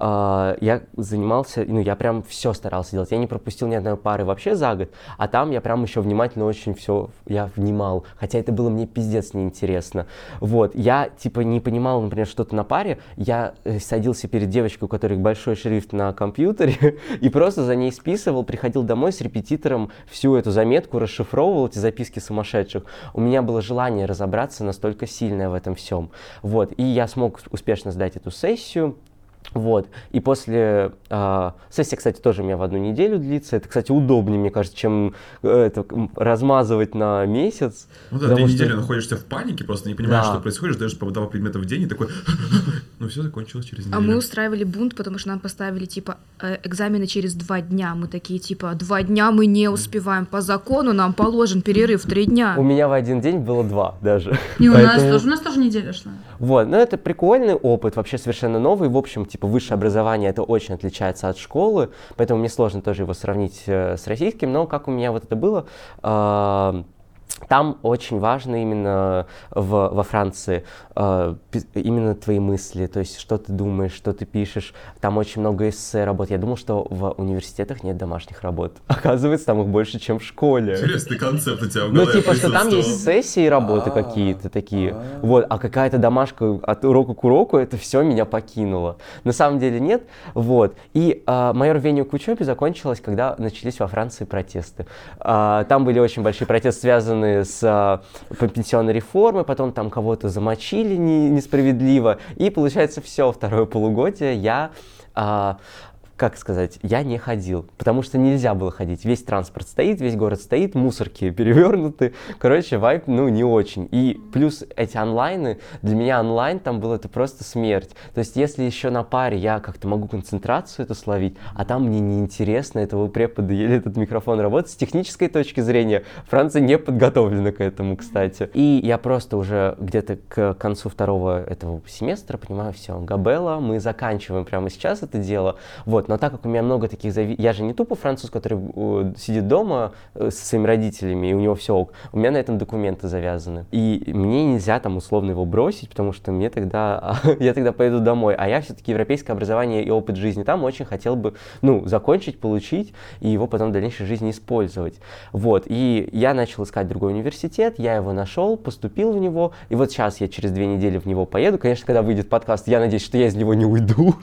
Speaker 1: э, я занимался, ну, я прям все старался делать. Я не пропустил ни одной пары вообще за год, а там я прям еще внимательно очень все, я внимал. Хотя это было мне пиздец неинтересно. Вот, я, типа, не понимал, например, что-то на паре, я э, садился перед девочкой, у которой большой шрифт на компьютере, и просто за ней списывал, приходил домой с репетитором, всю эту заметку расшифровывал, эти записки сумасшедших. У меня было желание разобраться настолько сильное в этом всем. Вот, и я смог успешно сдать эту сессию. Вот, и после, э, сессия, кстати, тоже у меня в одну неделю длится, это, кстати, удобнее, мне кажется, чем э, это, размазывать на месяц.
Speaker 6: Ну да, ты
Speaker 1: что...
Speaker 6: неделю находишься в панике, просто не понимаешь,
Speaker 1: да.
Speaker 6: что происходит, ждаешь по два предмета в день и такой, ну все, закончилось через неделю.
Speaker 4: А мы устраивали бунт, потому что нам поставили, типа, экзамены через два дня, мы такие, типа, два дня мы не успеваем, по закону нам положен перерыв три дня.
Speaker 1: У меня в один день было два даже.
Speaker 7: И у
Speaker 1: Поэтому...
Speaker 7: нас тоже, у нас тоже неделя шла.
Speaker 1: Вот, но это прикольный опыт, вообще совершенно новый, в общем, типа, высшее образование, это очень отличается от школы, поэтому мне сложно тоже его сравнить э, с российским, но как у меня вот это было, э, там очень важно именно в, во Франции э, именно твои мысли, то есть что ты думаешь, что ты пишешь, там очень много эссе работ. Я думал, что в университетах нет домашних работ. Оказывается, там их больше, чем в школе.
Speaker 6: Интересный концепт у тебя в
Speaker 1: Ну,
Speaker 6: голове
Speaker 1: типа, что там
Speaker 6: присутствовал.
Speaker 1: есть сессии работы какие-то такие, вот, а какая-то домашка от урока к уроку, это все меня покинуло. На самом деле нет, вот. И э, мое рвение к учебе закончилось, когда начались во Франции протесты. Э, там были очень большие протесты, связанные с э, пенсионной реформой, потом там кого-то замочили не, несправедливо, и получается все, второе полугодие я... Э, как сказать, я не ходил, потому что нельзя было ходить. Весь транспорт стоит, весь город стоит, мусорки перевернуты. Короче, вайб, ну, не очень. И плюс эти онлайны, для меня онлайн там было это просто смерть. То есть, если еще на паре я как-то могу концентрацию эту словить, а там мне неинтересно, этого препода еле этот микрофон работает. С технической точки зрения Франция не подготовлена к этому, кстати. И я просто уже где-то к концу второго этого семестра понимаю, все, габелла, мы заканчиваем прямо сейчас это дело. Вот. Но так как у меня много таких зави... Я же не тупо француз, который э, сидит дома э, со своими родителями, и у него все ок. У меня на этом документы завязаны. И мне нельзя там условно его бросить, потому что мне тогда... я тогда поеду домой. А я все-таки европейское образование и опыт жизни там очень хотел бы, ну, закончить, получить, и его потом в дальнейшей жизни использовать. Вот. И я начал искать другой университет, я его нашел, поступил в него, и вот сейчас я через две недели в него поеду. Конечно, когда выйдет подкаст, я надеюсь, что я из него не уйду.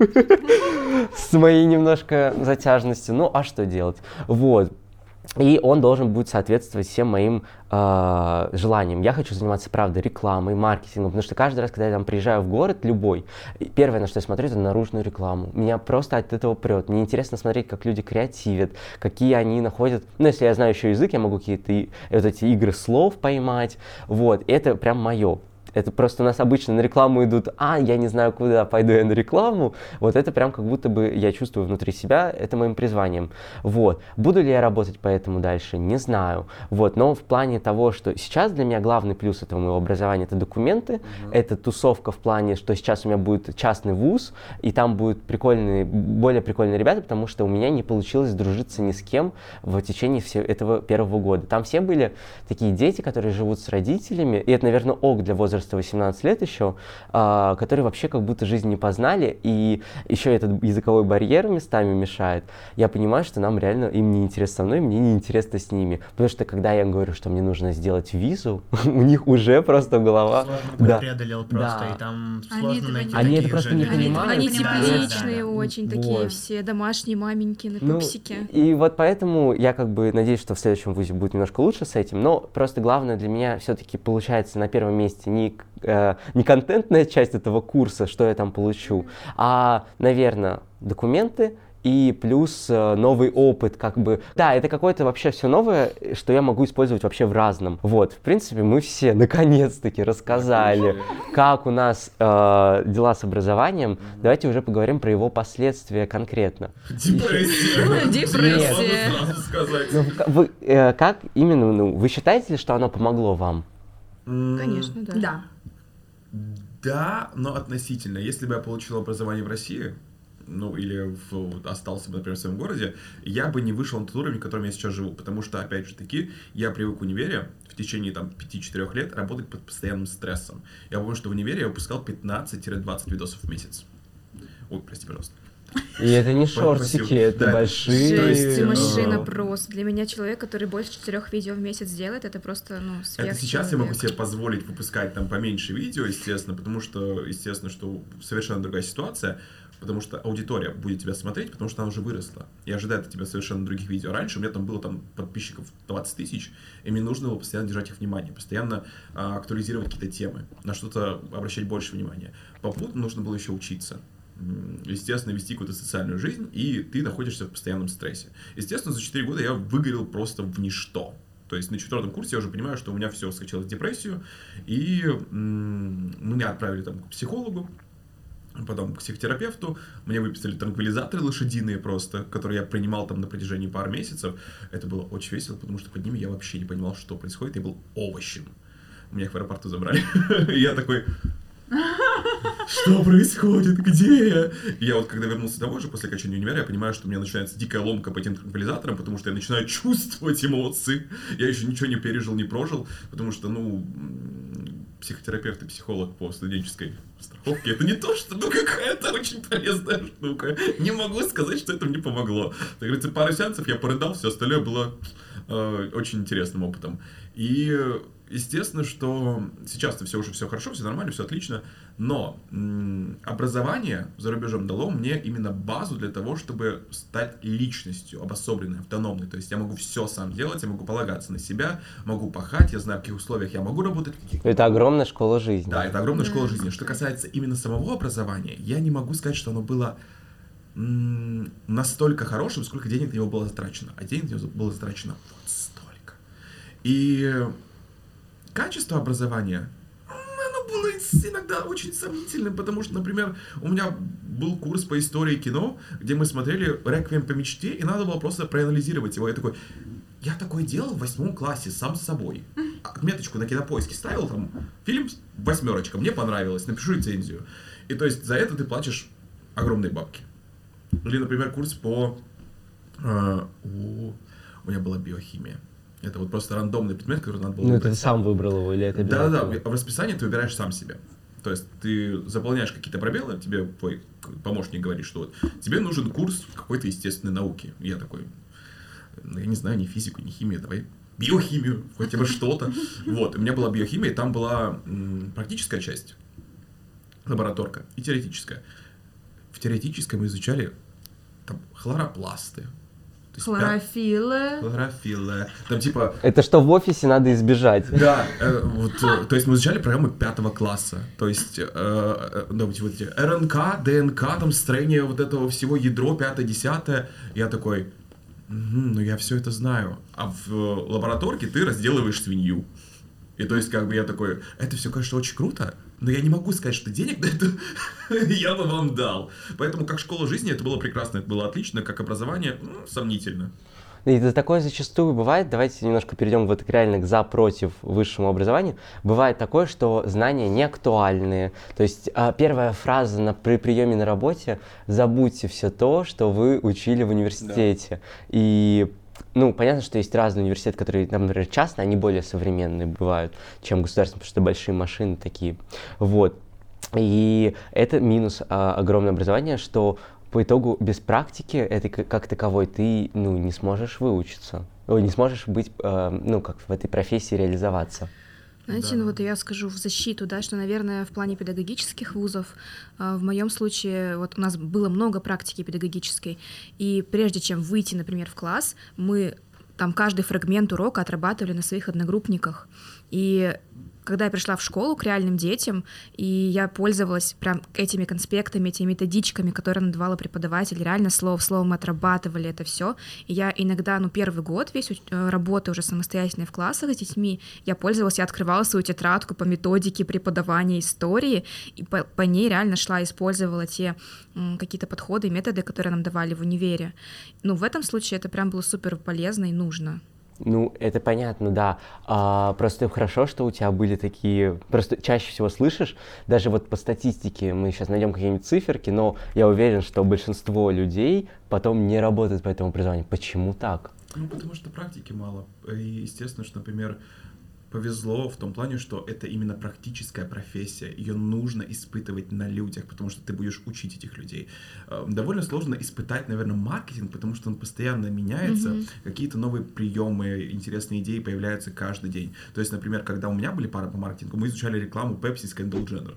Speaker 1: С моей немножко затяжностью, ну а что делать? Вот. И он должен будет соответствовать всем моим э, желаниям. Я хочу заниматься, правда, рекламой, маркетингом, потому что каждый раз, когда я там приезжаю в город, любой, первое, на что я смотрю, это наружную рекламу. Меня просто от этого прет. Мне интересно смотреть, как люди креативят, какие они находят... Ну, если я знаю еще язык, я могу какие-то и, вот эти игры слов поймать. Вот, это прям мое. это просто у нас обычно на рекламу идут, а, я не знаю, куда пойду я на рекламу. Вот это прям как будто бы я чувствую внутри себя, это моим призванием. Вот. Буду ли я работать по этому дальше? Не знаю. Вот. Но в плане того, что сейчас для меня главный плюс этого моего образования — это документы, uh-huh. это тусовка в плане, что сейчас у меня будет частный вуз, и там будут прикольные, более прикольные ребята, потому что у меня не получилось дружиться ни с кем в течение всего этого первого года. Там все были такие дети, которые живут с родителями, и это, наверное, ок для возраста восемнадцать лет еще, а, которые вообще как будто жизнь не познали, и еще этот языковой барьер местами мешает. Я понимаю, что нам реально, им не интересно со мной, мне не интересно с ними. Потому что когда я говорю, что мне нужно сделать визу, у них уже просто голова...
Speaker 5: Да. преодолел просто,
Speaker 1: да.
Speaker 5: и там
Speaker 7: Они
Speaker 5: сложно
Speaker 7: это
Speaker 5: найти
Speaker 1: Они
Speaker 5: таких
Speaker 1: это просто
Speaker 5: же
Speaker 1: не
Speaker 5: людей.
Speaker 1: понимают.
Speaker 4: Они
Speaker 1: Да,
Speaker 4: тепличные
Speaker 5: да, да.
Speaker 4: очень,
Speaker 1: Вот.
Speaker 4: такие все домашние маменькины,
Speaker 1: Ну,
Speaker 4: пупсики.
Speaker 1: и вот поэтому я как бы надеюсь, что в следующем вузе будет немножко лучше с этим, но просто главное для меня все-таки получается на первом месте не, э, не контентная часть этого курса, что я там получу, а, наверное, документы, и плюс э, новый опыт, как бы. Да, это какое-то вообще все новое, что я могу использовать вообще в разном. Вот, в принципе, мы все наконец-таки рассказали, как у нас э, дела с образованием. Давайте уже поговорим про его последствия конкретно.
Speaker 6: Депрессия.
Speaker 4: Депрессия.
Speaker 6: Могу сразу сказать.
Speaker 1: Ну, вы, э, как именно, ну, вы считаете ли, что оно помогло вам?
Speaker 4: Конечно, да.
Speaker 7: Да.
Speaker 6: Да, но относительно. Если бы я получил образование в России, ну, или в, остался бы, например, в своем городе, я бы не вышел на тот уровень, в котором я сейчас живу, потому что, опять же таки, я привык в универе в течение, там, пяти-четырёх лет работать под постоянным стрессом. Я помню, что в универе я выпускал пятнадцать-двадцать видосов в месяц. Ой, прости, пожалуйста.
Speaker 1: И это не шортики,
Speaker 6: Спасибо.
Speaker 1: это
Speaker 6: Да.
Speaker 1: большие...
Speaker 4: Жесть,
Speaker 6: э,
Speaker 4: машина
Speaker 6: э,
Speaker 4: просто. Для меня человек, который больше четырех видео в месяц делает, это просто, ну, сверхчеловек.
Speaker 6: Это сейчас я могу себе позволить выпускать там поменьше видео, естественно, потому что, естественно, что совершенно другая ситуация, потому что аудитория будет тебя смотреть, потому что она уже выросла. И ожидает от тебя совершенно других видео. Раньше у меня там было там подписчиков двадцать тысяч, и мне нужно было постоянно держать их внимание, постоянно а, актуализировать какие-то темы, на что-то обращать больше внимания. Попутно нужно было еще учиться. Естественно, вести какую-то социальную жизнь, и ты находишься в постоянном стрессе. Естественно, за четыре года я выгорел просто в ничто. То есть на четвертом курсе я уже понимаю, что у меня все скачалось в депрессию, и м- меня отправили там к психологу, потом к психотерапевту, мне выписали транквилизаторы лошадиные просто, которые я принимал там на протяжении пары месяцев. Это было очень весело, потому что под ними я вообще не понимал, что происходит, я был овощем. Меня их в аэропорту забрали, и я такой... Что происходит? Где я? И я вот когда вернулся домой уже после окончания универа, я понимаю, что у меня начинается дикая ломка по этим транквилизаторам, потому что я начинаю чувствовать эмоции. Я еще ничего не пережил, не прожил, потому что, ну, психотерапевт и психолог по студенческой страховке — это не то, что, ну, какая-то очень полезная штука. Не могу сказать, что это мне помогло. Так говорится, пару сеансов я порыдал, все остальное было э, очень интересным опытом. И естественно, что сейчас-то все уже все хорошо, все нормально, все отлично, но м- образование за рубежом дало мне именно базу для того, чтобы стать личностью обособленной, автономной. То есть я могу все сам делать, я могу полагаться на себя, могу пахать, я знаю, в каких условиях я могу работать. В каких...
Speaker 1: Это огромная школа жизни.
Speaker 6: Да, это огромная школа жизни. Что касается именно самого образования, я не могу сказать, что оно было м- настолько хорошим, сколько денег на него было затрачено. А денег на него было затрачено вот столько. И качество образования, оно было иногда очень сомнительным, потому что, например, у меня был курс по истории кино, где мы смотрели «Реквием по мечте», и надо было просто проанализировать его. Я такой, я такое делал в восьмом классе сам с собой. Отметочку на Кинопоиске ставил, там, фильм восьмерочка, мне понравилось, напишу рецензию. И то есть за это ты платишь огромные бабки. Или, например, курс по... Э, о, у меня была биохимия. Это вот просто рандомный предмет, который надо было
Speaker 1: Ну,
Speaker 6: выбрать.
Speaker 1: это ты сам выбрал его, или это
Speaker 6: Да-да-да,
Speaker 1: обязательно?
Speaker 6: в расписании ты выбираешь сам себе. То есть ты заполняешь какие-то пробелы, тебе твой помощник говорит, что вот тебе нужен курс какой-то естественной науки. Я такой, ну, я не знаю ни физику, ни химию, давай биохимию, хоть бы что-то. Вот, у меня была биохимия, и там была м, практическая часть, лабораторка, и теоретическая. В теоретической мы изучали там хлоропласты. То есть
Speaker 7: Хлорофиллы.
Speaker 6: Хлорофиллы. Там типа...
Speaker 1: Это что в офисе надо избежать.
Speaker 6: Да, э, вот, э, то есть мы изучали программы пятого класса, то есть, э, э, да, вот эти РНК, ДНК, там строение вот этого всего, ядро пятое-десятое. Я такой, угу, ну я все это знаю. А в лабораторке ты разделываешь свинью. И то есть, как бы я такой, это все, конечно, очень круто, но я не могу сказать, что денег на это я бы вам дал. Поэтому как школа жизни это было прекрасно, это было отлично, как образование, ну, сомнительно.
Speaker 1: И это такое зачастую бывает, давайте немножко перейдем вот реально к за-против высшему образованию. Бывает такое, что знания не актуальные. То есть первая фраза на, при приеме на работе – забудьте все то, что вы учили в университете. Да. И ну, понятно, что есть разные университеты, которые, например, частные, они более современные бывают, чем государственные, потому что большие машины такие. Вот. И это минус а, огромное образование, что по итогу без практики этой как таковой ты ну, не сможешь выучиться, Ой, не сможешь быть, э, ну, как в этой профессии реализоваться.
Speaker 4: Знаете,
Speaker 7: Да.
Speaker 4: ну вот я скажу в защиту, да, что, наверное, в плане педагогических вузов, э, в моем случае, вот у нас было много практики педагогической, и прежде чем выйти, например, в класс, мы там каждый фрагмент урока отрабатывали на своих одногруппниках. И когда я пришла в школу к реальным детям, и я пользовалась прям этими конспектами, этими методичками, которые надавала преподаватель, реально слово в слово мы отрабатывали это все. И я иногда, ну, первый год весь работы уже самостоятельно в классах с детьми, я пользовалась, я открывала свою тетрадку по методике преподавания истории, и по, по ней реально шла, использовала те м, какие-то подходы и методы, которые нам давали в универе. Ну, в этом случае это прям было супер полезно и нужно.
Speaker 1: Ну, это понятно, да. А, просто хорошо, что у тебя были такие... Просто чаще всего слышишь, даже вот по статистике, мы сейчас найдем какие-нибудь циферки, но я уверен, что большинство людей потом не работают по этому образованию. Почему так?
Speaker 6: Ну, потому что практики мало. И, естественно, что, например, повезло в том плане, что это именно практическая профессия. Ее нужно испытывать на людях, потому что ты будешь учить этих людей. Довольно сложно испытать, наверное, маркетинг, потому что он постоянно меняется. Mm-hmm. Какие-то новые приемы, интересные идеи появляются каждый день. То есть, например, когда у меня были пары по маркетингу, мы изучали рекламу Pepsi с Kendall Jenner.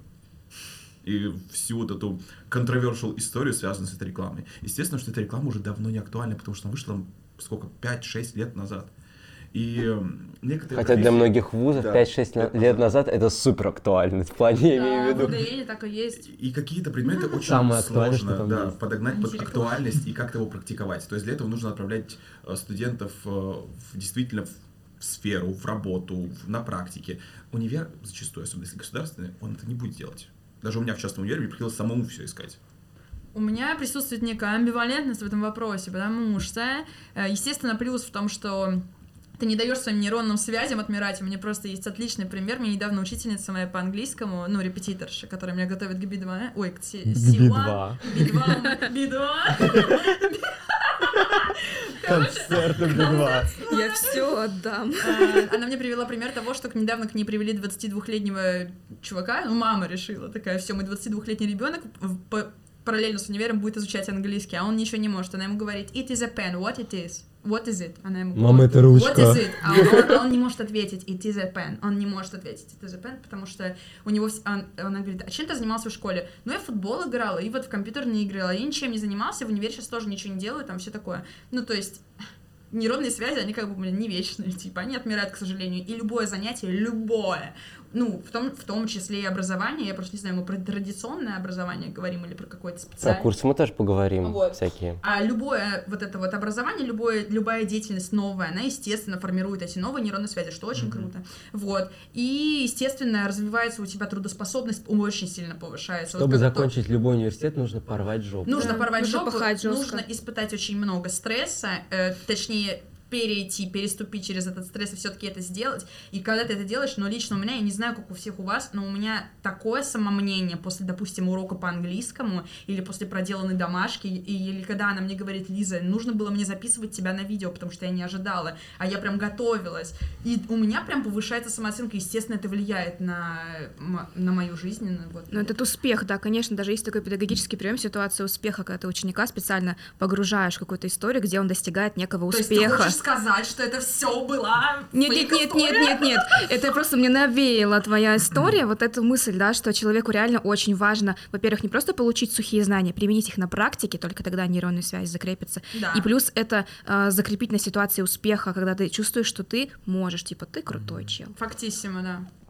Speaker 6: И всю вот эту controversial историю, связанную с этой рекламой. Естественно, что эта реклама уже давно не актуальна, потому что она вышла, сколько, пять-шесть лет назад. И некоторые
Speaker 1: Хотя для многих вузов да, пять-шесть лет назад. назад это супер актуально, в плане,
Speaker 7: да,
Speaker 1: я имею в виду.
Speaker 7: Да, так и есть.
Speaker 6: И какие-то предметы очень
Speaker 1: Самое
Speaker 6: сложно да,
Speaker 1: есть.
Speaker 6: подогнать под актуальность и как-то его практиковать. То есть для этого нужно отправлять студентов в, действительно в сферу, в работу, в, на практике. Универ, зачастую, особенно если государственный, он это не будет делать. Даже у меня в частном универе мне приходилось самому все искать.
Speaker 7: У меня присутствует некая амбивалентность в этом вопросе, потому что, естественно, плюс в том, что ты не даешь своим нейронным связям отмирать. У меня просто есть отличный пример. Мне недавно учительница моя по английскому, ну, репетиторша, которая меня готовит к би два, ой, к си два. би два. би два.
Speaker 1: Концерту би два.
Speaker 4: Я все отдам.
Speaker 7: Она мне привела пример того, что недавно к ней привели двадцатидвухлетнего чувака. Ну, мама решила такая, все, мой двадцатидвухлетний ребенок параллельно с универом будет изучать английский, а он ничего не может. Она ему говорит, it is a pen, what it is? What is it? Она ему говорит,
Speaker 1: мама, это ручка.
Speaker 7: What is it? А он, он, он не может ответить, it is a pen. Он не может ответить, it is a pen, потому что у него... Он, она говорит, а чем ты занимался в школе? Ну, я в футбол играла, и вот в компьютерные игры играла, я ничем не занимался, в универе сейчас тоже ничего не делаю, там все такое. Ну, то есть... Нейронные связи, они как бы, блин, не вечные, типа, они отмирают, к сожалению, и любое занятие, любое, ну, в том, в том числе и образование, я просто не знаю, мы про традиционное образование говорим или про какое-то специальное.
Speaker 1: Про курсы мы тоже поговорим,
Speaker 7: вот.
Speaker 1: Всякие.
Speaker 7: А любое вот это вот образование, любое, любая деятельность новая, она, естественно, формирует эти новые нейронные связи, что очень mm-hmm. круто, вот, и, естественно, развивается у тебя трудоспособность, очень сильно повышается.
Speaker 1: Чтобы
Speaker 7: вот
Speaker 1: закончить то... любой университет, нужно порвать жопу.
Speaker 7: Нужно
Speaker 4: да,
Speaker 7: порвать
Speaker 4: нужно
Speaker 7: жопу, нужно испытать очень много стресса, э, точнее, перейти, переступить через этот стресс и все-таки это сделать. И когда ты это делаешь, но лично у меня, я не знаю, как у всех у вас, но у меня такое самомнение после, допустим, урока по английскому или после проделанной домашки, и, или когда она мне говорит, Лиза, нужно было мне записывать тебя на видео, потому что я не ожидала, а я прям готовилась. И у меня прям повышается самооценка, естественно, это влияет на, на мою жизнь. На, вот.
Speaker 4: Но этот успех, да, конечно, даже есть такой педагогический прием, ситуация успеха, когда ты ученика специально погружаешь в какую-то историю, где он достигает некого
Speaker 7: То
Speaker 4: успеха.
Speaker 7: Есть ты хочешь сказать, что это все была
Speaker 4: нет, нет, нет, нет, нет, нет. Это просто мне навеяла твоя история, вот эту мысль, да, что человеку реально очень важно, во-первых, не просто получить сухие знания, применить их на практике, только тогда нейронная связь закрепится.
Speaker 7: Да.
Speaker 4: И плюс это э, закрепить на ситуации успеха, когда ты чувствуешь, что ты можешь, типа, ты крутой чел.
Speaker 7: Фактиссимо, да.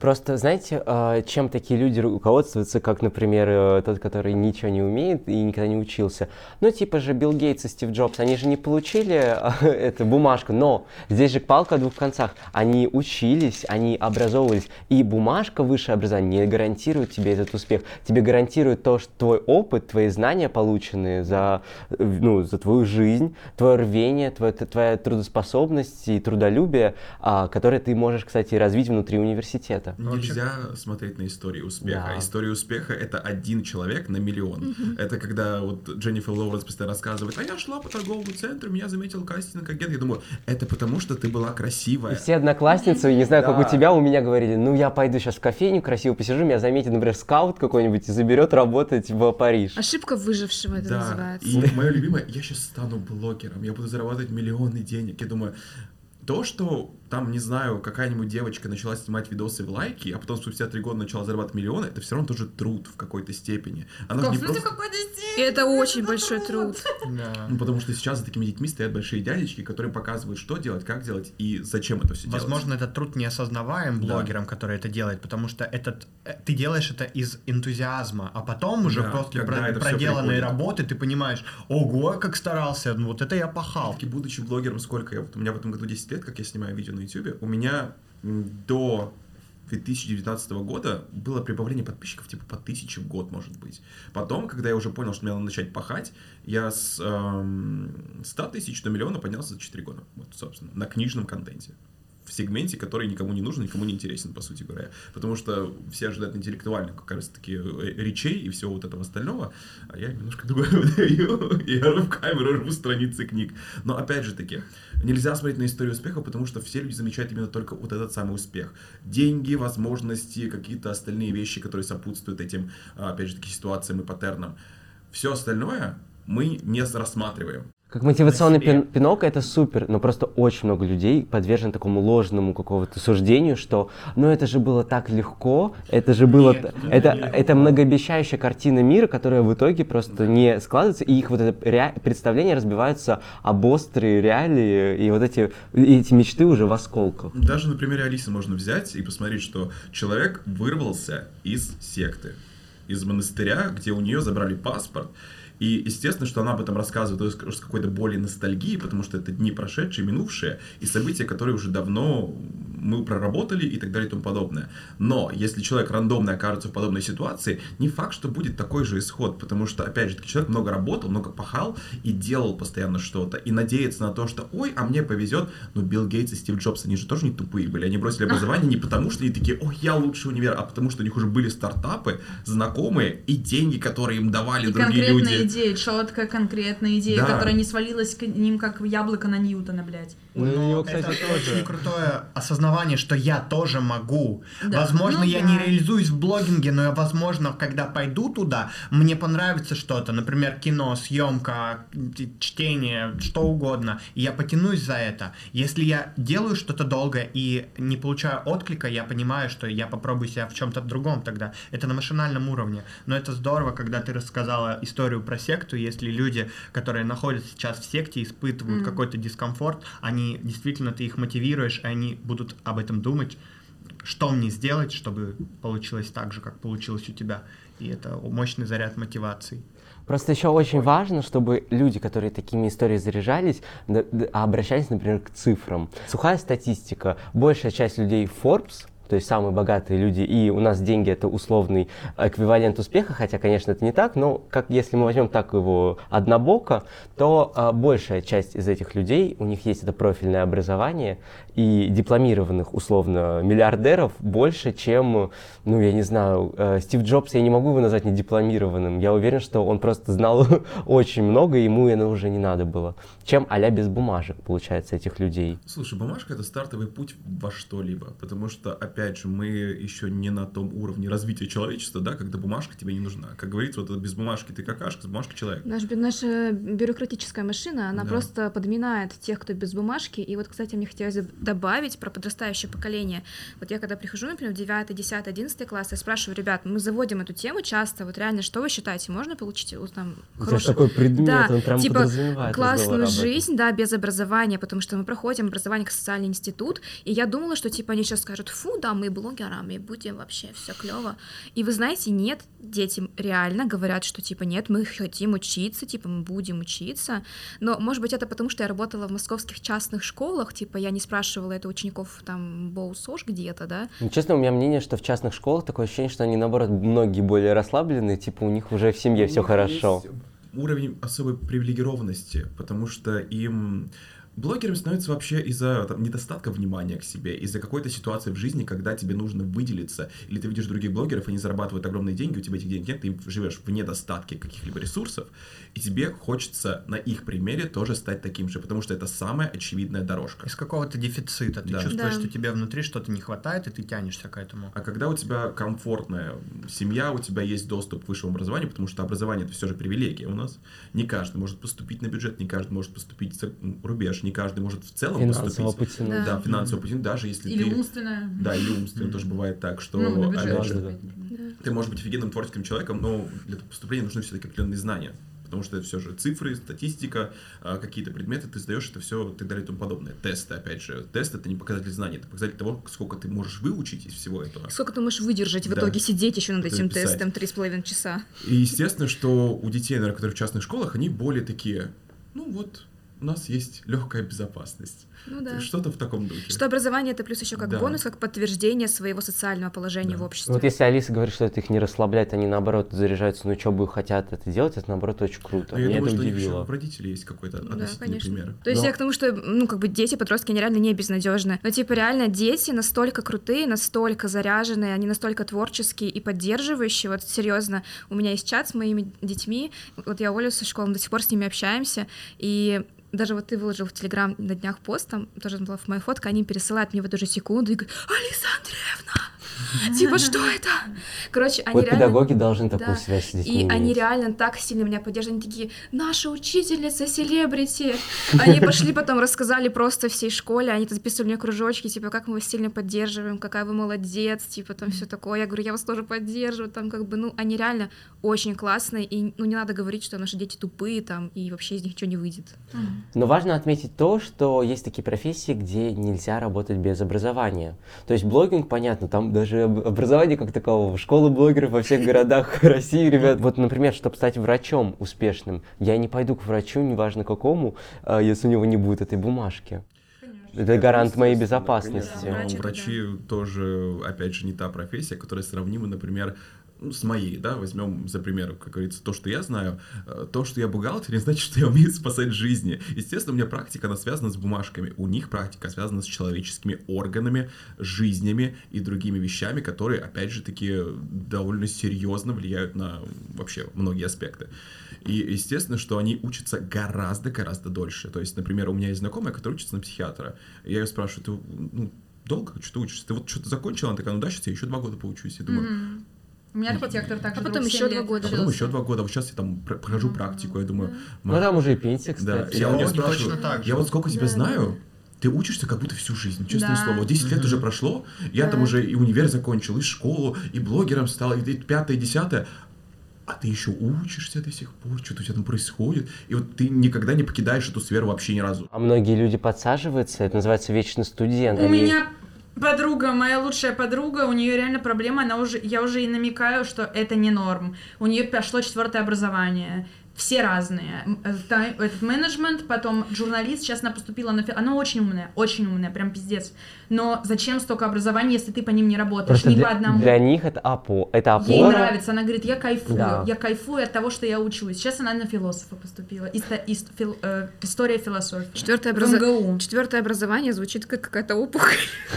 Speaker 1: Просто, знаете, э, чем такие люди руководствуются, как, например, э, тот, который ничего не умеет и никогда не учился. Ну, типа же Билл Гейтс и Стив Джобс, они же не получили э, эту бумажку, но здесь же палка о двух концах. Они учились, они образовывались, и бумажка высшее образование не гарантирует тебе этот успех. Тебе гарантирует то, что твой опыт, твои знания, полученные за, ну, за твою жизнь, твое рвение, твоя, твоя трудоспособность и трудолюбие, а, которое ты можешь, кстати, развить внутри университета.
Speaker 6: Нельзя смотреть на историю успеха.
Speaker 1: Да.
Speaker 6: История успеха — это один человек на миллион. Mm-hmm. Это когда вот Дженнифер Лоуренс постоянно рассказывает: а я шла по торговому центру, меня заметил кастинг-агент. Я думаю, это потому, что ты была красивая.
Speaker 1: И все одноклассницы, не знаю,
Speaker 6: Да.
Speaker 1: как у тебя, у меня говорили: ну я пойду сейчас в кофейню, красиво посижу, меня заметит, например, скаут какой-нибудь и заберет работать в Париж.
Speaker 4: Ошибка выжившего это
Speaker 6: Да.
Speaker 4: называется.
Speaker 6: И мое любимое: я сейчас стану блогером, я буду зарабатывать миллионы денег. Я думаю, то, что там, не знаю, какая-нибудь девочка начала снимать видосы в лайки, а потом спустя три года начала зарабатывать миллионы, это все равно тоже труд в какой-то степени. Она же не просто...
Speaker 7: какой-то
Speaker 4: И это очень большой труд.
Speaker 5: Да.
Speaker 6: Ну, потому что сейчас за такими детьми стоят большие дядечки, которые показывают, что делать, как делать и зачем это все делать.
Speaker 5: Возможно, этот труд не осознаваем блогерам, которые это делают, потому что этот, э, ты делаешь это из энтузиазма, а потом уже
Speaker 6: Да,
Speaker 5: после
Speaker 6: когда
Speaker 5: про-
Speaker 6: это всё
Speaker 5: проделанной
Speaker 6: приходит.
Speaker 5: работы ты понимаешь: ого, как старался, ну вот это я пахал.
Speaker 6: И будучи блогером, сколько я, вот у меня в этом году десять лет, как я снимаю видео на YouTube, у меня м, до две тысячи девятнадцатого года было прибавление подписчиков типа по тысяче в год, может быть. Потом, когда я уже понял, что мне надо начать пахать, я с эм, ста тысяч до миллиона поднялся за четыре года, вот, собственно, на книжном контенте. В сегменте, который никому не нужен, никому не интересен, по сути говоря. Потому что все ожидают интеллектуальных, как раз таки, речей и всего вот этого остального, а я немножко другое выдаю. Я в камеру рву страницы книг. Но опять же таки, нельзя смотреть на историю успеха, потому что все люди замечают именно только вот этот самый успех. Деньги, возможности, какие-то остальные вещи, которые сопутствуют этим, опять же таки, ситуациям и паттернам. Все остальное мы не рассматриваем.
Speaker 1: Как мотивационный
Speaker 5: На себе.
Speaker 1: пин- пинок это супер, но просто очень много людей подвержены такому ложному какого-то суждению, что ну это же было так легко, это же было...
Speaker 5: Нет,
Speaker 1: т-
Speaker 5: это
Speaker 1: это,
Speaker 5: не легко.
Speaker 1: это многообещающая картина мира, которая в итоге просто не складывается, и их вот это ре- представление разбиваются об острые реалии, и вот эти, и эти мечты уже в осколках.
Speaker 6: Даже на примере Алисы можно взять и посмотреть, что человек вырвался из секты, из монастыря, где у нее забрали паспорт. И естественно, что она об этом рассказывает с какой-то более ностальгией, потому что это дни прошедшие, минувшие, и события, которые уже давно мы проработали и так далее и тому подобное. Но если человек рандомно окажется в подобной ситуации, не факт, что будет такой же исход, потому что, опять же, человек много работал, много пахал и делал постоянно что-то, и надеется на то, что ой, а мне повезет. Но Билл Гейтс и Стив Джобс, они же тоже не тупые были, они бросили образование не потому, что они такие: ой, я лучший универ, а потому что у них уже были стартапы, знакомые и деньги, которые им давали
Speaker 7: И
Speaker 6: другие
Speaker 7: конкретная
Speaker 6: люди.
Speaker 7: идея, четкая конкретная идея,
Speaker 6: Да.
Speaker 7: которая не свалилась к ним как яблоко на Ньютона, блядь.
Speaker 1: Ну, у него, кстати,
Speaker 5: это
Speaker 1: тоже.
Speaker 5: очень крутое осознавание, что я тоже могу.
Speaker 7: Да.
Speaker 5: Возможно,
Speaker 7: Ну
Speaker 5: я
Speaker 7: да.
Speaker 5: не реализуюсь в блогинге, но я, возможно, когда пойду туда, мне понравится что-то, например, кино, съемка, чтение, что угодно, и я потянусь за это. Если я делаю что-то долго и не получаю отклика, я понимаю, что я попробую себя в чем-то другом тогда. Это на машинальном уровне. Но это здорово, когда ты рассказала историю про секту, если люди, которые находятся сейчас в секте, испытывают
Speaker 7: Мгм.
Speaker 5: какой-то дискомфорт, они действительно, ты их мотивируешь, и они будут об этом думать, что мне сделать, чтобы получилось так же, как получилось у тебя. И это мощный заряд мотивации.
Speaker 1: Просто еще очень важно, чтобы люди, которые такими историями заряжались, д- д- обращались, например, к цифрам. Сухая статистика. Большая часть людей Forbes, то есть самые богатые люди, и у нас деньги — это условный эквивалент успеха, хотя, конечно, это не так, но как если мы возьмем так его однобоко, то а, большая часть из этих людей, у них есть это профильное образование, и дипломированных, условно, миллиардеров больше, чем, ну, я не знаю, э, Стив Джобс, я не могу его назвать недипломированным, я уверен, что он просто знал очень много, и ему это уже не надо было, чем а-ля без бумажек, получается, этих людей.
Speaker 6: Слушай, бумажка — это стартовый путь во что-либо, потому что, опять же, мы еще не на том уровне развития человечества, да, когда бумажка тебе не нужна. Как говорится, вот без бумажки ты какашка, с бумажкой человек.
Speaker 4: Наш, бю- наша бюрократическая машина, она
Speaker 6: Да.
Speaker 4: просто подминает тех, кто без бумажки. И вот, кстати, мне хотелось бы добавить про подрастающее поколение. Вот я когда прихожу, например, в девятый, десятый, одиннадцатый класс, я спрашиваю, ребят, мы заводим эту тему часто, вот реально, что вы считаете, можно получить вот, там, хороший...
Speaker 1: такой предмет,
Speaker 4: да,
Speaker 1: он прям
Speaker 4: типа,
Speaker 1: подразумевает
Speaker 4: классную жизнь, да, без образования, потому что мы проходим образование как социальный институт, и я думала, что, типа, они сейчас скажут, фу, да, мы блогерами будем, вообще все клево. И вы знаете, нет, дети реально говорят, что, типа, нет, мы хотим учиться, типа, мы будем учиться, но, может быть, это потому, что я работала в московских частных школах, типа, я не спрашивала это учеников, там, БоУСОШ где-то, да.
Speaker 1: Ну, честно, у меня мнение, что в частных школах такое ощущение, что они, наоборот, многие более расслабленные, типа, у них уже в семье все хорошо.
Speaker 6: Уровень особой привилегированности, потому что им... Блогером становится вообще из-за там, недостатка внимания к себе, из-за какой-то ситуации в жизни, когда тебе нужно выделиться, или ты видишь других блогеров, они зарабатывают огромные деньги, у тебя этих денег нет, ты живешь в недостатке каких-либо ресурсов, и тебе хочется на их примере тоже стать таким же, потому что это самая очевидная дорожка.
Speaker 5: Из какого-то дефицита. Ты
Speaker 6: Да.
Speaker 5: чувствуешь,
Speaker 4: Да.
Speaker 5: что тебе внутри что-то не хватает, и ты тянешься к этому.
Speaker 6: А когда у тебя комфортная семья, у тебя есть доступ к высшему образованию, потому что образование — это все же привилегия у нас. Не каждый может поступить на бюджет, не каждый может поступить за рубеж, не каждый может в целом
Speaker 1: Финансово
Speaker 6: поступить.
Speaker 1: потянуть.
Speaker 6: Да, финансово потянуть, даже если
Speaker 7: Или
Speaker 6: ты...
Speaker 7: умственная.
Speaker 6: Да, или умственно тоже бывает так, что
Speaker 7: Ну, на бюджет
Speaker 6: опять же,
Speaker 1: да,
Speaker 7: поступить.
Speaker 6: ты можешь быть офигенным творческим человеком, но для поступления нужны все-таки определенные знания. Потому что это все же цифры, статистика, какие-то предметы ты сдаешь, это все и так далее и тому подобное. Тесты, опять же. Тест — это не показатель знаний, это показатель того, сколько ты можешь выучить из всего этого.
Speaker 4: Сколько ты можешь выдержать в
Speaker 6: Да.
Speaker 4: итоге, сидеть еще над
Speaker 6: Это
Speaker 4: этим
Speaker 6: писать.
Speaker 4: тестом три с половиной часа?
Speaker 6: И естественно, что у детей, наверное, которые в частных школах, они более такие, ну вот, у нас есть легкая безопасность.
Speaker 4: Ну да.
Speaker 6: Что-то в таком духе.
Speaker 4: Что образование — это плюс еще как
Speaker 6: Да.
Speaker 4: бонус, как подтверждение своего социального положения
Speaker 6: Да.
Speaker 4: в обществе.
Speaker 1: Вот если Алиса говорит, что это их не расслабляет, они наоборот заряжаются на учебу и хотят это делать, это наоборот очень круто.
Speaker 6: Но я
Speaker 1: Меня
Speaker 6: думаю,
Speaker 1: это
Speaker 6: что у них еще
Speaker 1: удивило.
Speaker 6: в родителей есть какой-то
Speaker 4: Да,
Speaker 6: относительный
Speaker 4: конечно.
Speaker 6: пример.
Speaker 4: То есть
Speaker 1: Но-
Speaker 4: я к тому, что, ну, как бы дети, подростки, они реально не безнадежны. Но, типа, реально дети настолько крутые, настолько заряженные, они настолько творческие и поддерживающие. Вот, серьезно, у меня есть чат с моими детьми, вот я Оля со школы, мы до сих пор с ними общаемся, и даже вот ты выложил в Телеграм на днях пост, там тоже была моя фотка, они пересылают мне в эту же секунду и говорят: Алиса Андреевна, типа, что это? Короче, они
Speaker 1: Вот
Speaker 4: реально...
Speaker 1: педагоги должны
Speaker 4: Да.
Speaker 1: такую связь с детьми
Speaker 4: И они
Speaker 1: иметь.
Speaker 4: реально так сильно меня поддерживают, они такие: наша учительница, селебрити. Они пошли потом, рассказали просто всей школе, они тут записывали мне кружочки, типа, как мы вас сильно поддерживаем, какая вы молодец, типа, там все такое. Я говорю, я вас тоже поддерживаю, там, как бы, ну, они реально очень классные, и, ну, не надо говорить, что наши дети тупые, там, и вообще из них ничего не выйдет.
Speaker 1: Но важно отметить то, что есть такие профессии, где нельзя работать без образования. То есть блогинг, понятно, там даже об- образования как такового, школы блогеров во всех городах России, ребят. Вот, например, чтобы стать врачом успешным, я не пойду к врачу, неважно какому, а, если у него не будет этой бумажки. Это гарант моей
Speaker 6: Естественно,
Speaker 1: безопасности.
Speaker 6: конечно.
Speaker 4: Врач
Speaker 6: Но
Speaker 4: это
Speaker 6: врачи тоже, опять же, не та профессия, которая сравнима, например, ну, с моей, да, возьмем за пример, как говорится, то, что я знаю, э, то, что я бухгалтер, не значит, что я умею спасать жизни. Естественно, у меня практика, она связана с бумажками, у них практика связана с человеческими органами, жизнями и другими вещами, которые, опять же, таки довольно серьезно влияют на вообще многие аспекты. И естественно, что они учатся гораздо-гораздо дольше. То есть, например, у меня есть знакомая, которая учится на психиатра. Я ее спрашиваю: ты, ну, долго что ты учишься? Ты вот что-то закончила? Она такая: ну да, сейчас я еще два года поучусь. Я думаю,
Speaker 7: Мгм. У меня архитектор также.
Speaker 4: А потом
Speaker 7: друг,
Speaker 4: еще
Speaker 7: семь
Speaker 4: два
Speaker 7: лет
Speaker 4: года.
Speaker 6: а потом
Speaker 7: учился.
Speaker 6: еще два года. Вот сейчас я там пр- прохожу практику. Я думаю,
Speaker 1: Ну там уже и пенсия,
Speaker 6: да.
Speaker 1: кстати.
Speaker 6: Я у нее
Speaker 5: Точно
Speaker 6: спрашиваю:
Speaker 5: так же.
Speaker 6: я вот сколько тебя
Speaker 4: Да,
Speaker 6: знаю, ты учишься как будто всю жизнь, честное
Speaker 7: Да.
Speaker 6: слово. Вот десять лет
Speaker 5: Мгм.
Speaker 6: уже прошло, я там
Speaker 7: Да.
Speaker 6: уже и универ закончил, и школу, и блогером стал, и и пятое, и десятое. А ты еще учишься до сих пор, что-то у тебя там происходит. И вот ты никогда не покидаешь эту сферу вообще ни разу.
Speaker 1: А многие люди подсаживаются, это называется вечный студент.
Speaker 7: У
Speaker 1: Они-
Speaker 7: меня подруга, моя лучшая подруга, у нее реально проблема, она уже, я уже и намекаю, что это не норм. У нее пошло четвертое образование. Все разные. М, э, та- Этот менеджмент, потом журналист, сейчас она поступила на... фи- Она очень умная, очень умная, прям пиздец. Но зачем столько образования, если ты по ним не работаешь,
Speaker 1: Просто
Speaker 7: ни
Speaker 1: для,
Speaker 7: по одному?
Speaker 1: для них это, опо, это опора.
Speaker 7: Ей нравится, она говорит: я кайфую,
Speaker 1: Да.
Speaker 7: я кайфую от того, что я учусь. Сейчас она на философа поступила, Исто- ист- фил- э, история философии.
Speaker 4: Четвертое,
Speaker 7: В
Speaker 4: образо-
Speaker 7: МГУ.
Speaker 4: Четвертое образование звучит как какая-то опухоль.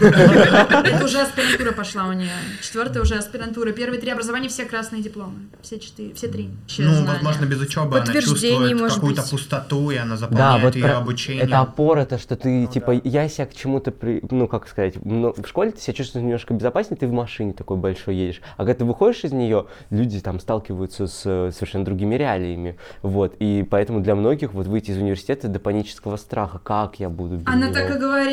Speaker 7: Это уже аспирантура пошла у нее. Четвертая уже аспирантура. Первые три образования все красные дипломы. Все четыре, все три. Все
Speaker 5: Ну,
Speaker 7: знания.
Speaker 5: возможно, без учебы она
Speaker 4: Подтверждение,
Speaker 5: чувствует
Speaker 4: может
Speaker 5: какую-то
Speaker 4: быть.
Speaker 5: пустоту, и она
Speaker 1: Да,
Speaker 5: заполняет
Speaker 1: вот
Speaker 5: ее
Speaker 1: про-
Speaker 5: обучением.
Speaker 1: это опора, то, что ты,
Speaker 5: Ну
Speaker 1: типа,
Speaker 5: да.
Speaker 1: я себя к чему-то, при... ну, как сказать, ну, в школе ты себя чувствуешь немножко безопаснее, ты в машине такой большой едешь, а когда ты выходишь из нее, люди там сталкиваются с э, совершенно другими реалиями, вот, и поэтому для многих вот выйти из университета до панического страха, как я буду без
Speaker 7: Она
Speaker 1: него?
Speaker 7: так и говорит.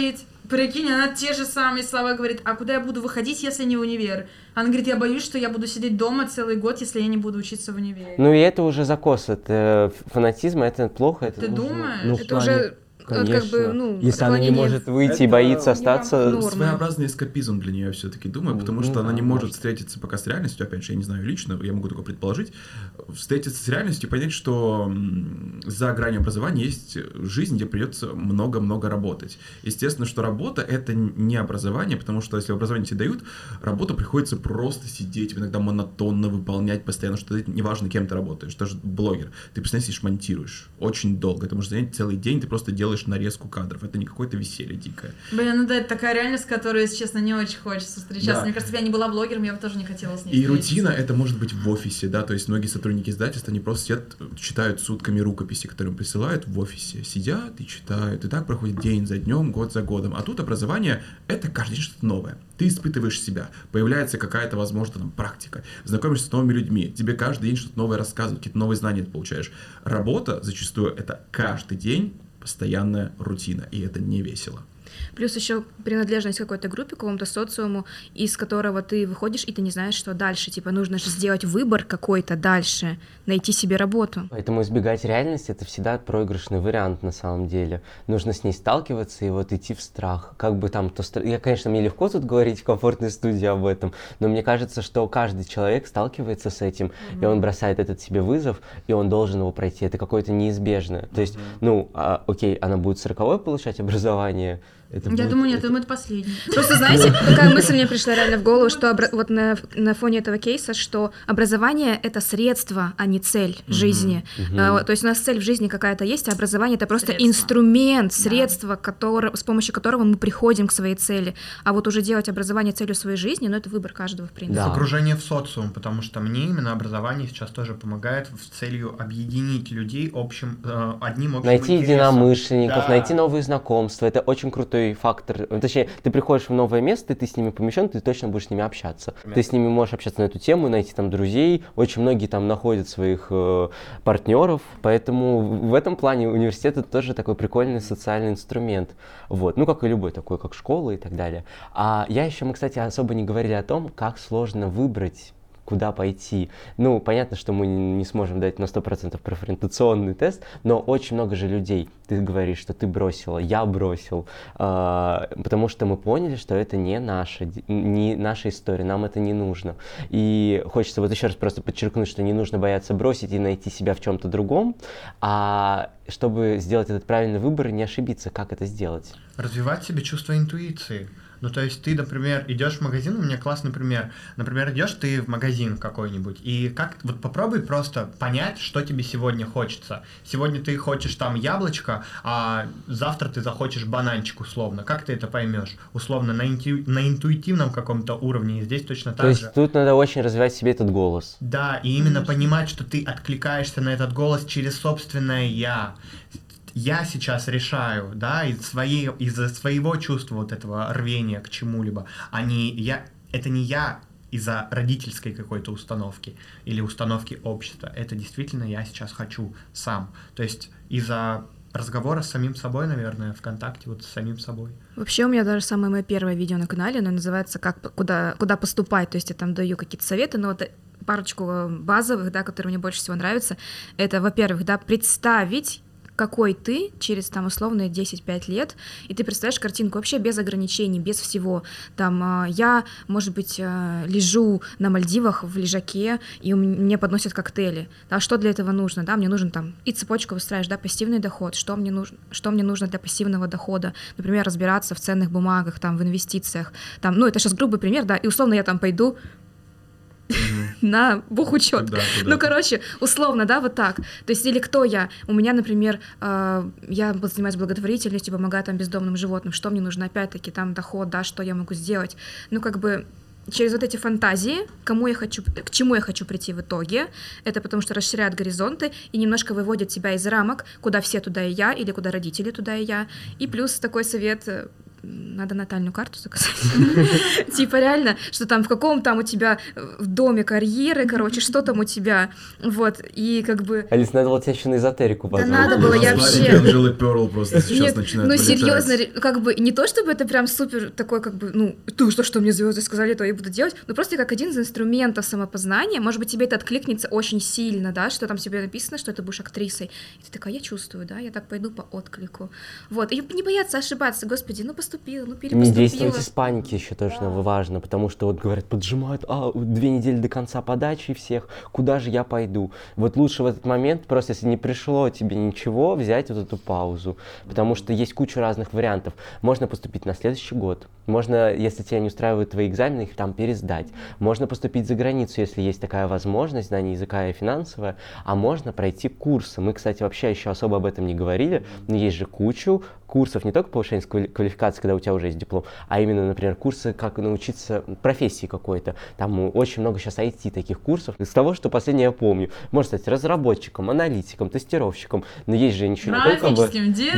Speaker 7: Прикинь, она те же самые слова говорит, а куда я буду выходить, если не в универ? Она говорит, я боюсь, что я буду сидеть дома целый год, если я не буду учиться в универе.
Speaker 1: Ну и это уже закос, это фанатизм, это плохо. Это
Speaker 7: Ты
Speaker 1: нужно-
Speaker 7: думаешь?
Speaker 1: Ну, в
Speaker 4: Это
Speaker 1: плане-
Speaker 4: уже
Speaker 1: Конечно.
Speaker 4: как бы, ну,
Speaker 1: Если она не
Speaker 4: отклонение
Speaker 1: может выйти и
Speaker 6: Это
Speaker 1: боится
Speaker 4: не в
Speaker 1: остаться...
Speaker 4: рамках нормы.
Speaker 6: Своеобразный эскапизм для нее все-таки, думаю, потому
Speaker 1: Ну
Speaker 6: что она
Speaker 1: да,
Speaker 6: не может
Speaker 1: может.
Speaker 6: встретиться пока с реальностью, опять же, я не знаю лично, я могу только предположить, встретиться с реальностью и понять, что м, за гранью образования есть жизнь, где придется много-много работать. Естественно, что работа — это не образование, потому что если образование тебе дают, работу приходится просто сидеть, иногда монотонно выполнять постоянно, что ты, неважно, кем ты работаешь, даже блогер, ты постоянно сидишь, монтируешь, очень долго, это может занять целый день, ты просто делаешь нарезку кадров, это не какое-то веселье дикое.
Speaker 7: Блин, ну да, это такая реальность, с которой, если честно, не очень хочется встречаться.
Speaker 6: Да.
Speaker 7: Мне кажется, если бы я не была блогером, я бы тоже не хотела с ней
Speaker 6: И
Speaker 7: встретиться.
Speaker 6: рутина это может быть в офисе, да, то есть многие сотрудники издательства, они просто сидят, читают сутками рукописи, которые им присылают в офисе, сидят и читают, и так проходит день за днем, год за годом. А тут образование — это каждый день что-то новое. Ты испытываешь себя, появляется какая-то, возможно, там, практика, знакомишься с новыми людьми, тебе каждый день что-то новое рассказывают, какие-то новые знания ты получаешь. Работа зачастую это каждый день постоянная рутина, и это не весело.
Speaker 4: Плюс еще принадлежность к какой-то группе, к какому-то социуму, из которого ты выходишь, и ты не знаешь, что дальше. Типа нужно же сделать выбор какой-то дальше, найти себе работу.
Speaker 1: Поэтому избегать реальности — это всегда проигрышный вариант на самом деле. Нужно с ней сталкиваться и вот идти в страх. Как бы там то... стра- Я, конечно, мне легко тут говорить в комфортной студии об этом, но мне кажется, что каждый человек сталкивается с этим, mm-hmm. и он бросает этот себе вызов, и он должен его пройти. Это какое-то неизбежное. То есть, mm-hmm. ну, а, окей, она будет сороковое получать образование. Это
Speaker 7: Я
Speaker 1: будет-
Speaker 7: думаю, нет,
Speaker 1: это-
Speaker 7: я думаю, это последний.
Speaker 4: Просто, знаете, такая мысль мне пришла реально в голову, что обра- вот на, на фоне этого кейса, что образование — это средство, а не цель жизни.
Speaker 1: Мгм.
Speaker 4: А, то есть у нас цель в жизни какая-то есть, а образование — это просто
Speaker 7: Средство.
Speaker 4: инструмент,
Speaker 7: Да.
Speaker 4: средство, которое, с помощью которого мы приходим к своей цели. А вот уже делать образование целью своей жизни, ну, это выбор каждого, в принципе.
Speaker 1: Да.
Speaker 5: Погружение в социум, потому что мне именно образование сейчас тоже помогает в целью объединить людей общим, э, одним общим
Speaker 1: Найти
Speaker 5: интересом.
Speaker 1: единомышленников,
Speaker 5: Да.
Speaker 1: найти новые знакомства. Это очень крутой фактор. Точнее, ты приходишь в новое место, и ты с ними помещен, ты точно будешь с ними общаться. Ты с ними можешь общаться на эту тему, найти там друзей. Очень многие там находят своих э, партнеров. Поэтому в этом плане университет — это тоже такой прикольный социальный инструмент. Вот. Ну, как и любой такой, как школа и так далее. А я еще, мы, кстати, особо не говорили о том, как сложно выбрать, куда пойти. Ну, понятно, что мы не сможем дать на сто процентов профориентационный тест, но очень много же людей, ты говоришь, что ты бросила, я бросил, а, потому что мы поняли, что это не наша, не наша история, нам это не нужно. И хочется вот еще раз просто подчеркнуть, что не нужно бояться бросить и найти себя в чем-то другом, а чтобы сделать этот правильный выбор и не ошибиться, как это сделать.
Speaker 5: Развивать в себе чувство интуиции. Ну, то есть ты, например, идешь в магазин, у меня классный пример. Например, идешь ты в магазин какой-нибудь, и как вот попробуй просто понять, что тебе сегодня хочется. Сегодня ты хочешь там яблочко, а завтра ты захочешь бананчик условно. Как ты это поймешь? Условно, на, инту... на интуитивном каком-то уровне, и здесь точно так
Speaker 1: То
Speaker 5: же.
Speaker 1: есть тут надо очень развивать в себе этот голос.
Speaker 5: Да, и именно понимать, что ты откликаешься на этот голос через собственное «я». Я сейчас решаю, да, из своей, из-за своего чувства вот этого рвения к чему-либо, а не я, это не я из-за родительской какой-то установки или установки общества, это действительно я сейчас хочу сам, то есть из-за разговора с самим собой, наверное, ВКонтакте, вот с самим собой.
Speaker 4: Вообще у меня даже самое мое первое видео на канале, оно называется «Как, куда, куда поступать», то есть я там даю какие-то советы, но вот парочку базовых, да, которые мне больше всего нравятся, это, во-первых, да, представить, какой ты через, там, условно, десять-пять лет, и ты представляешь картинку вообще без ограничений, без всего. Там, я, может быть, лежу на Мальдивах в лежаке, и мне подносят коктейли. А что для этого нужно? Да, мне нужен там и цепочку выстраиваешь, да, пассивный доход. Что мне нужно, что мне нужно для пассивного дохода? Например, разбираться в ценных бумагах, там, в инвестициях. Там, ну, это сейчас грубый пример, да, и условно я там пойду на бухучет.
Speaker 6: Куда, куда?
Speaker 4: Ну, короче, условно, да, вот так. То есть, или кто я? У меня, например, э, я занимаюсь благотворительностью, помогаю там бездомным животным. Что мне нужно? Опять-таки, там доход, да, что я могу сделать? Ну, как бы через вот эти фантазии, кому я хочу, к чему я хочу прийти в итоге, это потому что расширяет горизонты и немножко выводит тебя из рамок, куда все туда и я, или куда родители туда и я. И плюс такой совет надо натальную карту заказать. Типа реально, что там в каком там у тебя в доме карьеры, короче, что там у тебя, вот, и как бы...
Speaker 1: Алис, надо было тебя еще на эзотерику позвать.
Speaker 4: Да надо было, я вообще...
Speaker 6: Анжелы Перл просто сейчас
Speaker 4: Нет,
Speaker 6: начинает
Speaker 4: ну
Speaker 6: вылетать.
Speaker 4: серьезно, как бы не то чтобы это прям супер такой, как бы, ну, то, что, что мне звезды сказали, то я буду делать, но просто как один из инструментов самопознания, может быть, тебе это откликнется очень сильно, да, что там тебе написано, что ты будешь актрисой, и ты такая, я чувствую, да, я так пойду по отклику, вот, и не бояться ошибаться, господи, ну поступила, ну перепоступила.
Speaker 1: Не действовать из паники еще тоже да. важно, потому что вот говорят, поджимают, а, две недели до конца подачи всех, куда же я пойду? Вот лучше в этот момент, просто если не пришло тебе ничего, взять вот эту паузу, потому что есть куча разных вариантов. Можно поступить на следующий год, можно, если тебя не устраивают твои экзамены, их там пересдать, можно поступить за границу, если есть такая возможность, знание языка и финансовое, а можно пройти курсы. Мы, кстати, вообще еще особо об этом не говорили, но есть же кучу курсов, не только повышение квалификации, когда у тебя уже есть диплом, а именно, например, курсы, как научиться профессии какой-то. Там очень много сейчас ай ти таких курсов. Из того, что последнее я помню, можно стать разработчиком, аналитиком, тестировщиком, но есть же ничего не только...
Speaker 7: Графическим дизайном.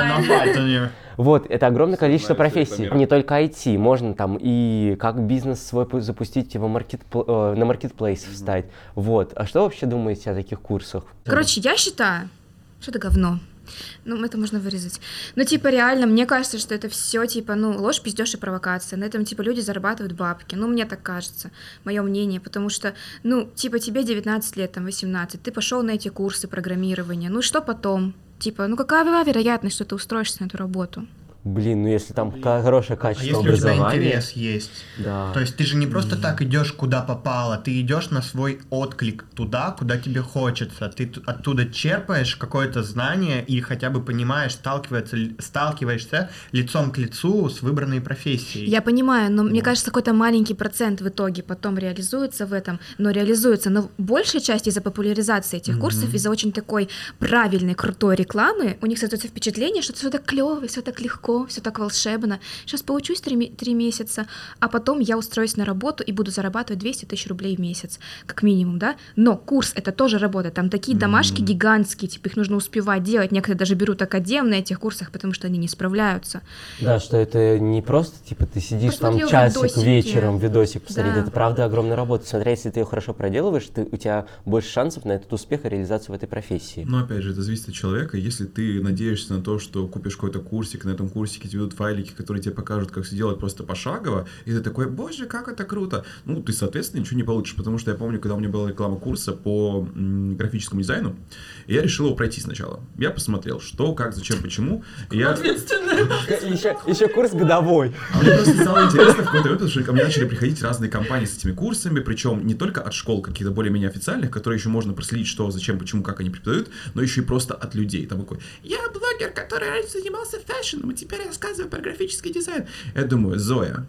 Speaker 1: Да, вот, это огромное количество профессий, не только ай ти, можно там и как бизнес свой запустить, его маркет, на маркетплейс встать. Вот, а что вообще думаете о таких курсах?
Speaker 4: Короче, я считаю, что это говно. Ну, это можно вырезать. Ну, типа, реально, мне кажется, что это все типа, ну, ложь, пиздёж и провокация. На этом, типа, люди зарабатывают бабки. Ну, мне так кажется, мое мнение, потому что, ну, типа, тебе девятнадцать лет, там, восемнадцать, ты пошел на эти курсы программирования, ну, что потом? Типа, ну, какая вероятность, что ты устроишься на эту работу?
Speaker 1: Блин, ну если там хорошее качество
Speaker 5: а если
Speaker 1: образования...
Speaker 5: у тебя интерес есть,
Speaker 1: да.
Speaker 5: то есть ты же не просто так идешь куда попало, ты идешь на свой отклик туда, куда тебе хочется, ты оттуда черпаешь какое-то знание и хотя бы понимаешь, сталкиваешься, сталкиваешься лицом к лицу с выбранной профессией.
Speaker 4: Я понимаю, но мне кажется, какой-то маленький процент в итоге потом реализуется в этом, но реализуется, но большая часть из-за популяризации этих mm-hmm. курсов, из-за очень такой правильной, крутой рекламы, у них создается впечатление, что все так клево, все так легко, все так волшебно. Сейчас поучусь три, три месяца, а потом я устроюсь на работу и буду зарабатывать двести тысяч рублей в месяц, как минимум, да? Но курс — это тоже работа. Там такие mm-hmm. домашки гигантские, типа их нужно успевать делать. Некоторые даже берут академ на этих курсах, потому что они не справляются.
Speaker 1: Да, что это не просто, типа, ты сидишь Посмотрел там часик видосики. вечером, видосик посмотреть. Да. Это правда огромная работа. Смотря, если ты ее хорошо проделываешь, ты, у тебя больше шансов на этот успех и реализацию в этой профессии.
Speaker 6: Но опять же, это зависит от человека. Если ты надеешься на то, что купишь какой-то курсик, на этом курсе тебе будут файлики, которые тебе покажут, как все делать просто пошагово, и ты такой, боже, как это круто. Ну, ты, соответственно, ничего не получишь, потому что я помню, когда у меня была реклама курса по м, графическому дизайну, и я решил его пройти сначала. Я посмотрел, что, как, зачем, почему. Я...
Speaker 7: Ответственно.
Speaker 1: Еще, еще курс годовой.
Speaker 6: А мне просто стало интересно в какой-то момент, потому что ко мне начали приходить разные компании с этими курсами, причем не только от школ каких-то более-менее официальных, которые еще можно проследить, что, зачем, почему, как они преподают, но еще и просто от людей. Там такой, я блогер, который раньше занимался фэшном, и теперь рассказываю про графический дизайн. Я думаю, Зоя,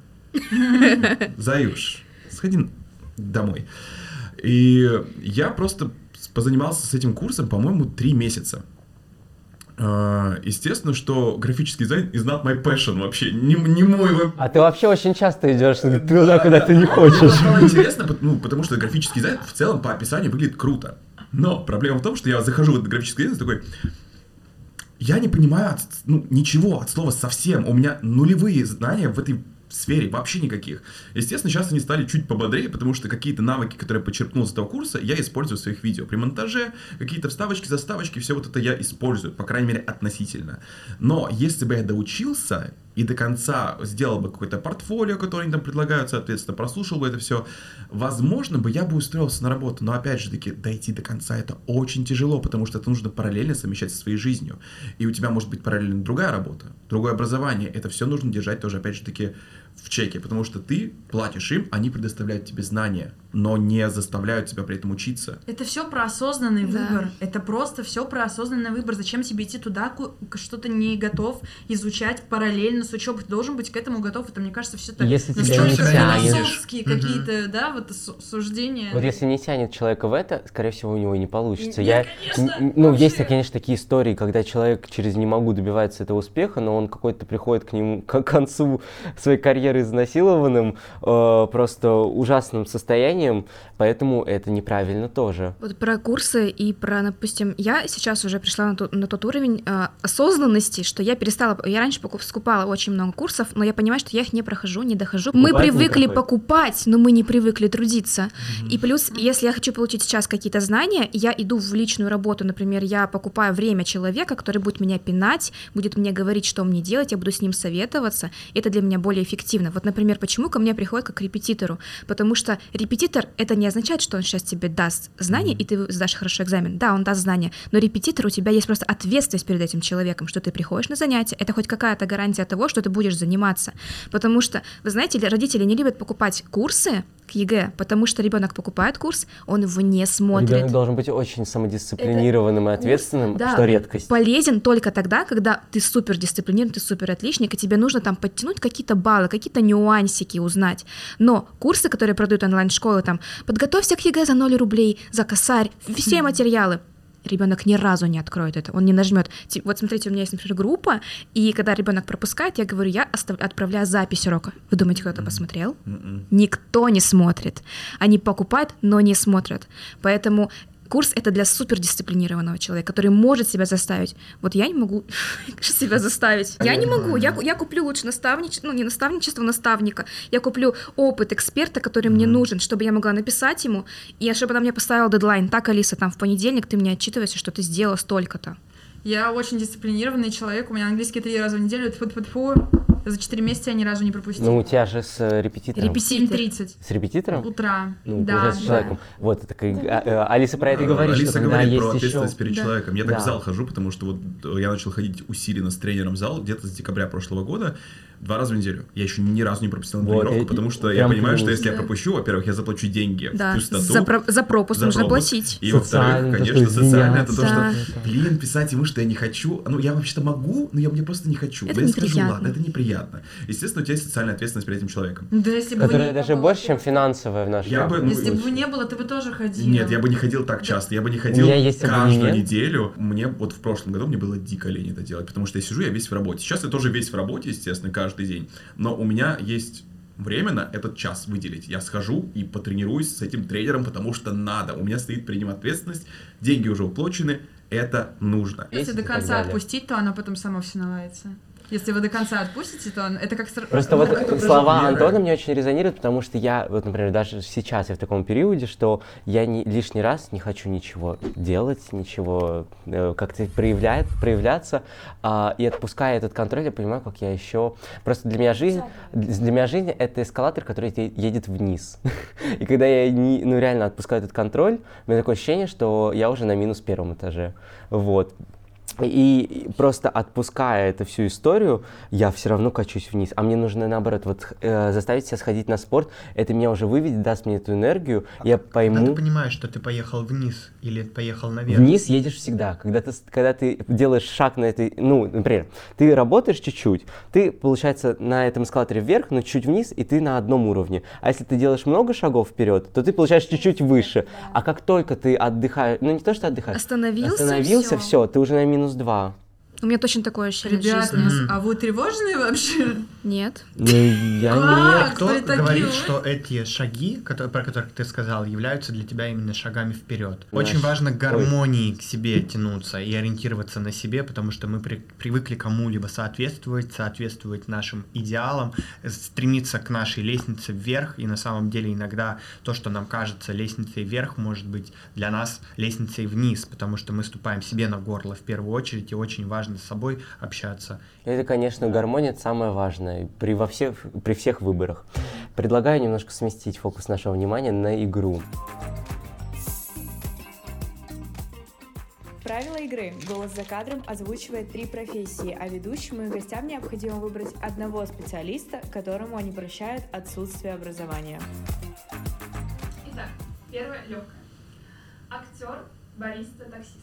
Speaker 6: Заюш, сходи домой. И я просто позанимался с этим курсом, по-моему, три месяца. Естественно, что графический дизайн is not my passion вообще, не, не мой.
Speaker 1: А ты вообще очень часто идешь туда, куда ты не хочешь.
Speaker 6: Стало интересно, ну, потому что графический дизайн в целом по описанию выглядит круто. Но проблема в том, что я захожу в этот графический дизайн и такой... Я не понимаю от, ну, ничего от слова совсем. У меня нулевые знания в этой сфере, вообще никаких. Естественно, сейчас они стали чуть пободрее, потому что какие-то навыки, которые я подчеркнул с этого курса, я использую в своих видео. При монтаже какие-то вставочки, заставочки, все вот это я использую, по крайней мере, относительно. Но если бы я доучился и до конца сделал бы какое-то портфолио, которое они там предлагают, соответственно, прослушал бы это все, возможно бы я бы устроился на работу. Но опять же таки, дойти до конца это очень тяжело, потому что это нужно параллельно совмещать со своей жизнью. И у тебя может быть параллельно другая работа, другое образование. Это все нужно держать тоже, опять же таки, в чеке, потому что ты платишь им, они предоставляют тебе знания, но не заставляют тебя при этом учиться.
Speaker 7: Это все про осознанный
Speaker 4: да.
Speaker 7: выбор. Это просто все про осознанный выбор. Зачем тебе идти туда, что ты не готов изучать параллельно с учебой? Ты должен быть к этому готов. Это, мне кажется, все так.
Speaker 1: Если тебя не тянет.
Speaker 7: Философские какие-то, mm-hmm. да, вот суждения.
Speaker 1: Вот если не тянет человека в это, скорее всего, у него и не получится.
Speaker 7: Нет,
Speaker 1: Я,
Speaker 7: конечно,
Speaker 1: ну,
Speaker 7: вообще.
Speaker 1: есть, конечно, такие истории, когда человек через «не могу» добивается этого успеха, но он какой-то приходит к нему к концу своей карьеры карьеры изнасилованным, э, просто ужасным состоянием, поэтому это неправильно тоже.
Speaker 4: Вот про курсы и про, допустим, я сейчас уже пришла на, тот, на тот уровень э, осознанности, что я перестала, я раньше покуп, скупала очень много курсов, но я понимаю, что я их не прохожу, не дохожу.
Speaker 1: Покупать
Speaker 4: мы привыкли
Speaker 1: не
Speaker 4: покупать, но мы не привыкли трудиться. Mm-hmm. И плюс, если я хочу получить сейчас какие-то знания, я иду в личную работу, например, я покупаю время человека, который будет меня пинать, будет мне говорить, что мне делать, я буду с ним советоваться, это для меня более эффективно. Вот, например, почему ко мне приходят как к репетитору? Потому что репетитор — это не означает, что он сейчас тебе даст знания, и ты сдашь хорошо экзамен. Да, он даст знания, но репетитор, у тебя есть просто ответственность перед этим человеком, что ты приходишь на занятия, это хоть какая-то гарантия того, что ты будешь заниматься. Потому что, вы знаете, родители не любят покупать курсы к ЕГЭ, потому что ребенок покупает курс, он его не смотрит.
Speaker 1: Ребенок должен быть очень самодисциплинированным это и ответственным, курс, да, что редкость.
Speaker 4: Полезен только тогда, когда ты супер дисциплинированный, ты супер отличник, и тебе нужно там подтянуть какие-то баллы, какие-то нюансики узнать. Но курсы, которые продают онлайн-школы, там, подготовься к ЕГЭ за ноль рублей, за косарь, все материалы. Ребенок ни разу не откроет это, он не нажмет. Вот смотрите, у меня есть, например, группа, и когда ребенок пропускает, я говорю, я остав... отправляю запись урока. Вы думаете, кто-то посмотрел? Mm-mm. Никто не смотрит. Они покупают, но не смотрят. Поэтому курс — это для супердисциплинированного человека, который может себя заставить. Вот я не могу себя заставить. Я не могу. Я, я куплю лучше наставничество, ну не наставничество, наставника. Я куплю опыт эксперта, который мне нужен, чтобы я могла написать ему, и чтобы она мне поставила дедлайн. Так, Алиса, там в понедельник ты мне отчитываешься, что ты сделала столько-то.
Speaker 7: Я очень дисциплинированный человек, у меня английский три раза в неделю, тьфу-тьфу-тьфу. За четыре месяца я ни разу не пропустила.
Speaker 1: Ну, у тебя же с репетитором.
Speaker 7: семь тридцать.
Speaker 1: С репетитором?
Speaker 7: Утра.
Speaker 1: Ну,
Speaker 7: да,
Speaker 1: с человеком. Вот, это такая, а, Алиса про это и говорит,
Speaker 6: Алиса
Speaker 1: что
Speaker 6: говорит
Speaker 1: когда
Speaker 6: про
Speaker 1: есть
Speaker 6: ответственность
Speaker 1: еще...
Speaker 6: перед
Speaker 1: да.
Speaker 6: человеком. Я так
Speaker 1: да.
Speaker 6: в зал хожу, потому что вот я начал ходить усиленно с тренером в зал где-то с декабря прошлого года. Два раза в неделю. Я еще ни разу не пропустил на тренировку, вот, потому что я понимаю, что если да. я пропущу, во-первых, я заплачу деньги
Speaker 4: да.
Speaker 6: в пустоту.
Speaker 4: За, про- за пропуск
Speaker 6: за
Speaker 4: нужно
Speaker 6: пропуск.
Speaker 4: платить.
Speaker 6: И во-вторых, конечно,
Speaker 1: то,
Speaker 6: социально это
Speaker 4: да.
Speaker 6: то, что, блин, писать ему, что я не хочу. Ну, я вообще-то могу, но я мне просто не хочу.
Speaker 4: Это
Speaker 6: но я
Speaker 4: неприятно.
Speaker 6: скажу, ладно, это неприятно. Естественно, у тебя есть социальная ответственность перед этим человеком.
Speaker 7: Да, если бы
Speaker 1: которая
Speaker 7: не
Speaker 1: даже
Speaker 7: было,
Speaker 1: больше, чем финансовая в нашей
Speaker 6: я бы, ну,
Speaker 7: если бы не было, ты бы тоже ходил.
Speaker 6: Нет, я бы не ходил так часто. Я бы не ходил каждую абонемент. неделю. Мне вот в прошлом году мне было дико лень это делать, потому что я сижу, я весь в работе. Сейчас я тоже весь в работе, естественно, каждый день. Но у меня есть время на этот час выделить. Я схожу и потренируюсь с этим тренером, потому что надо. У меня стоит перед ним ответственность, деньги уже уплачены, это нужно.
Speaker 7: Если до конца отпустить, то оно потом само все наладится. Если вы до конца отпустите, то это как...
Speaker 1: Просто вот слова Антона мне очень резонируют, потому что я, вот, например, даже сейчас я в таком периоде, что я не, лишний раз не хочу ничего делать, ничего э, как-то проявлять, проявляться, э, и отпуская этот контроль, я понимаю, как я еще... Просто для меня жизнь, для меня жизнь — это эскалатор, который едет вниз. И когда я не, ну, реально отпускаю этот контроль, у меня такое ощущение, что я уже на минус первом этаже. Вот. И просто отпуская эту всю историю, я все равно качусь вниз. А мне нужно, наоборот, вот э, заставить себя сходить на спорт. Это меня уже выведет, даст мне эту энергию. А я пойму...
Speaker 5: Когда ты понимаешь, что ты поехал вниз или поехал наверх?
Speaker 1: Вниз едешь всегда. Когда ты, когда ты делаешь шаг на этой... Ну, например, ты работаешь чуть-чуть, ты, получается, на этом эскалаторе вверх, но чуть вниз, и ты на одном уровне. А если ты делаешь много шагов вперед, то ты получаешь чуть-чуть выше. А как только ты отдыхаешь... Ну, не то, что отдыхаешь.
Speaker 4: Остановился,
Speaker 1: Остановился, все, ты уже на минус два.
Speaker 4: У меня точно такое ощущение.
Speaker 7: Ребята, а вы тревожные вообще?
Speaker 4: Нет.
Speaker 1: Ну, я
Speaker 7: Как?
Speaker 1: не...
Speaker 5: Кто
Speaker 7: Вы такие
Speaker 5: говорит,
Speaker 7: вы?
Speaker 5: что эти шаги, которые, про которых ты сказал, являются для тебя именно шагами вперед?
Speaker 1: Наш...
Speaker 5: Очень важно к гармонии к себе тянуться и ориентироваться на себе, потому что мы при, привыкли кому-либо соответствовать, соответствовать нашим идеалам, стремиться к нашей лестнице вверх, и на самом деле иногда то, что нам кажется лестницей вверх, может быть для нас лестницей вниз, потому что мы ступаем себе на горло в первую очередь, и очень важно с собой общаться.
Speaker 1: Это, конечно, гармония — это самое важное при, во всех, при всех выборах. Предлагаю немножко сместить фокус нашего внимания на игру.
Speaker 3: Правила игры. Голос за кадром озвучивает три профессии, а ведущему и гостям необходимо выбрать одного специалиста, которому они прощают отсутствие образования.
Speaker 4: Итак, первое легкое. Актер, бариста, таксист.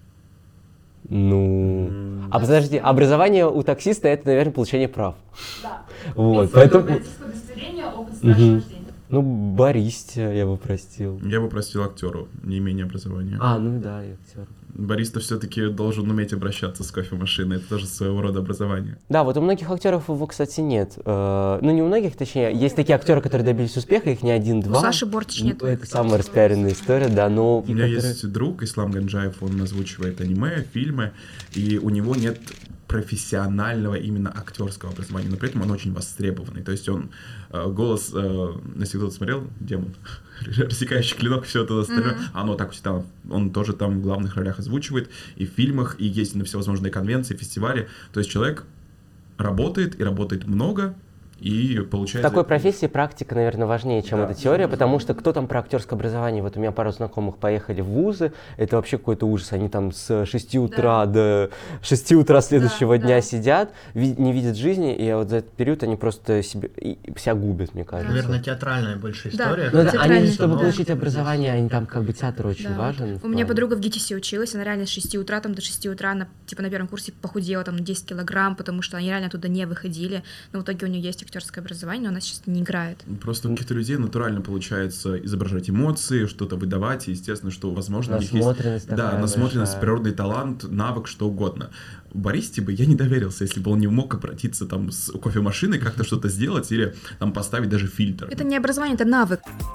Speaker 1: Ну, а подожди, образование у таксиста — это, наверное, получение прав.
Speaker 4: Да.
Speaker 1: Вот, поэтому...
Speaker 4: удостоверение, опыт стажа вождения.
Speaker 1: Ну, баристе я бы простил.
Speaker 6: Я бы простил актеру, не имение образования.
Speaker 1: А, ну да, и актер.
Speaker 6: Бариста все-таки должен уметь обращаться с кофемашиной, это тоже своего рода образование.
Speaker 1: Да, вот у многих актеров его, кстати, нет. Э, ну, не у многих, точнее, есть такие актеры, которые добились успеха, их не один-два.
Speaker 4: У Саши Бортич нет.
Speaker 1: Это самая распиаренная история, да, но...
Speaker 6: У меня
Speaker 1: которые...
Speaker 6: есть друг, Ислам Ганджаев, он озвучивает аниме, фильмы, и у него нет профессионального именно актерского образования, но при этом он очень востребованный. То есть он э, голос, э, если кто-то смотрел, демон, рассекающий клинок, все это остальное, mm-hmm. оно так всегда, он тоже там в главных ролях озвучивает, и в фильмах, и есть на всевозможные конвенции, фестивали. То есть человек работает, и работает много, и получается...
Speaker 1: В такой профессии практика, наверное, важнее, чем
Speaker 6: да,
Speaker 1: эта теория, потому что кто там про актерское образование, вот у меня пару знакомых поехали в вузы, это вообще какой-то ужас, они там с шести утра да. до шести утра следующего да, дня да. сидят, ви- не видят жизни, и вот за этот период они просто себе, и, себя губят, мне кажется.
Speaker 5: Наверное, театральная больше история.
Speaker 1: Да. Ну, да, они, чтобы получить образование, они там как бы театр очень да. важен.
Speaker 4: У меня подруга в ГИТИСе училась, она реально с шести утра там, до шести утра, на, типа на первом курсе похудела там на десять килограмм, потому что они реально оттуда не выходили, но в итоге у нее есть актерское образование, но она сейчас не играет.
Speaker 6: Просто у каких-то людей натурально получается изображать эмоции, что-то выдавать, и естественно, что, возможно, у них есть... Да, насмотренность, природный талант, навык, что угодно. Баристе бы я не доверился, если бы он не мог обратиться там с кофемашиной, как-то что-то сделать или там поставить даже фильтр.
Speaker 4: Это не образование, это навык.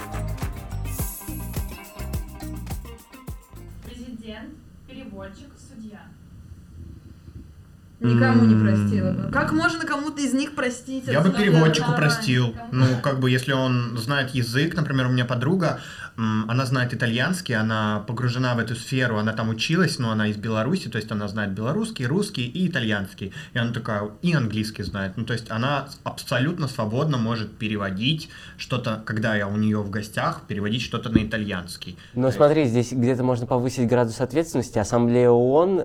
Speaker 7: Президент, переводчик, судья. Никому не простила бы. Как можно кому-то из них простить?
Speaker 5: Я бы переводчику простил. Ну, как бы, если он знает язык, например, у меня подруга, она знает итальянский, она погружена в эту сферу, она там училась, но она из Беларуси, то есть она знает белорусский, русский и итальянский. И она такая, и английский знает. Ну, то есть она абсолютно свободно может переводить что-то, когда я у нее в гостях, переводить что-то на итальянский.
Speaker 1: Но смотри, здесь где-то можно повысить градус ответственности. Ассамблея ООН,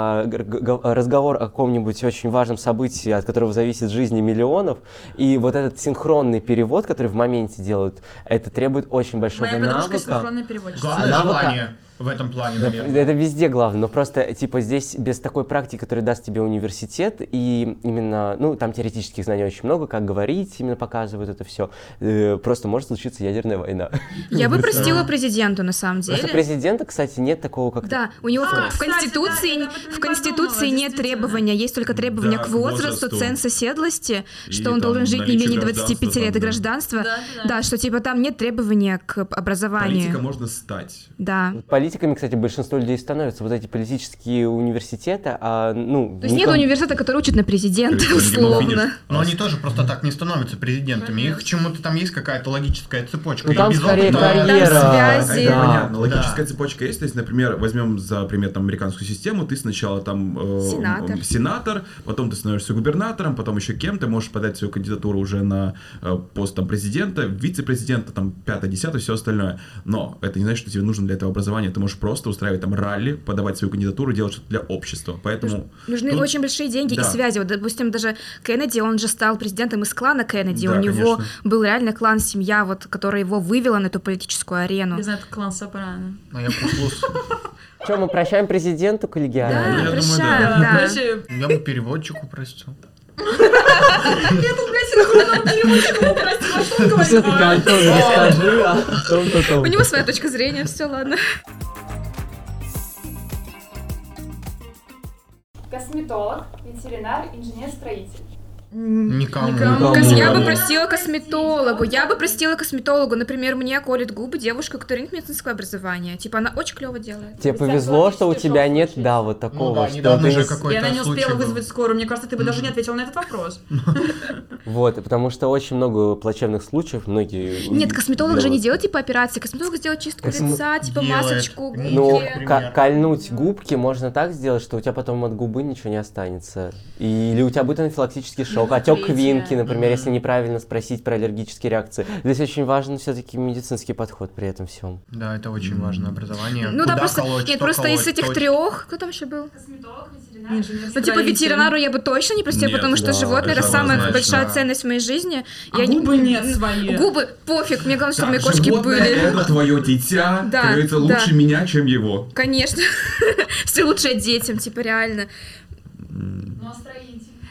Speaker 1: э, разговор о каком-нибудь очень важном событии, от которого зависит жизнь миллионов, и вот этот синхронный перевод, который в моменте делают, это требует очень большого навыка.
Speaker 7: Синхронный переводчик.
Speaker 5: Главное
Speaker 1: навыка...
Speaker 5: желание в этом плане,
Speaker 1: да,
Speaker 5: наверное.
Speaker 1: это везде главное, но просто, типа, здесь без такой практики, которая даст тебе университет, и именно, ну, там теоретических знаний очень много, как говорить, именно показывают это все, э, просто может случиться ядерная война.
Speaker 4: Я бы простила президенту, на самом деле.
Speaker 1: Просто президента, кстати, нет такого, как...
Speaker 4: Да, у него
Speaker 7: а,
Speaker 4: в, в Конституции, да, в Конституции нет требования, есть только требования да, к возрасту, возрасту, ценз оседлости, что он должен жить не менее двадцати пяти лет и гражданства. Да, да. да, что, типа, там нет требования к образованию.
Speaker 6: Политика можно стать.
Speaker 4: Да.
Speaker 1: Политиками, кстати, большинство людей становятся, вот эти политические университеты, а, ну...
Speaker 4: То есть никому... нет университета, который учит на президента, условно.
Speaker 5: Но они тоже просто так не становятся президентами, их к чему-то там есть какая-то логическая цепочка.
Speaker 1: Ну там скорее карьера.
Speaker 4: Там связи.
Speaker 6: Да, понятно, логическая да. цепочка есть, то есть, например, возьмем за пример там американскую систему, ты сначала там э,
Speaker 4: сенатор.
Speaker 6: сенатор, потом ты становишься губернатором, потом еще кем, ты можешь подать свою кандидатуру уже на э, пост там президента, вице-президента, там пятое, десятое, все остальное. Но это не значит, что тебе нужно для этого образования, ты можешь просто устраивать там ралли, подавать свою кандидатуру, делать что-то для общества. Поэтому
Speaker 4: нужны
Speaker 6: тут...
Speaker 4: очень большие деньги да. и связи. Вот, допустим, даже Кеннеди, он же стал президентом из клана Кеннеди.
Speaker 6: Да,
Speaker 4: у него
Speaker 6: конечно.
Speaker 4: был реально клан, семья, вот, которая его вывела на эту политическую арену.
Speaker 7: Я знаю, это клан Сопрано.
Speaker 5: А я послушал.
Speaker 1: Что, мы прощаем президенту коллегиально?
Speaker 4: Да, прощаем, да.
Speaker 5: Я бы переводчику простил.
Speaker 7: Я тут, блядь, переводчику простила, что он говорит?
Speaker 1: Все-таки, Антон, расскажи о том-то том.
Speaker 4: У него своя точка зрения, все, ладно.
Speaker 8: Косметолог, ветеринар, инженер-строитель.
Speaker 5: Никому.
Speaker 4: Никому. Я бы простила косметологу. Я бы простила косметологу. Например, мне колет губы девушка, которая нет медицинского образования. Типа, она очень клево делает.
Speaker 1: Тебе повезло, что у тебя нет, да, вот такого.
Speaker 5: Ну да,
Speaker 1: что
Speaker 5: недавно
Speaker 1: ты...
Speaker 5: же какой-то
Speaker 7: Я на не успела
Speaker 5: был.
Speaker 7: вызвать скорую. Мне кажется, ты бы даже не ответила на этот вопрос.
Speaker 1: Вот, потому что очень много плачевных случаев, многие...
Speaker 4: Нет, косметолог же не делает, типа, операции. Косметолог сделает чистку лица, типа, масочку, губки.
Speaker 1: Ну, кольнуть губки можно так сделать, что у тебя потом от губы ничего не останется. Или у тебя будет анафилактический шок, отек квинки, например, если неправильно спросить про аллергические реакции. Здесь очень важен все-таки медицинский подход при этом всем.
Speaker 5: Да, это очень важное образование.
Speaker 4: Ну
Speaker 5: Куда
Speaker 4: да, просто
Speaker 5: колоть,
Speaker 4: нет, просто
Speaker 5: колоть,
Speaker 4: из этих
Speaker 5: точно.
Speaker 4: трех, кто там еще был?
Speaker 8: Косметолог, ветеринар.
Speaker 4: Ну, типа, ветеринару я бы точно не простила,
Speaker 6: Нет,
Speaker 4: потому что
Speaker 6: да,
Speaker 4: животное — это
Speaker 6: это
Speaker 4: самая
Speaker 6: однозначно.
Speaker 4: большая ценность в моей жизни.
Speaker 7: А я губы не... нет свои.
Speaker 4: Губы, пофиг, мне главное, чтобы мои кошки
Speaker 6: животное
Speaker 4: были.
Speaker 6: Это твое дитя,
Speaker 4: Да,
Speaker 6: как говорится,
Speaker 4: да.
Speaker 6: лучше меня, чем его.
Speaker 4: Конечно. Все лучше детям, типа, реально.
Speaker 8: Ну, а строитель?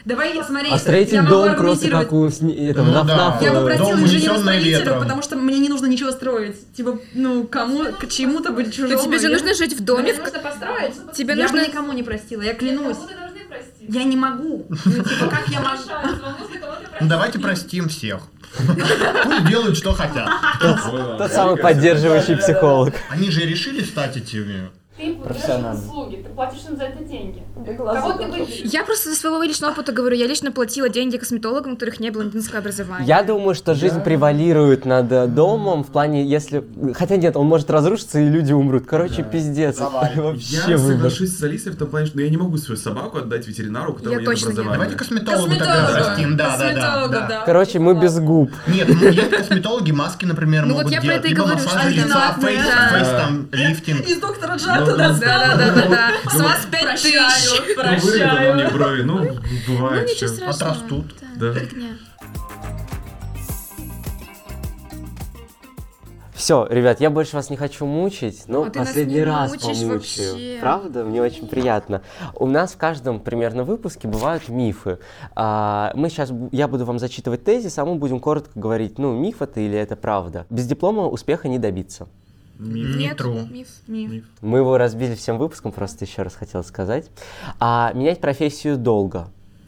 Speaker 7: Давай, я смотри,
Speaker 1: А строитель
Speaker 7: я могу
Speaker 1: дом просто
Speaker 7: аргументировать.
Speaker 1: как у сни- этого,
Speaker 5: Ну
Speaker 1: на
Speaker 5: да.
Speaker 1: ФНАФ,
Speaker 7: Я
Speaker 1: э,
Speaker 7: бы просила
Speaker 5: Дом, унесённый
Speaker 7: инженера-строителя,
Speaker 5: ветром.
Speaker 7: потому что мне не нужно ничего строить. Типа, ну, кому, к чему-то быть
Speaker 4: Но
Speaker 7: чужому.
Speaker 4: тебе же
Speaker 7: я-
Speaker 4: нужно жить в доме,
Speaker 7: Мне
Speaker 4: в
Speaker 7: нужно построить.
Speaker 4: Тебе
Speaker 7: я
Speaker 4: нужно-
Speaker 7: бы никому не простила, я клянусь.
Speaker 8: Кому-то должны простить.
Speaker 7: Я не могу. Ну, типа, как я могу?
Speaker 8: Соглашаюсь, вам нужно кого-то простить.
Speaker 5: Ну давайте простим всех. Пусть делают, что хотят.
Speaker 1: Тот самый поддерживающий психолог.
Speaker 5: Они же решили стать этими.
Speaker 8: Ты
Speaker 1: Профессионально.
Speaker 8: делаешь услуги, ты платишь им за это деньги. Кого ты выберешь?
Speaker 4: Я просто со своего личного опыта говорю, я лично платила деньги косметологам, у которых не было медицинского образования.
Speaker 1: Я думаю, что жизнь превалирует над э, домом в плане, если... Хотя нет, он может разрушиться, и люди умрут. Короче, пиздец. Вообще
Speaker 6: Я
Speaker 1: выбор.
Speaker 6: соглашусь с Алисой в том плане, что ну, я не могу свою собаку отдать ветеринару, у которого
Speaker 4: Я
Speaker 6: нет
Speaker 4: точно нет.
Speaker 6: образования.
Speaker 5: Давайте косметологу тогда
Speaker 7: Косметолога.
Speaker 5: простим. Да, да, да,
Speaker 7: Косметолога,
Speaker 5: да.
Speaker 7: да.
Speaker 1: Короче, мы без губ.
Speaker 5: Нет, ну есть косметологи, маски, например,
Speaker 4: Ну вот
Speaker 5: могут
Speaker 4: я про
Speaker 5: делать.
Speaker 4: это и
Speaker 5: Либо
Speaker 4: говорю,
Speaker 5: массаж
Speaker 7: что
Speaker 5: лица,
Speaker 7: одинаковые.
Speaker 5: фейс,
Speaker 1: Да.
Speaker 5: фейс там, лифтинг.
Speaker 7: Из доктора
Speaker 6: Ну,
Speaker 7: Джата
Speaker 6: ну,
Speaker 7: достал.
Speaker 4: Да-да-да-да. С вас пять тысяч.
Speaker 7: Прощаю,
Speaker 6: Ну, вырвет она мне
Speaker 7: прощаю.
Speaker 6: брови, ну,
Speaker 4: Ну
Speaker 6: бывает
Speaker 4: ничего
Speaker 6: всё.
Speaker 4: страшного.
Speaker 5: Отрастут.
Speaker 6: Да.
Speaker 4: Фигня.
Speaker 1: Все, ребят, я больше вас не хочу мучить, но
Speaker 4: А ты нас
Speaker 1: последний
Speaker 4: не
Speaker 1: раз
Speaker 4: мучишь
Speaker 1: помучаю.
Speaker 4: вообще.
Speaker 1: Правда? Мне очень приятно. У нас в каждом примерно выпуске бывают мифы. А, мы сейчас, я буду вам зачитывать тезис, а мы будем коротко говорить, ну, миф это или это правда. Без диплома успеха не добиться.
Speaker 6: Миф.
Speaker 5: Не
Speaker 4: Нет,
Speaker 5: true.
Speaker 4: миф.
Speaker 7: Миф.
Speaker 1: Мы его разбили всем выпуском, просто еще раз хотел сказать. А менять профессию долго.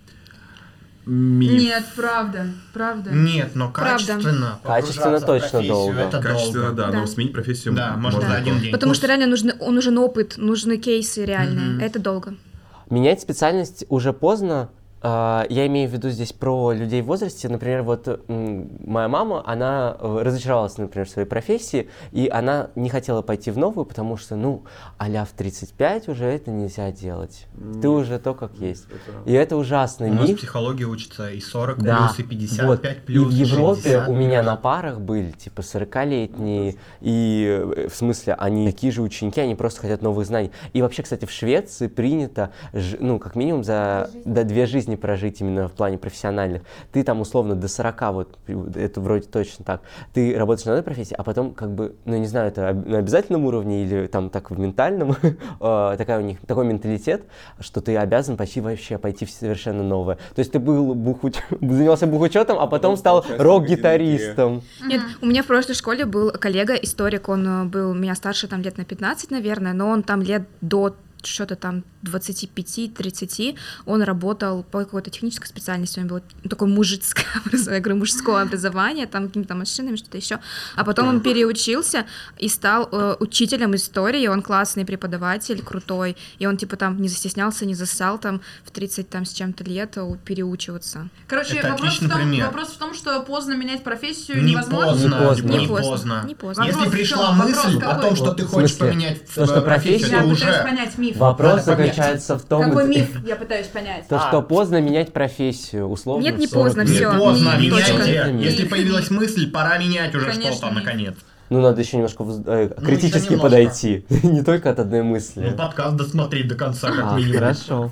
Speaker 6: Миф.
Speaker 7: Нет, правда, правда.
Speaker 5: Нет, но
Speaker 4: Правда.
Speaker 5: качественно.
Speaker 1: Качественно
Speaker 5: погружаться в
Speaker 1: точно
Speaker 5: профессию,
Speaker 1: долго.
Speaker 5: Это
Speaker 6: Качественно,
Speaker 5: долго.
Speaker 6: да,
Speaker 4: Да.
Speaker 6: но сменить профессию
Speaker 5: Да, можно за
Speaker 6: легко.
Speaker 5: один день.
Speaker 4: Потому
Speaker 5: Курс.
Speaker 4: что реально нужны, нужен опыт, нужны кейсы реальные.
Speaker 5: Мгм.
Speaker 4: Это долго.
Speaker 1: Менять специальность уже поздно. А, Я имею в виду здесь про людей в возрасте. Например, вот м, моя мама, она э, разочаровалась, например, в своей профессии, и она не хотела пойти в новую, потому что, ну, а-ля в тридцать пять уже это нельзя делать. Ты уже то, как есть. И это ужасный
Speaker 5: У нас
Speaker 1: миф.
Speaker 5: психология учится и сорок
Speaker 1: Да,
Speaker 5: плюс, и пятьдесят
Speaker 1: вот.
Speaker 5: пять плюс,
Speaker 1: И в Европе
Speaker 5: шестьдесят
Speaker 1: у меня
Speaker 5: плюс.
Speaker 1: на парах были, типа, сорокалетние, и э, в смысле, они такие же ученики, они просто хотят новых знаний. И вообще, кстати, в Швеции принято, ж- ну, как минимум, за до две жизни прожить именно в плане профессиональных. Ты там, условно, до сорока, вот, это вроде точно так, ты работаешь на одной профессии, а потом, как бы, ну, не знаю, это об- на обязательном уровне или там так в ментальном, э, такая у них, такой менталитет, что ты обязан почти вообще пойти в совершенно новое. То есть ты был бухуч... занялся бухучетом, а потом стал рок-гитаристом.
Speaker 4: Нет, у меня в прошлой школе был коллега, историк, он э, был меня старше там лет на пятнадцать, наверное, но он там лет до что-то там двадцати пяти тридцати, он работал по какой-то технической специальности, у него было такое мужицкое образование, я говорю, мужское образование, там какими-то машинами, что-то еще. А потом он переучился и стал э, учителем истории, он классный преподаватель, крутой, и он типа там не застеснялся, не зассал там в тридцать там с чем-то лет э, переучиваться.
Speaker 7: Короче,
Speaker 5: Это
Speaker 7: вопрос в,
Speaker 5: отличный
Speaker 7: том,
Speaker 5: пример.
Speaker 7: вопрос в том, что поздно менять профессию
Speaker 5: Не
Speaker 7: невозможно.
Speaker 5: поздно,
Speaker 1: Не поздно.
Speaker 5: не
Speaker 4: Не поздно.
Speaker 5: поздно.
Speaker 4: Не поздно.
Speaker 5: Если
Speaker 7: Вопрос в
Speaker 5: пришла
Speaker 7: чем? Вопрос
Speaker 5: мысль о
Speaker 7: какой?
Speaker 5: том, что ты
Speaker 1: В
Speaker 5: хочешь
Speaker 1: смысле?
Speaker 5: поменять
Speaker 1: То, что
Speaker 5: э, профессию,
Speaker 1: профессия-
Speaker 7: Я
Speaker 5: ты
Speaker 7: пытаюсь
Speaker 5: уже...
Speaker 7: понять миф.
Speaker 1: Вопрос
Speaker 5: Надо понять.
Speaker 1: заключается в том,
Speaker 7: Какой миф я пытаюсь понять?
Speaker 1: то,
Speaker 5: А.
Speaker 1: что поздно менять профессию, условно.
Speaker 4: Нет, не
Speaker 1: в сорок
Speaker 4: поздно,
Speaker 1: лет.
Speaker 5: Не
Speaker 4: всё.
Speaker 5: поздно,
Speaker 4: Точка.
Speaker 5: меняйте.
Speaker 1: Миф.
Speaker 5: Если появилась мысль, пора менять уже
Speaker 7: Конечно,
Speaker 5: что-то,
Speaker 7: миф.
Speaker 5: наконец.
Speaker 1: Ну, надо еще немножко воз- э,
Speaker 5: Ну,
Speaker 1: критически
Speaker 5: еще немножко.
Speaker 1: подойти. Не только от одной мысли.
Speaker 5: Ну, подкаст досмотреть до конца, как
Speaker 1: А,
Speaker 5: минимум.
Speaker 1: хорошо.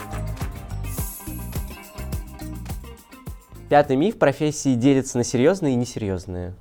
Speaker 1: Пятый миф: профессии делятся на серьезные и несерьезные.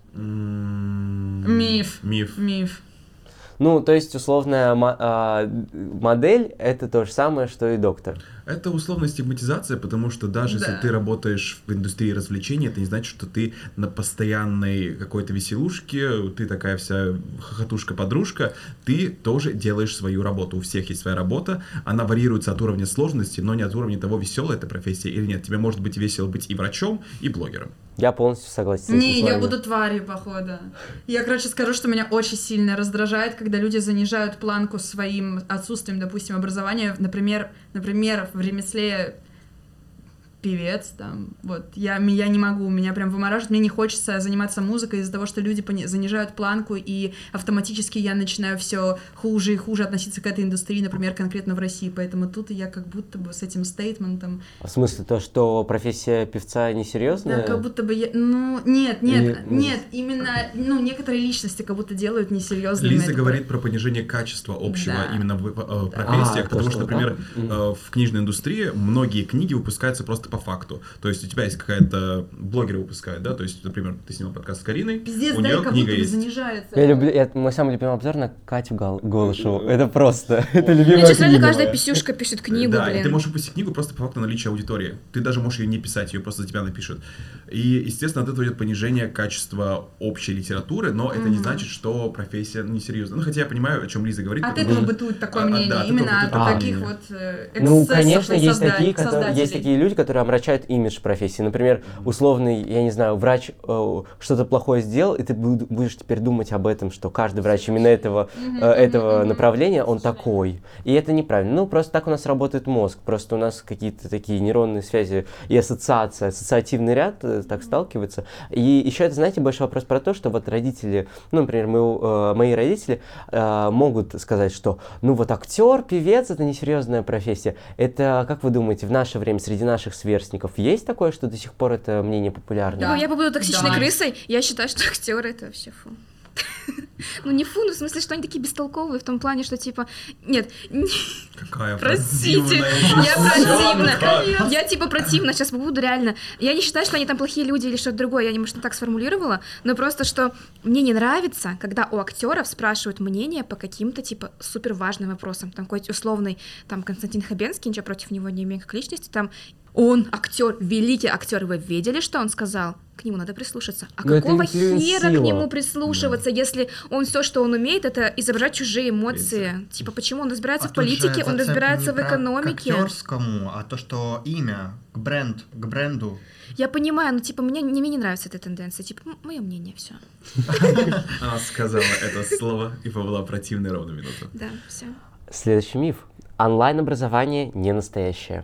Speaker 6: М,
Speaker 7: Миф.
Speaker 6: Миф.
Speaker 7: Миф.
Speaker 1: Ну, то есть, условная мо- а, модель — это то же самое, что и доктор.
Speaker 6: Это условная стигматизация, потому что даже
Speaker 7: Да.
Speaker 6: если ты работаешь в индустрии развлечений, это не значит, что ты на постоянной какой-то веселушке, ты такая вся хохотушка-подружка, ты тоже делаешь свою работу. У всех есть своя работа, она варьируется от уровня сложности, но не от уровня того, веселая эта профессия или нет. Тебе может быть весело быть и врачом, и блогером.
Speaker 1: Я полностью согласен с этим
Speaker 7: Не,
Speaker 1: с
Speaker 7: я
Speaker 1: вами.
Speaker 7: буду тварью, походу. Я, короче, скажу, что меня очень сильно раздражает, когда люди занижают планку своим отсутствием, допустим, образования. Например, например, в ремесле певец, там, вот, я, я не могу, меня прям вымораживает, мне не хочется заниматься музыкой из-за того, что люди пони- занижают планку, и автоматически я начинаю все хуже и хуже относиться к этой индустрии, например, конкретно в России, поэтому тут я как будто бы с этим стейтментом,
Speaker 1: В смысле, то, что профессия певца несерьезная?
Speaker 7: да, как будто бы я, ну, нет, нет,
Speaker 1: И-
Speaker 7: нет, именно, ну, некоторые личности как будто делают несерьезными.
Speaker 6: Лиза
Speaker 7: это
Speaker 6: говорит про понижение качества общего
Speaker 7: Да.
Speaker 6: именно в э, профессиях,
Speaker 1: А,
Speaker 6: потому
Speaker 1: то,
Speaker 6: что,
Speaker 1: что
Speaker 6: например,
Speaker 1: так? Мгм.
Speaker 6: э, в книжной индустрии многие книги выпускаются просто по факту. То есть у тебя есть какая-то... Блогеры выпускают, да? То есть, например, ты снял подкаст с Кариной,
Speaker 7: Пиздец,
Speaker 6: у
Speaker 7: да,
Speaker 6: нее
Speaker 7: как
Speaker 6: книга
Speaker 7: будто бы
Speaker 6: есть.
Speaker 7: занижается.
Speaker 1: Я люблю, это мой самый любимый обзор на Катю Гал- Голышеву. Это просто, это
Speaker 4: Мне
Speaker 1: любимая
Speaker 4: сейчас реально
Speaker 1: книга
Speaker 4: каждая
Speaker 1: моя.
Speaker 4: писюшка пишет книгу,
Speaker 6: Да, и
Speaker 4: блин.
Speaker 6: ты можешь выпустить книгу просто по факту наличия аудитории. Ты даже можешь ее не писать, ее просто за тебя напишут. И, естественно, от этого идет понижение качества общей литературы, но это не значит, что профессия несерьезная. Ну, хотя я понимаю, о чем Лиза говорит.
Speaker 7: От
Speaker 6: потому
Speaker 7: этого
Speaker 6: что-
Speaker 7: бытует такое
Speaker 6: А, а,
Speaker 7: мнение,
Speaker 6: да, от
Speaker 7: именно
Speaker 6: этого
Speaker 7: от
Speaker 6: бытует такое
Speaker 7: таких
Speaker 6: мнение.
Speaker 7: вот э,
Speaker 1: Ну,
Speaker 7: эксцессов
Speaker 1: конечно,
Speaker 7: и
Speaker 1: есть
Speaker 7: созда-
Speaker 1: такие, которые, есть
Speaker 7: создателей.
Speaker 1: такие люди, которые омрачают имидж профессии. Например, условный, я не знаю, врач э, что-то плохое сделал, и ты буд- будешь теперь думать об этом, что каждый врач именно этого, э, этого направления, он такой. И это неправильно. Ну, просто так у нас работает мозг. Просто у нас какие-то такие нейронные связи и ассоциация, ассоциативный ряд э, так сталкивается. И еще это, знаете, большой вопрос про то, что вот родители, ну, например, мы, э, мои родители э, могут сказать, что, ну, вот актер, певец — это несерьезная профессия. Это, как вы думаете, в наше время среди наших сверстников есть такое, что до сих пор это мнение популярно?
Speaker 7: Да.
Speaker 4: Ну, я побуду токсичной
Speaker 7: Да.
Speaker 4: крысой, я считаю, что актеры это вообще фу. Ну, не фу, ну, в смысле, что они такие бестолковые в том плане, что, типа, нет,
Speaker 6: Какая
Speaker 4: простите,
Speaker 6: противная
Speaker 4: я противна,
Speaker 6: девчонка.
Speaker 4: я, типа, противна, сейчас побуду реально. Я не считаю, что они там плохие люди или что-то другое, я, может, не так сформулировала, но просто, что мне не нравится, когда у актеров спрашивают мнение по каким-то, типа, супер важным вопросам, там, какой-то условный, там, Константин Хабенский, ничего против него не имею как личности, там, он актер, великий актер, вы видели, что он сказал? К нему надо прислушаться. А
Speaker 1: Но это
Speaker 4: какого хера к
Speaker 1: инфлюенсило.
Speaker 4: нему прислушиваться, если он все, что он умеет, это изображать чужие эмоции? Типа, почему он разбирается
Speaker 5: А
Speaker 4: в
Speaker 5: тут же
Speaker 4: политике, он
Speaker 5: зацеп
Speaker 4: разбирается
Speaker 5: не
Speaker 4: в
Speaker 5: про
Speaker 4: экономике?
Speaker 5: К актерскому, а то, что имя, к бренд, к бренду.
Speaker 4: Я понимаю, но типа мне не, мне не нравится эта тенденция. Типа, мое мнение, все.
Speaker 6: Она сказала это слово и побыла противной ровно минуту.
Speaker 4: Да, все.
Speaker 1: Следующий миф. Онлайн-образование не настоящее.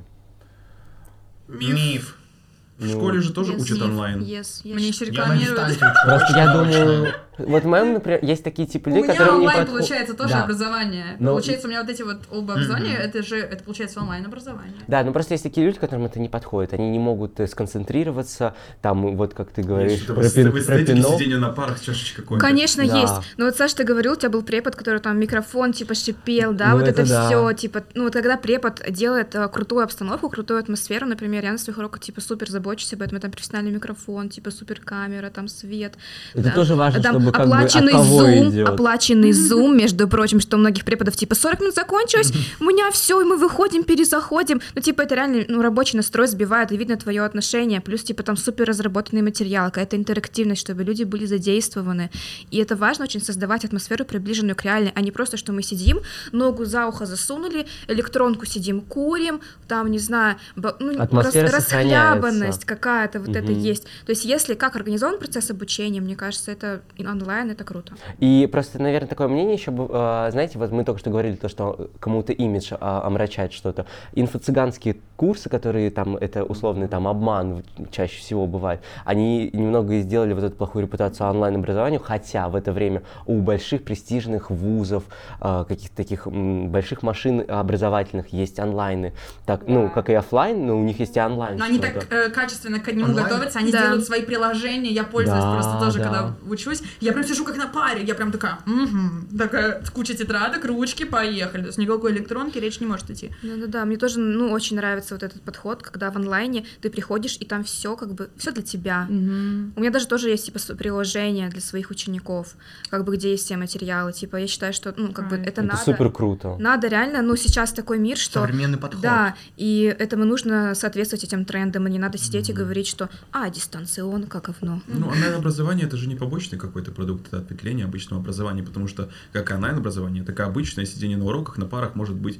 Speaker 5: Миф.
Speaker 6: В школе же тоже учат онлайн.
Speaker 4: Yes, yes.
Speaker 7: Мне еще
Speaker 5: Я на
Speaker 7: рекламируют.
Speaker 5: дистанции учу.
Speaker 1: Просто я
Speaker 5: Очно,
Speaker 1: думаю,
Speaker 5: очно.
Speaker 1: вот в моем, например, есть такие типы
Speaker 7: У
Speaker 1: людей,
Speaker 7: меня
Speaker 1: которые не
Speaker 7: онлайн
Speaker 1: подходят.
Speaker 7: получается тоже
Speaker 1: Да.
Speaker 7: образование.
Speaker 1: Но-
Speaker 7: Получается, у меня вот эти вот оба образования,
Speaker 5: Мгм.
Speaker 7: это же, это получается онлайн образование.
Speaker 1: Да, но просто есть такие люди, которым это не подходит. Они не могут э, сконцентрироваться, там, вот как ты говоришь,
Speaker 6: Что-то
Speaker 1: про,
Speaker 6: вы,
Speaker 1: пин-
Speaker 6: вы
Speaker 1: про
Speaker 6: стоите
Speaker 1: пинок.
Speaker 6: сиденье на парах с чашечкой какой-то.
Speaker 4: Конечно,
Speaker 1: Да.
Speaker 4: есть. Но вот, Саша, ты говорил, у тебя был препод, который там микрофон, типа, шипел, да,
Speaker 1: Ну,
Speaker 4: вот
Speaker 1: это
Speaker 4: это,
Speaker 1: да.
Speaker 4: все, типа, ну, вот когда препод делает э, крутую обстановку, крутую атмосферу, например, я на своих уроках, типа, супер забочусь об этом, и там профессиональный микрофон, типа, супер камера, там свет.
Speaker 1: Это
Speaker 4: Да.
Speaker 1: тоже важно,
Speaker 4: Там
Speaker 1: чтобы как бы от
Speaker 4: оплаченный
Speaker 1: кого
Speaker 4: Zoom,
Speaker 1: идет.
Speaker 4: оплаченный Zoom, между прочим, что у многих преподов, типа, сорок минут закончилось, у меня все, и мы выходим, перезаходим. Ну, типа, это реально, ну, рабочий настрой сбивает, и видно твое отношение, плюс, типа, там супер разработанный материал, какая-то интерактивность, чтобы люди были задействованы. И это важно очень создавать атмосферу, приближенную к реальной, а не просто, что мы сидим, ногу за ухо засунули, электронку сидим, курим, там, не знаю, б- ну,
Speaker 1: Атмосфера
Speaker 4: расхлябанность
Speaker 1: сохраняется.
Speaker 4: какая-то вот это
Speaker 1: Мгм.
Speaker 4: есть. То есть, если как организован процесс обучения, мне кажется, это и онлайн, это круто.
Speaker 1: И просто, наверное, такое мнение еще, б- а, знаете, вот мы только что говорили то, что кому-то имидж а, омрачает что-то. Инфо-цыганские курсы, которые там, это условный там обман в- чаще всего бывает, они немного и сделали вот эту плохую репутацию онлайн-образованию, хотя в это время у больших престижных вузов, а, каких-то таких м, больших машин образовательных есть онлайны, так, ну, как и оффлайн, но у них есть и онлайн.
Speaker 7: Но они
Speaker 1: что-то.
Speaker 7: так э, качественно к нему
Speaker 5: Онлайн?
Speaker 7: готовятся, они
Speaker 4: Да.
Speaker 7: делают свои приложения, я пользуюсь
Speaker 1: Да,
Speaker 7: просто тоже,
Speaker 1: да.
Speaker 7: когда учусь, я прям сижу как на паре, я прям такая, угу, такая куча тетрадок, ручки, поехали, то есть никакой электронки речь не может идти.
Speaker 4: Да-да-да, мне тоже, ну, очень нравится вот этот подход, когда в онлайне ты приходишь, и там все как бы, все для тебя. У меня даже тоже есть, типа, с- приложение для своих учеников, как бы, где есть все материалы, типа, я считаю, что, ну, как бы,
Speaker 7: Кайф.
Speaker 4: это,
Speaker 1: Это
Speaker 4: надо.
Speaker 1: супер круто.
Speaker 4: Надо реально, ну, сейчас такой мир, что...
Speaker 5: Современный подход.
Speaker 4: Да, и этому нужно соответствовать этим трендам, и не надо сидеть и говорить, что, а, дистанционка, говно.
Speaker 6: Ну, онлайн-образование — это же не побочный какой-то продукт, это ответвление обычного образования, потому что как онлайн-образование, так и обычное сидение на уроках, на парах может быть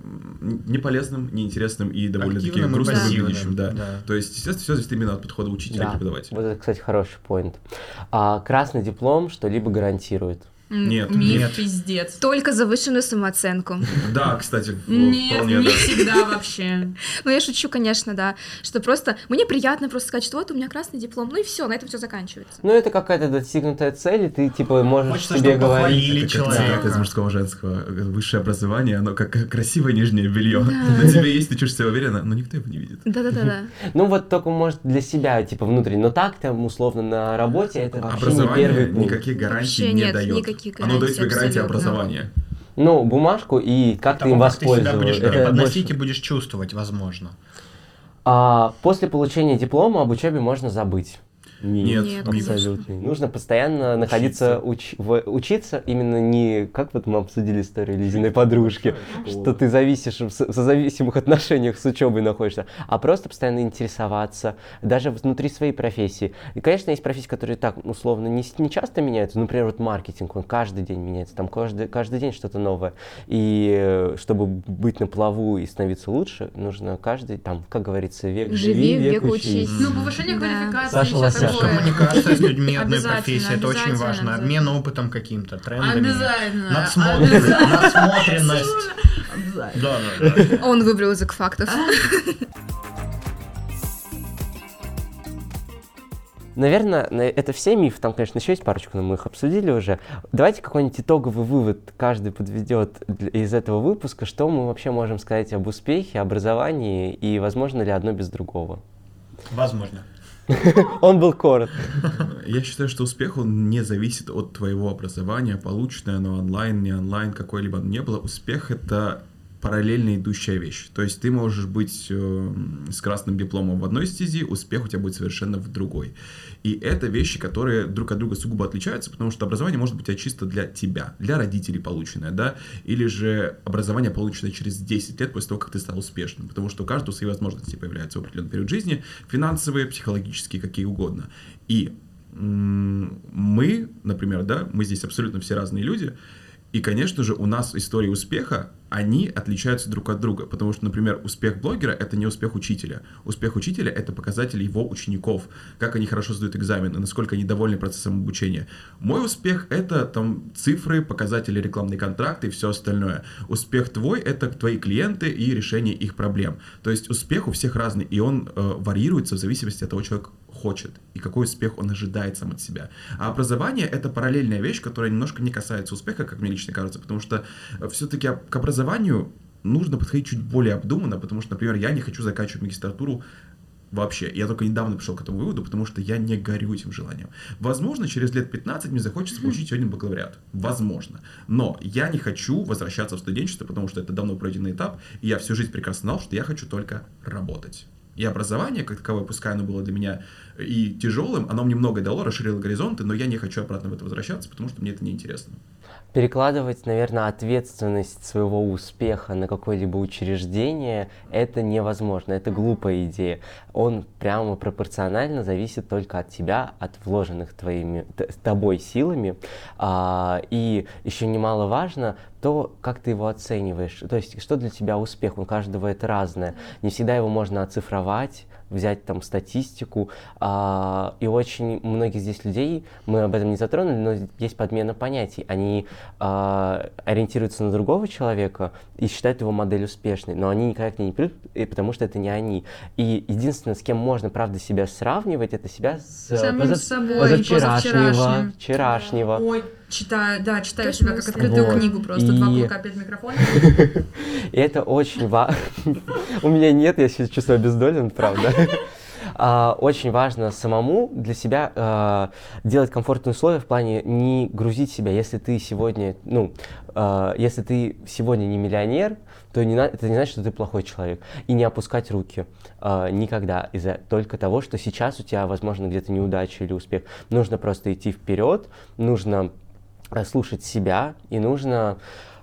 Speaker 6: м, не полезным, неинтересным и довольно-таки
Speaker 5: Активным и
Speaker 6: грустно
Speaker 5: пассивным,
Speaker 6: выглядящим. Да.
Speaker 5: да.
Speaker 6: То есть, естественно, все зависит именно от подхода учителя и
Speaker 1: Да.
Speaker 6: преподавателя.
Speaker 1: Вот это, кстати, хороший поинт. А, красный диплом что-либо гарантирует.
Speaker 7: М,
Speaker 6: Нет,
Speaker 7: Миф,
Speaker 5: нет.
Speaker 7: пиздец.
Speaker 4: Только завышенную самооценку.
Speaker 6: Да, кстати, в-
Speaker 7: Нет,
Speaker 6: вполне,
Speaker 7: не
Speaker 6: да.
Speaker 7: всегда вообще.
Speaker 4: Ну, я шучу, конечно, да, что просто мне приятно просто сказать, что вот у меня красный диплом, ну и все, на этом все заканчивается.
Speaker 1: Ну, это какая-то достигнутая цель, и ты, типа, можешь
Speaker 5: Хочется,
Speaker 1: себе
Speaker 5: чтобы
Speaker 1: говорить.
Speaker 5: похвалили
Speaker 6: Это как
Speaker 5: человека.
Speaker 6: цитата из мужского женского. Высшее образование, оно как красивое нижнее белье. На тебе есть, ты чувствуешь себя уверенно, но никто его не видит.
Speaker 4: Да-да-да.
Speaker 1: Ну, вот только, может, для себя, типа, внутренне. Но так, там, условно, на работе это вообще не первый
Speaker 6: Образование
Speaker 1: пункт.
Speaker 6: никаких гарантий
Speaker 4: Вообще
Speaker 6: не
Speaker 4: нет,
Speaker 6: дает.
Speaker 4: никаких
Speaker 6: Оно дает
Speaker 4: гарантий,
Speaker 6: тебе гарантии
Speaker 4: абсолютно.
Speaker 6: образования.
Speaker 1: Ну, бумажку и как ты им
Speaker 5: Того, как ты себя будешь
Speaker 1: воспользоваться. Это
Speaker 5: преподносить и
Speaker 1: больше-
Speaker 5: будешь чувствовать, возможно.
Speaker 1: А после получения диплома об учебе можно забыть.
Speaker 6: Нет,
Speaker 4: Нет,
Speaker 1: Абсолютно. Нужно постоянно находиться, уч- в- учиться, именно не, как вот мы обсудили историю ледяной подружки, что ты зависишь, в со- в созависимых отношениях с учебой находишься, а просто постоянно интересоваться, даже внутри своей профессии. И, конечно, есть профессии, которые так, условно, не, с- не часто меняются, например, вот маркетинг, он каждый день меняется, там каждый, каждый день что-то новое. И э, чтобы быть на плаву и становиться лучше, нужно каждый, там, как говорится, век
Speaker 4: Живи,
Speaker 1: живи,
Speaker 4: век учись.
Speaker 7: Ну, повышение
Speaker 4: Да.
Speaker 7: квалификации
Speaker 1: Саша
Speaker 7: и всё
Speaker 1: Лосяшка.
Speaker 7: такое.
Speaker 5: Коммуникация с людьми одной
Speaker 7: Обязательно,
Speaker 5: профессии, это очень
Speaker 7: обязательно,
Speaker 5: важно.
Speaker 7: обязательно.
Speaker 5: Обмен опытом каким-то, трендами.
Speaker 7: Обязательно.
Speaker 5: Надсмотренность.
Speaker 7: Обязательно.
Speaker 5: Надсмотренность.
Speaker 7: Обязательно.
Speaker 5: Да, да, да.
Speaker 4: Он выбрал язык фактов.
Speaker 1: Наверное, на- это все мифы, там, конечно, еще есть парочку, но мы их обсудили уже. Давайте какой-нибудь итоговый вывод каждый подведет для- из этого выпуска, что мы вообще можем сказать об успехе, образовании и возможно ли одно без другого.
Speaker 5: Возможно.
Speaker 1: Он был короток.
Speaker 6: Я считаю, что успех, он не зависит от твоего образования, полученное оно онлайн, не онлайн, какое-либо оно не было. Успех — это параллельно идущая вещь. То есть ты можешь быть э, с красным дипломом в одной стези, успех у тебя будет совершенно в другой. И это вещи, которые друг от друга сугубо отличаются, потому что образование может быть чисто для тебя, для родителей полученное, да, или же образование, полученное через десять лет после того, как ты стал успешным, потому что у каждого свои возможности появляются в определенный период жизни, финансовые, психологические, какие угодно. И м- мы, например, да, мы здесь абсолютно все разные люди, и, конечно же, у нас истории успеха, они отличаются друг от друга, потому что, например, успех блогера — это не успех учителя. Успех учителя — это показатель его учеников, как они хорошо сдают экзамены, насколько они довольны процессом обучения. Мой успех — это там цифры, показатели, рекламные контракты и все остальное. Успех твой — это твои клиенты и решение их проблем. То есть успех у всех разный, и он э, варьируется в зависимости от того, что человек хочет и какой успех он ожидает сам от себя. А образование — это параллельная вещь, которая немножко не касается успеха, как мне лично кажется, потому что все-таки к образованию нужно подходить чуть более обдуманно, потому что, например, я не хочу заканчивать магистратуру вообще. Я только недавно пришел к этому выводу, потому что я не горю этим желанием. Возможно, через лет пятнадцать мне захочется получить сегодня бакалавриат. Возможно. Но я не хочу возвращаться в студенчество, потому что это давно пройденный этап, и я всю жизнь прекрасно знал, что я хочу только работать. И образование, как таковое, пускай оно было для меня и тяжелым, оно мне многое дало, расширило горизонты, но я не хочу обратно в это возвращаться, потому что мне это неинтересно.
Speaker 1: Перекладывать, наверное, ответственность своего успеха на какое-либо учреждение — это невозможно, это глупая идея. Он прямо пропорционально зависит только от тебя, от вложенных твоими, т- тобой силами. А, и еще немаловажно то, как ты его оцениваешь. То есть, что для тебя успех? У каждого это разное. Не всегда его можно оцифровать, взять там статистику, а, и очень многих здесь людей, мы об этом не затронули, но есть подмена понятий. Они а, ориентируются на другого человека и считают его модель успешной, но они никогда к ней не придут, и потому что это не они. И единственное, с кем можно, правда, себя сравнивать, это себя с
Speaker 7: Самим
Speaker 1: поза-
Speaker 7: собой,
Speaker 1: позавчерашнего,
Speaker 7: позавчерашним.
Speaker 1: вчерашнего.
Speaker 7: Ой, читаю, да, читаю
Speaker 4: Точно,
Speaker 7: себя как открытую
Speaker 1: вот.
Speaker 7: книгу просто,
Speaker 1: И-
Speaker 7: два кулака перед микрофоном.
Speaker 1: И это очень важно. У меня нет, я сейчас чувствую обездолен, правда. А, Очень важно самому для себя а, делать комфортные условия в плане не грузить себя. Если ты сегодня, ну, а, если ты сегодня не миллионер, то не на- это не значит, что ты плохой человек. И не опускать руки а, никогда из-за только того, что сейчас у тебя, возможно, где-то неудача или успех. Нужно просто идти вперед, нужно а, слушать себя и нужно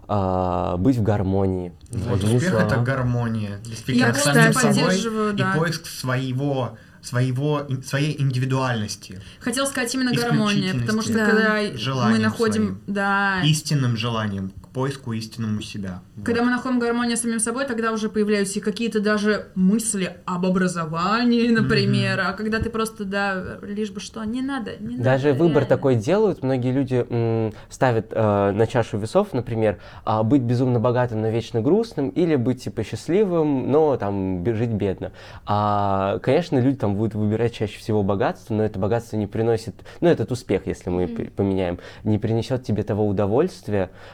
Speaker 1: а, быть в гармонии.
Speaker 5: Вот
Speaker 1: Одними
Speaker 5: успех — это
Speaker 1: словами.
Speaker 5: гармония. Действительно,
Speaker 7: Я,
Speaker 5: с самим
Speaker 7: кстати,
Speaker 5: собой
Speaker 7: поддерживаю,
Speaker 5: и
Speaker 7: да.
Speaker 5: поиск своего, своего, своей индивидуальности,
Speaker 7: Хотела сказать именно гармония, потому что
Speaker 5: Исключительности.
Speaker 7: когда мы
Speaker 5: Желанием
Speaker 7: находим,
Speaker 5: своим.
Speaker 7: да,
Speaker 5: истинным желанием, к поиску истинному себя.
Speaker 7: когда
Speaker 5: Вот.
Speaker 7: мы находим гармонию с самим собой, тогда уже появляются и какие-то даже мысли об образовании, например, а когда ты просто, да, лишь бы что, не надо, не
Speaker 1: Даже
Speaker 7: надо.
Speaker 1: выбор
Speaker 7: реально.
Speaker 1: такой делают. Многие люди м, ставят э, на чашу весов, например, а, быть безумно богатым, но вечно грустным, или быть типа счастливым, но там бе- жить бедно. А, конечно, люди там будут выбирать чаще всего богатство, но это богатство не приносит, ну этот успех, если мы п- поменяем, не принесет тебе того удовольствия, э, ко-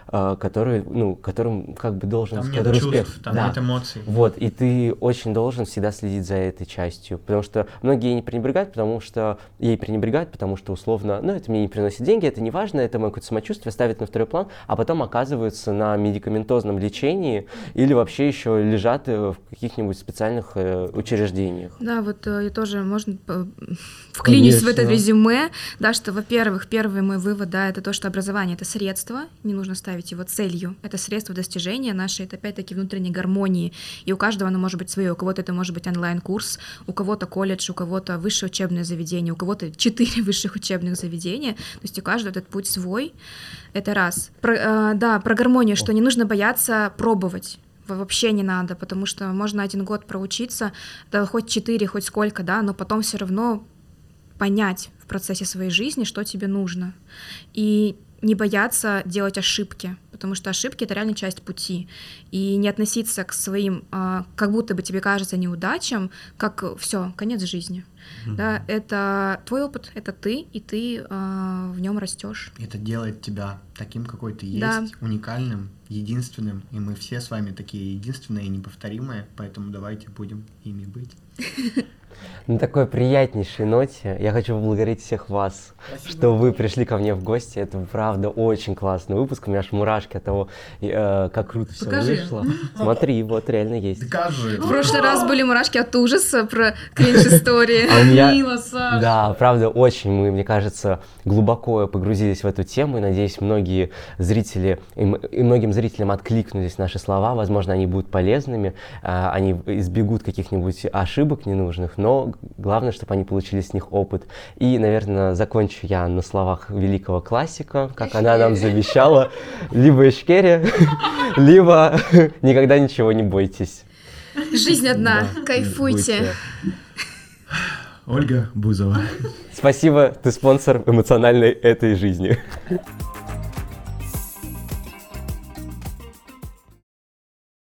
Speaker 1: который, ну, которым как бы должен...
Speaker 5: Там нет
Speaker 1: который
Speaker 5: чувств,
Speaker 1: успех.
Speaker 5: там
Speaker 1: Да.
Speaker 5: нет эмоций.
Speaker 1: Вот, и ты очень должен всегда следить за этой частью, потому что многие ей не пренебрегают, потому что ей пренебрегают, потому что условно, ну, это мне не приносит деньги, это не важно, это мое какое-то самочувствие, ставят на второй план, а потом оказываются на медикаментозном лечении или вообще еще лежат в каких-нибудь специальных э, учреждениях.
Speaker 4: Да, вот э, я тоже, можно э, вклинюсь в это
Speaker 1: Конечно.
Speaker 4: резюме, да, что, во-первых, первый мой вывод, да, это то, что образование — это средство, не нужно ставить его целью, это средство достижения нашей, это опять-таки внутренней гармонии, и у каждого оно может быть свое, у кого-то это может быть онлайн-курс, у кого-то колледж, у кого-то высшее учебное заведение, у кого-то четыре высших учебных заведения, то есть у каждого этот путь свой, это раз. Про, э, да, про гармонию, что не нужно бояться пробовать, вообще не надо, потому что можно один год проучиться, да, хоть четыре, хоть сколько, да, но потом все равно понять в процессе своей жизни, что тебе нужно. И не бояться делать ошибки, потому что ошибки — это реально часть пути. И не относиться к своим, а, как будто бы тебе кажется, неудачам, как все, конец жизни. Mm-hmm. Да, это твой опыт, это ты, и ты а, в нем растешь.
Speaker 5: Это делает тебя таким, какой ты есть,
Speaker 4: Да.
Speaker 5: уникальным, единственным. И мы все с вами такие единственные и неповторимые, поэтому давайте будем ими быть.
Speaker 1: На такой приятнейшей ноте я хочу поблагодарить всех вас, Спасибо. Что вы пришли ко мне в гости. Это правда очень классный выпуск. У меня аж мурашки от того, э, как круто все вышло. Смотри, вот реально есть.
Speaker 5: Докажи.
Speaker 4: В прошлый раз были мурашки от ужаса про кринж-истории.
Speaker 1: А у меня,
Speaker 7: Мило, Саш.
Speaker 1: да, правда, очень мы, мне кажется, глубоко погрузились в эту тему, и надеюсь, многие зрители, и, м- и многим зрителям откликнулись наши слова, возможно, они будут полезными, э, они избегут каких-нибудь ошибок ненужных, но главное, чтобы они получили с них опыт. И, наверное, закончу я на словах великого классика, как она нам завещала: либо Ишкерия, либо никогда ничего не бойтесь.
Speaker 4: Жизнь одна,
Speaker 1: Да.
Speaker 4: кайфуйте.
Speaker 1: Будьте.
Speaker 6: Ольга Бузова.
Speaker 1: Спасибо, ты спонсор эмоциональной этой жизни.